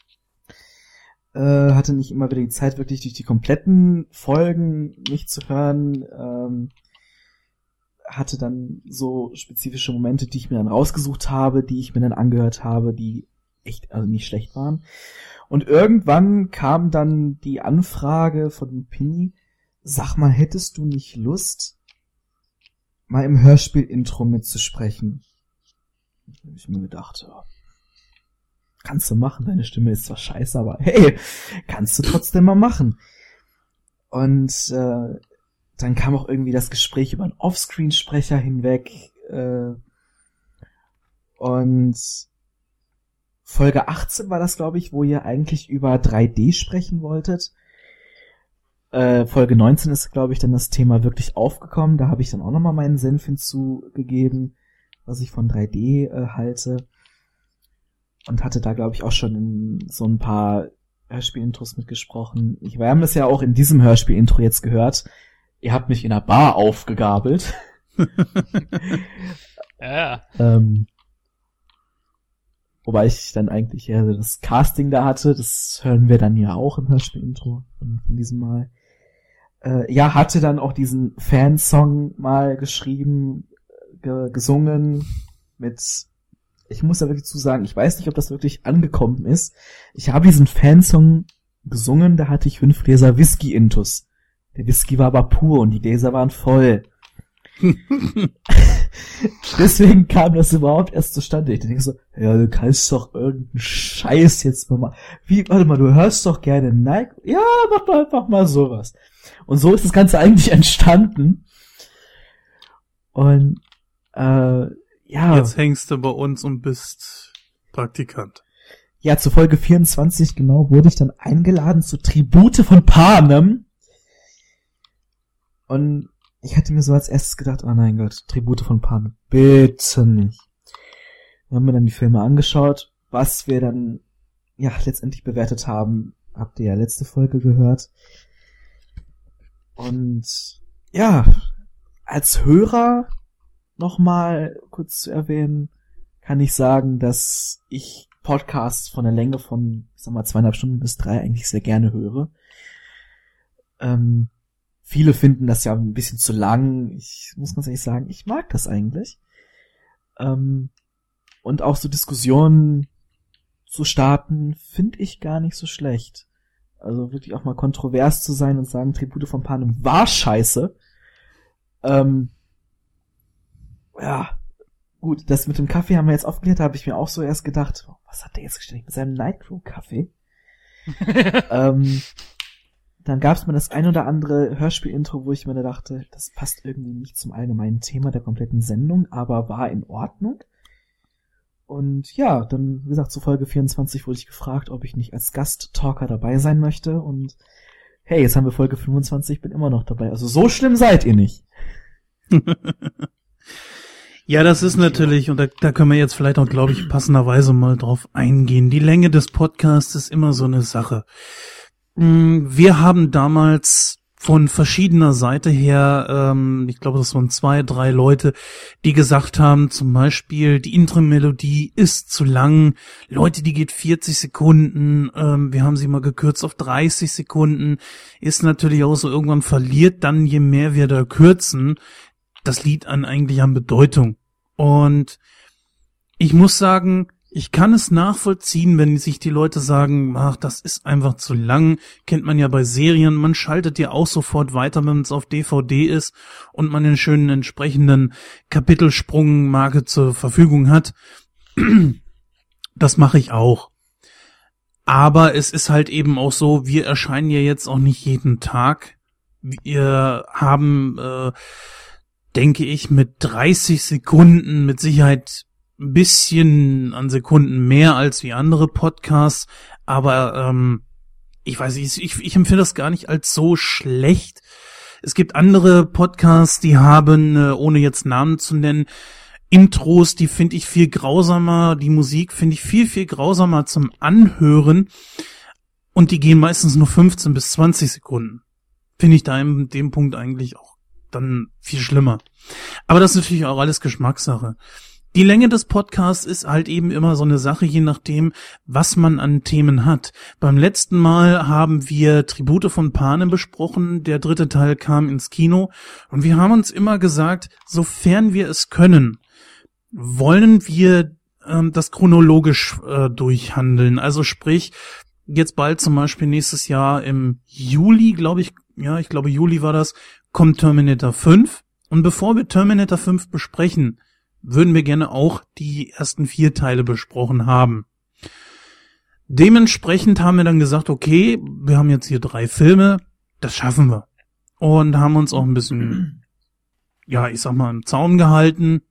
Hatte nicht immer wieder die Zeit, wirklich durch die kompletten Folgen mich zu hören. Hatte dann so spezifische Momente, die ich mir dann rausgesucht habe, die ich mir dann angehört habe, die echt, also nicht schlecht waren. Und irgendwann kam dann die Anfrage von Penny, sag mal, hättest du nicht Lust, mal im Hörspiel-Intro mitzusprechen? Da habe ich mir gedacht, ja, kannst du machen, deine Stimme ist zwar scheiße, aber hey, kannst du trotzdem mal machen. Und dann kam auch irgendwie das Gespräch über einen Offscreen-Sprecher hinweg. Und Folge 18 war das, glaube ich, wo ihr eigentlich über 3D sprechen wolltet. Folge 19 ist, glaube ich, dann das Thema wirklich aufgekommen. Da habe ich dann auch nochmal meinen Senf hinzugegeben, was ich von 3D halte. Und hatte da, glaube ich, auch schon in so ein paar Hörspiel-Intros mitgesprochen. Wir haben das ja auch in diesem Hörspiel-Intro jetzt gehört. Ihr habt mich in einer Bar aufgegabelt. Ja. Wobei ich dann eigentlich eher das Casting da hatte. Das hören wir dann ja auch im Hörspiel-Intro von diesem Mal. Hatte dann auch diesen Fansong mal geschrieben, gesungen mit... Ich muss da wirklich zu sagen, ich weiß nicht, ob das wirklich angekommen ist. Ich habe diesen Fansong gesungen, da hatte ich 5 Gläser Whisky-Intus. Der Whisky war aber pur und die Gläser waren voll. Deswegen kam das überhaupt erst zustande. Ich denke so, ja, du kannst doch irgendeinen Scheiß jetzt mal. Warte mal, du hörst doch gerne Nike. Ja, mach doch einfach mal sowas. Und so ist das Ganze eigentlich entstanden. Und ja. Jetzt hängst du bei uns und bist Praktikant. Ja, zu Folge 24 genau wurde ich dann eingeladen zu Tribute von Panem. Und ich hatte mir so als erstes gedacht, oh nein Gott, Tribute von Panem, bitte nicht. Wir haben mir dann die Filme angeschaut, was wir dann ja letztendlich bewertet haben, habt ihr ja letzte Folge gehört. Und ja, als Hörer nochmal kurz zu erwähnen, kann ich sagen, dass ich Podcasts von der Länge von, ich sag mal, 2,5 Stunden bis 3 eigentlich sehr gerne höre. Viele finden das ja ein bisschen zu lang. Ich muss ganz ehrlich sagen, ich mag das eigentlich. Und auch so Diskussionen zu starten, finde ich gar nicht so schlecht. Also wirklich auch mal kontrovers zu sein und sagen, Tribute von Panem war scheiße. Ja, gut, das mit dem Kaffee haben wir jetzt aufgeklärt, da habe ich mir auch so erst gedacht, was hat der jetzt gestellt mit seinem Nightcrow-Kaffee? Dann gab es mal das ein oder andere Hörspiel-Intro, wo ich mir da dachte, das passt irgendwie nicht zum allgemeinen Thema der kompletten Sendung, aber war in Ordnung. Und ja, dann, wie gesagt, zu Folge 24 wurde ich gefragt, ob ich nicht als Gast-Talker dabei sein möchte. Und hey, jetzt haben wir Folge 25, bin immer noch dabei. Also so schlimm seid ihr nicht. Ja, das ist natürlich, und da können wir jetzt vielleicht auch, glaube ich, passenderweise mal drauf eingehen. Die Länge des Podcasts ist immer so eine Sache. Wir haben damals von verschiedener Seite her, ich glaube, das waren 2, 3 Leute, die gesagt haben, zum Beispiel, die Intro-Melodie ist zu lang. Leute, die geht 40 Sekunden. Wir haben sie mal gekürzt auf 30 Sekunden. Ist natürlich auch so, irgendwann verliert dann, je mehr wir da kürzen, das Lied eigentlich an Bedeutung. Und ich muss sagen, ich kann es nachvollziehen, wenn sich die Leute sagen, ach, das ist einfach zu lang. Kennt man ja bei Serien, man schaltet ja auch sofort weiter, wenn es auf DVD ist und man den schönen entsprechenden Kapitelsprungmarke zur Verfügung hat. Das mache ich auch. Aber es ist halt eben auch so, wir erscheinen ja jetzt auch nicht jeden Tag. Wir haben denke ich, mit 30 Sekunden mit Sicherheit ein bisschen an Sekunden mehr als wie andere Podcasts, aber ich weiß nicht, ich empfinde das gar nicht als so schlecht. Es gibt andere Podcasts, die haben, ohne jetzt Namen zu nennen, Intros, die finde ich viel grausamer, die Musik finde ich viel, viel grausamer zum Anhören und die gehen meistens nur 15 bis 20 Sekunden. Finde ich da in dem Punkt eigentlich auch dann viel schlimmer. Aber das ist natürlich auch alles Geschmackssache. Die Länge des Podcasts ist halt eben immer so eine Sache, je nachdem, was man an Themen hat. Beim letzten Mal haben wir Tribute von Panem besprochen, der 3. Teil kam ins Kino und wir haben uns immer gesagt, sofern wir es können, wollen wir das chronologisch durchhandeln. Also sprich, jetzt bald zum Beispiel nächstes Jahr im Juli, glaube ich, ich glaube Juli war das, kommt Terminator 5. Und bevor wir Terminator 5 besprechen, würden wir gerne auch die ersten 4 Teile besprochen haben. Dementsprechend haben wir dann gesagt, okay, wir haben jetzt hier 3 Filme, das schaffen wir. Und haben uns auch ein bisschen, ich sag mal, im Zaum gehalten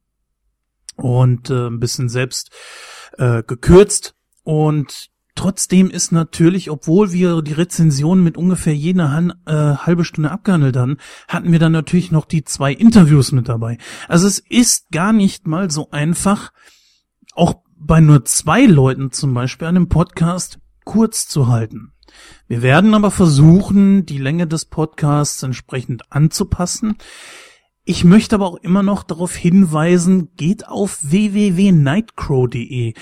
und ein bisschen selbst gekürzt. Und trotzdem ist natürlich, obwohl wir die Rezension mit ungefähr jeder halbe Stunde abgehandelt hatten wir dann natürlich noch die 2 Interviews mit dabei. Also es ist gar nicht mal so einfach, auch bei nur 2 Leuten zum Beispiel an einem Podcast kurz zu halten. Wir werden aber versuchen, die Länge des Podcasts entsprechend anzupassen. Ich möchte aber auch immer noch darauf hinweisen, geht auf www.nightcrow.de,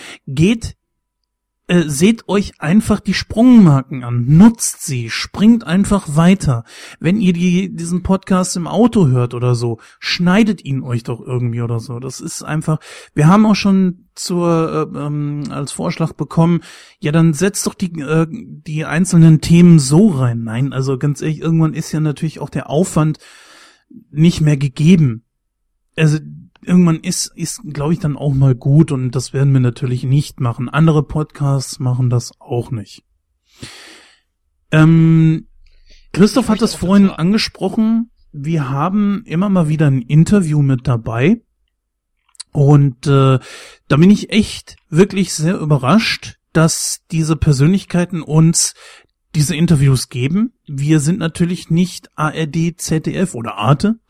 seht euch einfach die Sprungmarken an, nutzt sie, springt einfach weiter. Wenn ihr diesen Podcast im Auto hört oder so, schneidet ihn euch doch irgendwie oder so. Das ist einfach, wir haben auch schon als Vorschlag bekommen, ja dann setzt doch die einzelnen Themen so rein. Nein, also ganz ehrlich, irgendwann ist ja natürlich auch der Aufwand nicht mehr gegeben. Also irgendwann ist glaube ich, dann auch mal gut und das werden wir natürlich nicht machen. Andere Podcasts machen das auch nicht. Kleine Christoph hat es vorhin angesprochen, wir haben immer mal wieder ein Interview mit dabei und da bin ich echt wirklich sehr überrascht, dass diese Persönlichkeiten uns diese Interviews geben. Wir sind natürlich nicht ARD, ZDF oder Arte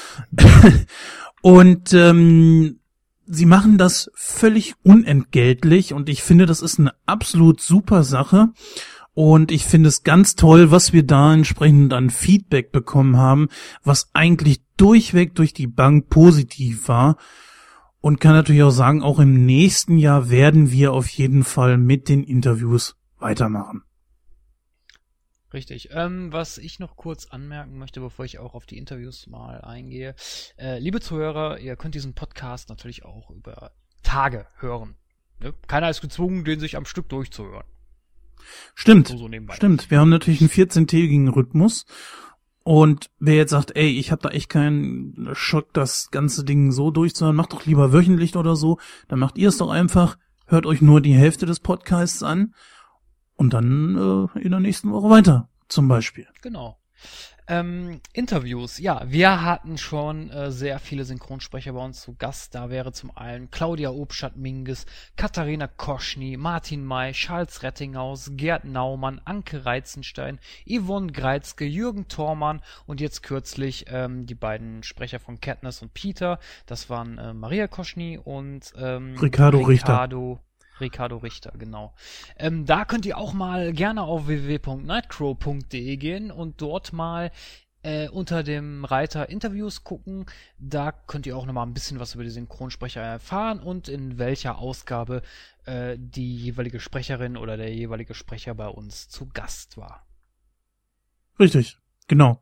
und sie machen das völlig unentgeltlich und ich finde, das ist eine absolut super Sache. Und ich finde es ganz toll, was wir da entsprechend an Feedback bekommen haben, was eigentlich durchweg durch die Bank positiv war. Und kann natürlich auch sagen, auch im nächsten Jahr werden wir auf jeden Fall mit den Interviews weitermachen. Richtig. Was ich noch kurz anmerken möchte, bevor ich auch auf die Interviews mal eingehe. Liebe Zuhörer, ihr könnt diesen Podcast natürlich auch über Tage hören. Ne? Keiner ist gezwungen, den sich am Stück durchzuhören. Stimmt, So nebenbei. stimmt. Wir haben natürlich einen 14-tägigen Rhythmus. Und wer jetzt sagt, ey, ich habe da echt keinen Schock, das ganze Ding so durchzuhören, macht doch lieber wöchentlich oder so, dann macht ihr es doch einfach, hört euch nur die Hälfte des Podcasts an und dann in der nächsten Woche weiter, zum Beispiel. Genau. Interviews, ja, wir hatten schon sehr viele Synchronsprecher bei uns zu Gast. Da wäre zum einen Claudia Obstadt-Minges, Katharina Koschny, Martin May, Charles Rettinghaus, Gerd Naumann, Anke Reizenstein, Yvonne Greizke, Jürgen Thormann und jetzt kürzlich die beiden Sprecher von Katniss und Peter. Das waren Maria Koschny und Ricardo Richter, genau. Da könnt ihr auch mal gerne auf www.nightcrow.de gehen und dort mal unter dem Reiter Interviews gucken. Da könnt ihr auch nochmal ein bisschen was über die Synchronsprecher erfahren und in welcher Ausgabe die jeweilige Sprecherin oder der jeweilige Sprecher bei uns zu Gast war. Richtig, genau.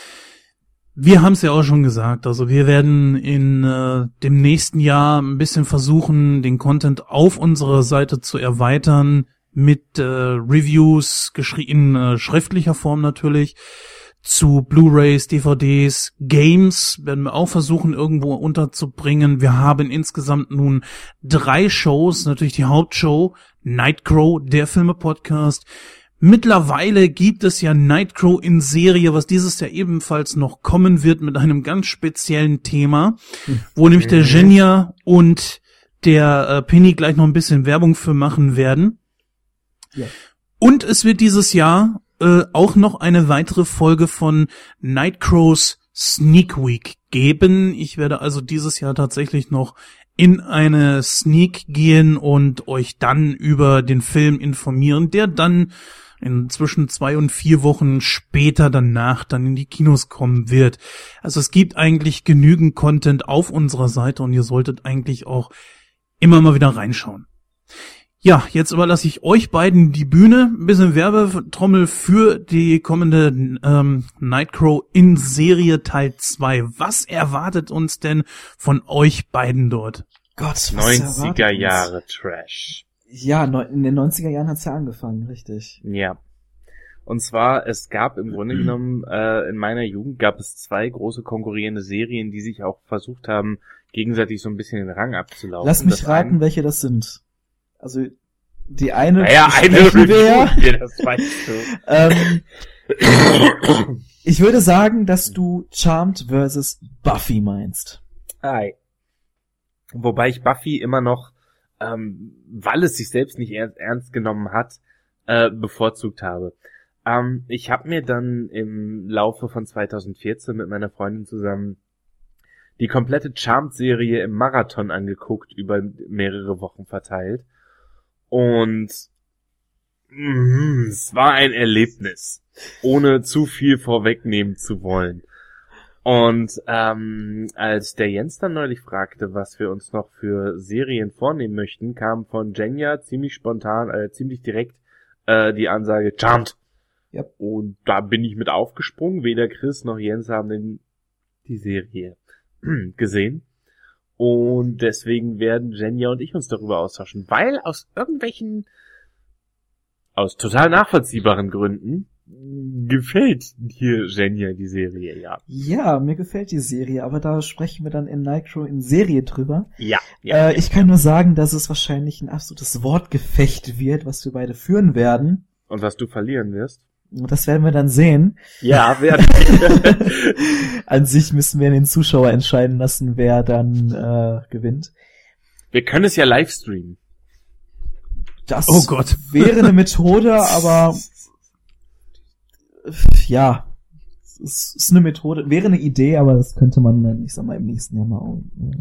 Wir haben es ja auch schon gesagt, also wir werden in dem nächsten Jahr ein bisschen versuchen, den Content auf unserer Seite zu erweitern mit Reviews, in schriftlicher Form natürlich, zu Blu-rays, DVDs, Games werden wir auch versuchen irgendwo unterzubringen. Wir haben insgesamt nun 3 Shows, natürlich die Hauptshow, Nightcrow, der Filme-Podcast. Mittlerweile gibt es ja Nightcrow in Serie, was dieses Jahr ebenfalls noch kommen wird mit einem ganz speziellen Thema, wo nämlich der Genia und der Penny gleich noch ein bisschen Werbung für machen werden. Ja. Und es wird dieses Jahr auch noch eine weitere Folge von Nightcrows Sneak Week geben. Ich werde also dieses Jahr tatsächlich noch in eine Sneak gehen und euch dann über den Film informieren, der dann zwischen 2 und 4 Wochen später danach dann in die Kinos kommen wird. Also es gibt eigentlich genügend Content auf unserer Seite und ihr solltet eigentlich auch immer mal wieder reinschauen. Ja, jetzt überlasse ich euch beiden die Bühne. Ein bisschen Werbetrommel für die kommende Nightcrow in Serie Teil 2. Was erwartet uns denn von euch beiden dort? Gott, was 90er Jahre Trash. Ja, in den 90er Jahren hat's ja angefangen, richtig. Ja. Und zwar, es gab im Grunde genommen, in meiner Jugend gab es 2 große konkurrierende Serien, die sich auch versucht haben, gegenseitig so ein bisschen den Rang abzulaufen. Lass mich raten, welche das sind. Also, die eine... Naja, eine Review, das weißt du. Ich würde sagen, dass du Charmed vs. Buffy meinst. Ei. Wobei ich Buffy immer noch, weil es sich selbst nicht ernst genommen hat, bevorzugt habe. Ich habe mir dann im Laufe von 2014 mit meiner Freundin zusammen die komplette Charmed-Serie im Marathon angeguckt, über mehrere Wochen verteilt. Und es war ein Erlebnis, ohne zu viel vorwegnehmen zu wollen. Und als der Jens dann neulich fragte, was wir uns noch für Serien vornehmen möchten, kam von Genia ziemlich spontan, ziemlich direkt die Ansage Charmed. Yep. Und da bin ich mit aufgesprungen. Weder Chris noch Jens haben die Serie gesehen. Und deswegen werden Genia und ich uns darüber austauschen, weil aus total nachvollziehbaren Gründen gefällt dir Genia die Serie, ja. Ja, mir gefällt die Serie, aber da sprechen wir dann in Nightcrow in Serie drüber. Ja. Ich kann nur sagen, dass es wahrscheinlich ein absolutes Wortgefecht wird, was wir beide führen werden. Und was du verlieren wirst? Das werden wir dann sehen. Ja, werden wir. An sich müssen wir den Zuschauer entscheiden lassen, wer dann gewinnt. Wir können es ja live streamen. Das Oh Gott. wäre eine Methode, aber ja, es ist eine Methode, wäre eine Idee, aber das könnte man dann, ich sag mal, im nächsten Jahr mal.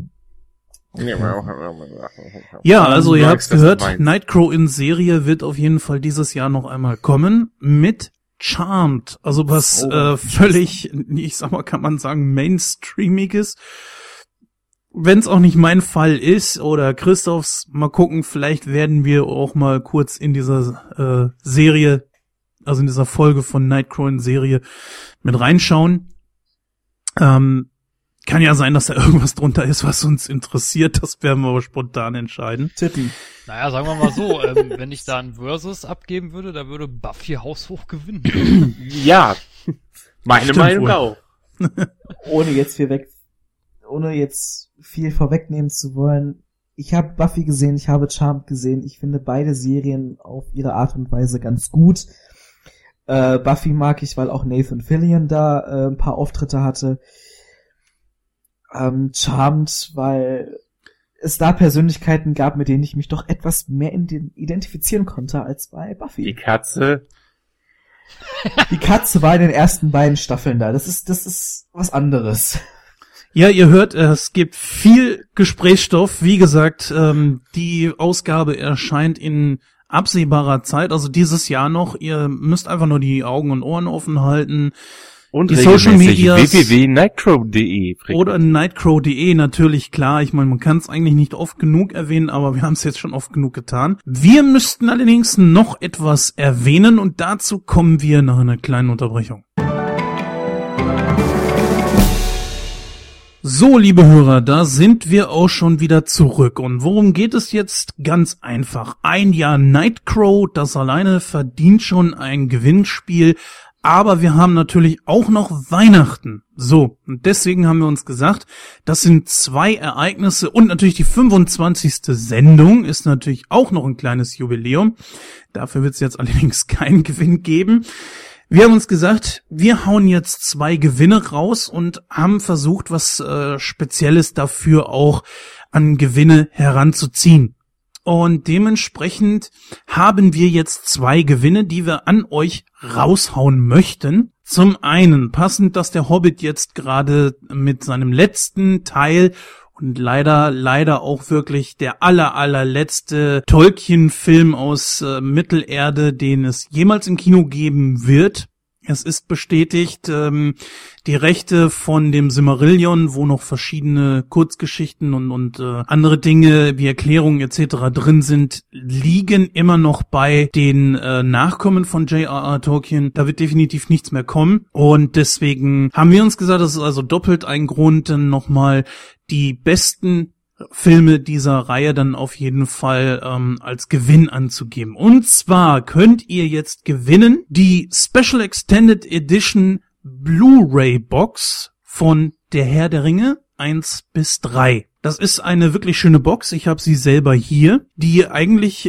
Ja, also ihr habt's was du gehört, meinst. Nightcrow in Serie wird auf jeden Fall dieses Jahr noch einmal kommen mit Charmed, also was völlig, ich sag mal, kann man sagen, mainstreamiges. Wenn es auch nicht mein Fall ist oder Christophs, mal gucken, vielleicht werden wir auch mal kurz in dieser Serie, also in dieser Folge von Nightcrow in Serie mit reinschauen. Kann ja sein, dass da irgendwas drunter ist, was uns interessiert. Das werden wir aber spontan entscheiden. Tippen. Naja, sagen wir mal so, wenn ich da ein Versus abgeben würde, da würde Buffy haushoch gewinnen. Ja, meine Stimmt Meinung wohl. auch. Ohne jetzt viel vorwegnehmen zu wollen. Ich habe Buffy gesehen, ich habe Charmed gesehen. Ich finde beide Serien auf ihre Art und Weise ganz gut. Buffy mag ich, weil auch Nathan Fillion da ein paar Auftritte hatte. Charmed, weil es da Persönlichkeiten gab, mit denen ich mich doch etwas mehr identifizieren konnte als bei Buffy. Die Katze. Die Katze war in den ersten beiden Staffeln da. Das ist was anderes. Ja, ihr hört, es gibt viel Gesprächsstoff. Wie gesagt, die Ausgabe erscheint in absehbarer Zeit, also dieses Jahr noch. Ihr müsst einfach nur die Augen und Ohren offen halten. Und die Social Media www.nightcrow.de oder nightcrow.de, natürlich, klar. Ich meine, man kann es eigentlich nicht oft genug erwähnen, aber wir haben es jetzt schon oft genug getan. Wir müssten allerdings noch etwas erwähnen und dazu kommen wir nach einer kleinen Unterbrechung. So, liebe Hörer, da sind wir auch schon wieder zurück. Und worum geht es jetzt? Ganz einfach. Ein Jahr Nightcrow, das alleine verdient schon ein Gewinnspiel. Aber wir haben natürlich auch noch Weihnachten. So, und deswegen haben wir uns gesagt, das sind 2 Ereignisse und natürlich die 25. Sendung ist natürlich auch noch ein kleines Jubiläum. Dafür wird es jetzt allerdings keinen Gewinn geben. Wir haben uns gesagt, wir hauen jetzt 2 Gewinne raus und haben versucht, was Spezielles dafür auch an Gewinne heranzuziehen. Und dementsprechend haben wir jetzt 2 Gewinne, die wir an euch raushauen möchten. Zum einen, passend, dass der Hobbit jetzt gerade mit seinem letzten Teil und leider auch wirklich der allerletzte Tolkien-Film aus Mittelerde, den es jemals im Kino geben wird. Es ist bestätigt, die Rechte von dem Silmarillion, wo noch verschiedene Kurzgeschichten und andere Dinge wie Erklärungen etc. drin sind, liegen immer noch bei den Nachkommen von J.R.R. Tolkien. Da wird definitiv nichts mehr kommen. Und deswegen haben wir uns gesagt, das ist also doppelt ein Grund, dann nochmal die besten Filme dieser Reihe dann auf jeden Fall als Gewinn anzugeben. Und zwar könnt ihr jetzt gewinnen die Special Extended Edition Blu-ray Box von Der Herr der Ringe 1 bis 3. Das ist eine wirklich schöne Box. Ich habe sie selber hier, die eigentlich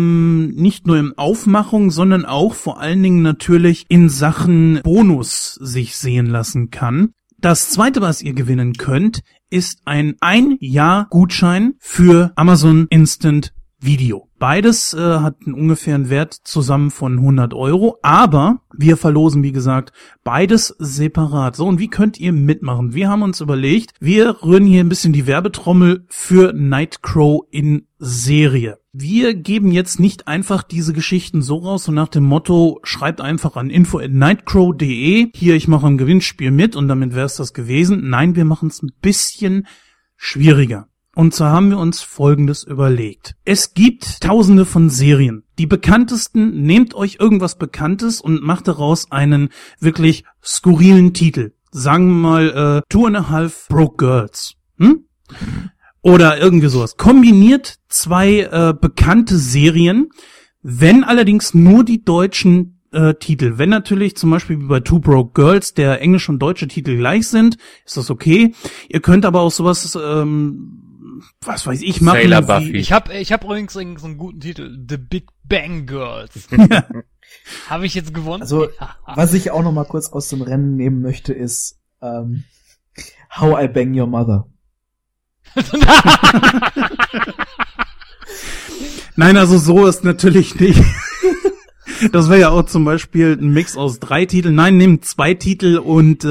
nicht nur in Aufmachung, sondern auch vor allen Dingen natürlich in Sachen Bonus sich sehen lassen kann. Das zweite, was ihr gewinnen könnt, ist ein 1-Jahr-Gutschein für Amazon Instant Video. Beides hat einen ungefähren Wert zusammen von 100 €, aber wir verlosen, wie gesagt, beides separat. So, und wie könnt ihr mitmachen? Wir haben uns überlegt, wir rühren hier ein bisschen die Werbetrommel für Nightcrow in Serie. Wir geben jetzt nicht einfach diese Geschichten so raus, so nach dem Motto, schreibt einfach an info@nightcrow.de, hier, ich mache ein Gewinnspiel mit und damit wäre es das gewesen. Nein, wir machen es ein bisschen schwieriger. Und zwar haben wir uns Folgendes überlegt. Es gibt tausende von Serien. Die bekanntesten, nehmt euch irgendwas Bekanntes und macht daraus einen wirklich skurrilen Titel. Sagen wir mal 2.5 Broke Girls. Oder irgendwie sowas. Kombiniert 2 bekannte Serien, wenn allerdings nur die deutschen Titel. Wenn natürlich zum Beispiel wie bei 2 Broke Girls der englische und deutsche Titel gleich sind, ist das okay. Ihr könnt aber auch sowas was weiß ich, machen. Sailor Buffy. Ich hab übrigens so einen guten Titel. The Big Bang Girls. Habe ich jetzt gewonnen? Also, was ich auch noch mal kurz aus dem Rennen nehmen möchte, ist How I Bang Your Mother. Nein, also so ist natürlich nicht. Das wäre ja auch zum Beispiel ein Mix aus 3 Titeln. Nein, nehmt 2 Titel und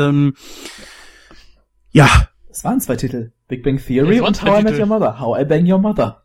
ja. Es waren 2 Titel. Big Bang Theory und How I Met Your Mother. How I Bang Your Mother.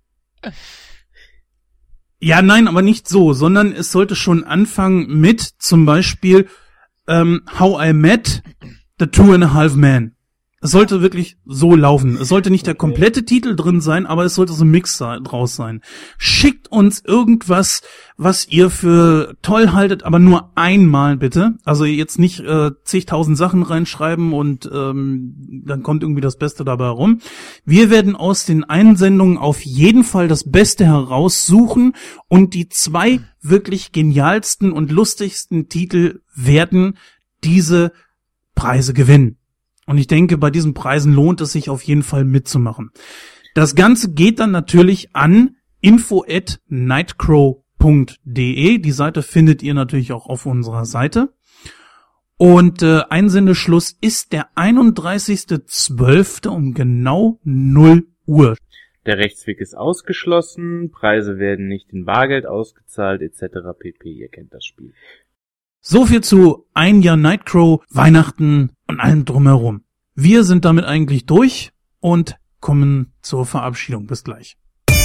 Ja, nein, aber nicht so, sondern es sollte schon anfangen mit zum Beispiel How I Met the 2.5 Men. Es sollte wirklich so laufen. Es sollte nicht der komplette Titel drin sein, aber es sollte so ein Mix draus sein. Schickt uns irgendwas, was ihr für toll haltet, aber nur einmal bitte. Also jetzt nicht zigtausend Sachen reinschreiben und dann kommt irgendwie das Beste dabei rum. Wir werden aus den Einsendungen auf jeden Fall das Beste heraussuchen und die 2 wirklich genialsten und lustigsten Titel werden diese Preise gewinnen. Und ich denke, bei diesen Preisen lohnt es sich auf jeden Fall mitzumachen. Das Ganze geht dann natürlich an info@nightcrow.de. Die Seite findet ihr natürlich auch auf unserer Seite. Und Einsendeschluss ist der 31.12. um genau 0 Uhr. Der Rechtsweg ist ausgeschlossen, Preise werden nicht in Bargeld ausgezahlt, etc. pp. Ihr kennt das Spiel. So viel zu ein Jahr Nightcrow, Weihnachten und allem drumherum. Wir sind damit eigentlich durch und kommen zur Verabschiedung. Bis gleich.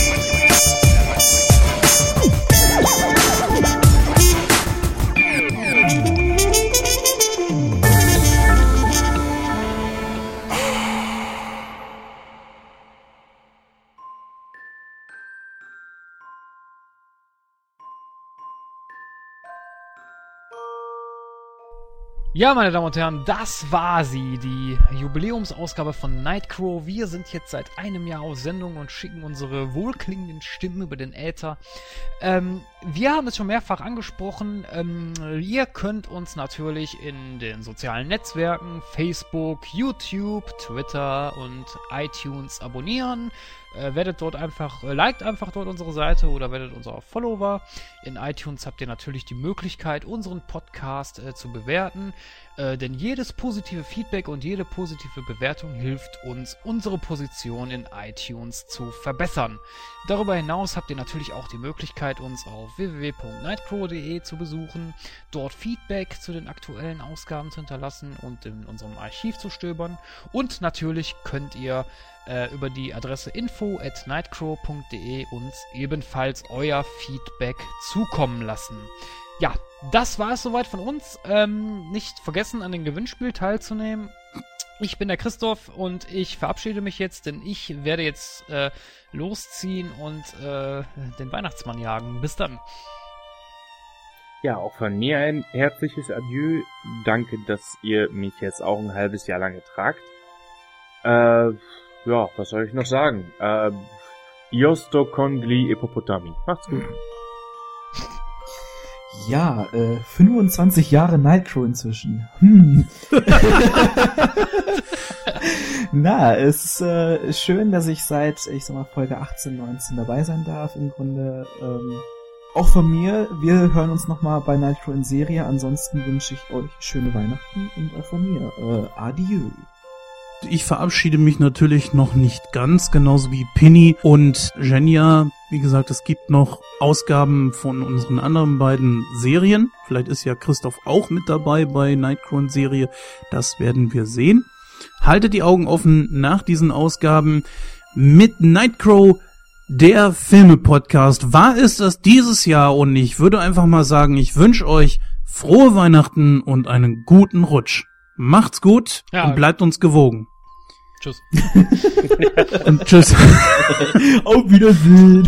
Ja, meine Damen und Herren, das war sie, die Jubiläumsausgabe von Nightcrow. Wir sind jetzt seit einem Jahr auf Sendung und schicken unsere wohlklingenden Stimmen über den Äther. Wir haben es schon mehrfach angesprochen, ihr könnt uns natürlich in den sozialen Netzwerken, Facebook, YouTube, Twitter und iTunes abonnieren. Werdet dort einfach, liked einfach dort unsere Seite oder werdet unser Follower. In iTunes habt ihr natürlich die Möglichkeit, unseren Podcast zu bewerten, denn jedes positive Feedback und jede positive Bewertung hilft uns, unsere Position in iTunes zu verbessern. Darüber hinaus habt ihr natürlich auch die Möglichkeit, uns auf www.nightcrow.de zu besuchen, dort Feedback zu den aktuellen Ausgaben zu hinterlassen und in unserem Archiv zu stöbern. Und natürlich könnt ihr über die Adresse info@nightcrow.de uns ebenfalls euer Feedback zukommen lassen. Ja, das war es soweit von uns. Nicht vergessen, an dem Gewinnspiel teilzunehmen. Ich bin der Christoph und ich verabschiede mich jetzt, denn ich werde jetzt losziehen und den Weihnachtsmann jagen. Bis dann. Ja, auch von mir ein herzliches Adieu. Danke, dass ihr mich jetzt auch ein halbes Jahr lang tragt. Ja, was soll ich noch sagen? Iosto Kongli Epopotami. Macht's gut. Ja, 25 Jahre Nightcrow inzwischen. Na, es ist schön, dass ich seit, ich sag mal, Folge 18, 19 dabei sein darf. Im Grunde auch von mir. Wir hören uns nochmal bei Nightcrow in Serie. Ansonsten wünsche ich euch schöne Weihnachten und auch von mir. Adieu. Ich verabschiede mich natürlich noch nicht ganz, genauso wie Pinny und Genia. Wie gesagt, es gibt noch Ausgaben von unseren anderen beiden Serien. Vielleicht ist ja Christoph auch mit dabei bei Nightcrow und Serie. Das werden wir sehen. Haltet die Augen offen nach diesen Ausgaben. Mit Nightcrow, der Filme-Podcast, war es das dieses Jahr. Und ich würde einfach mal sagen, ich wünsche euch frohe Weihnachten und einen guten Rutsch. Macht's gut und bleibt uns gewogen. Tschüss. Und tschüss. Auf Wiedersehen.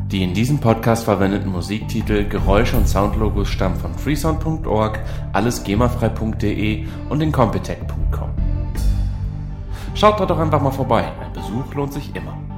Die in diesem Podcast verwendeten Musiktitel, Geräusche und Soundlogos stammen von freesound.org, allesgemafrei.de und incompetech.com. Schaut da doch einfach mal vorbei, ein Besuch lohnt sich immer.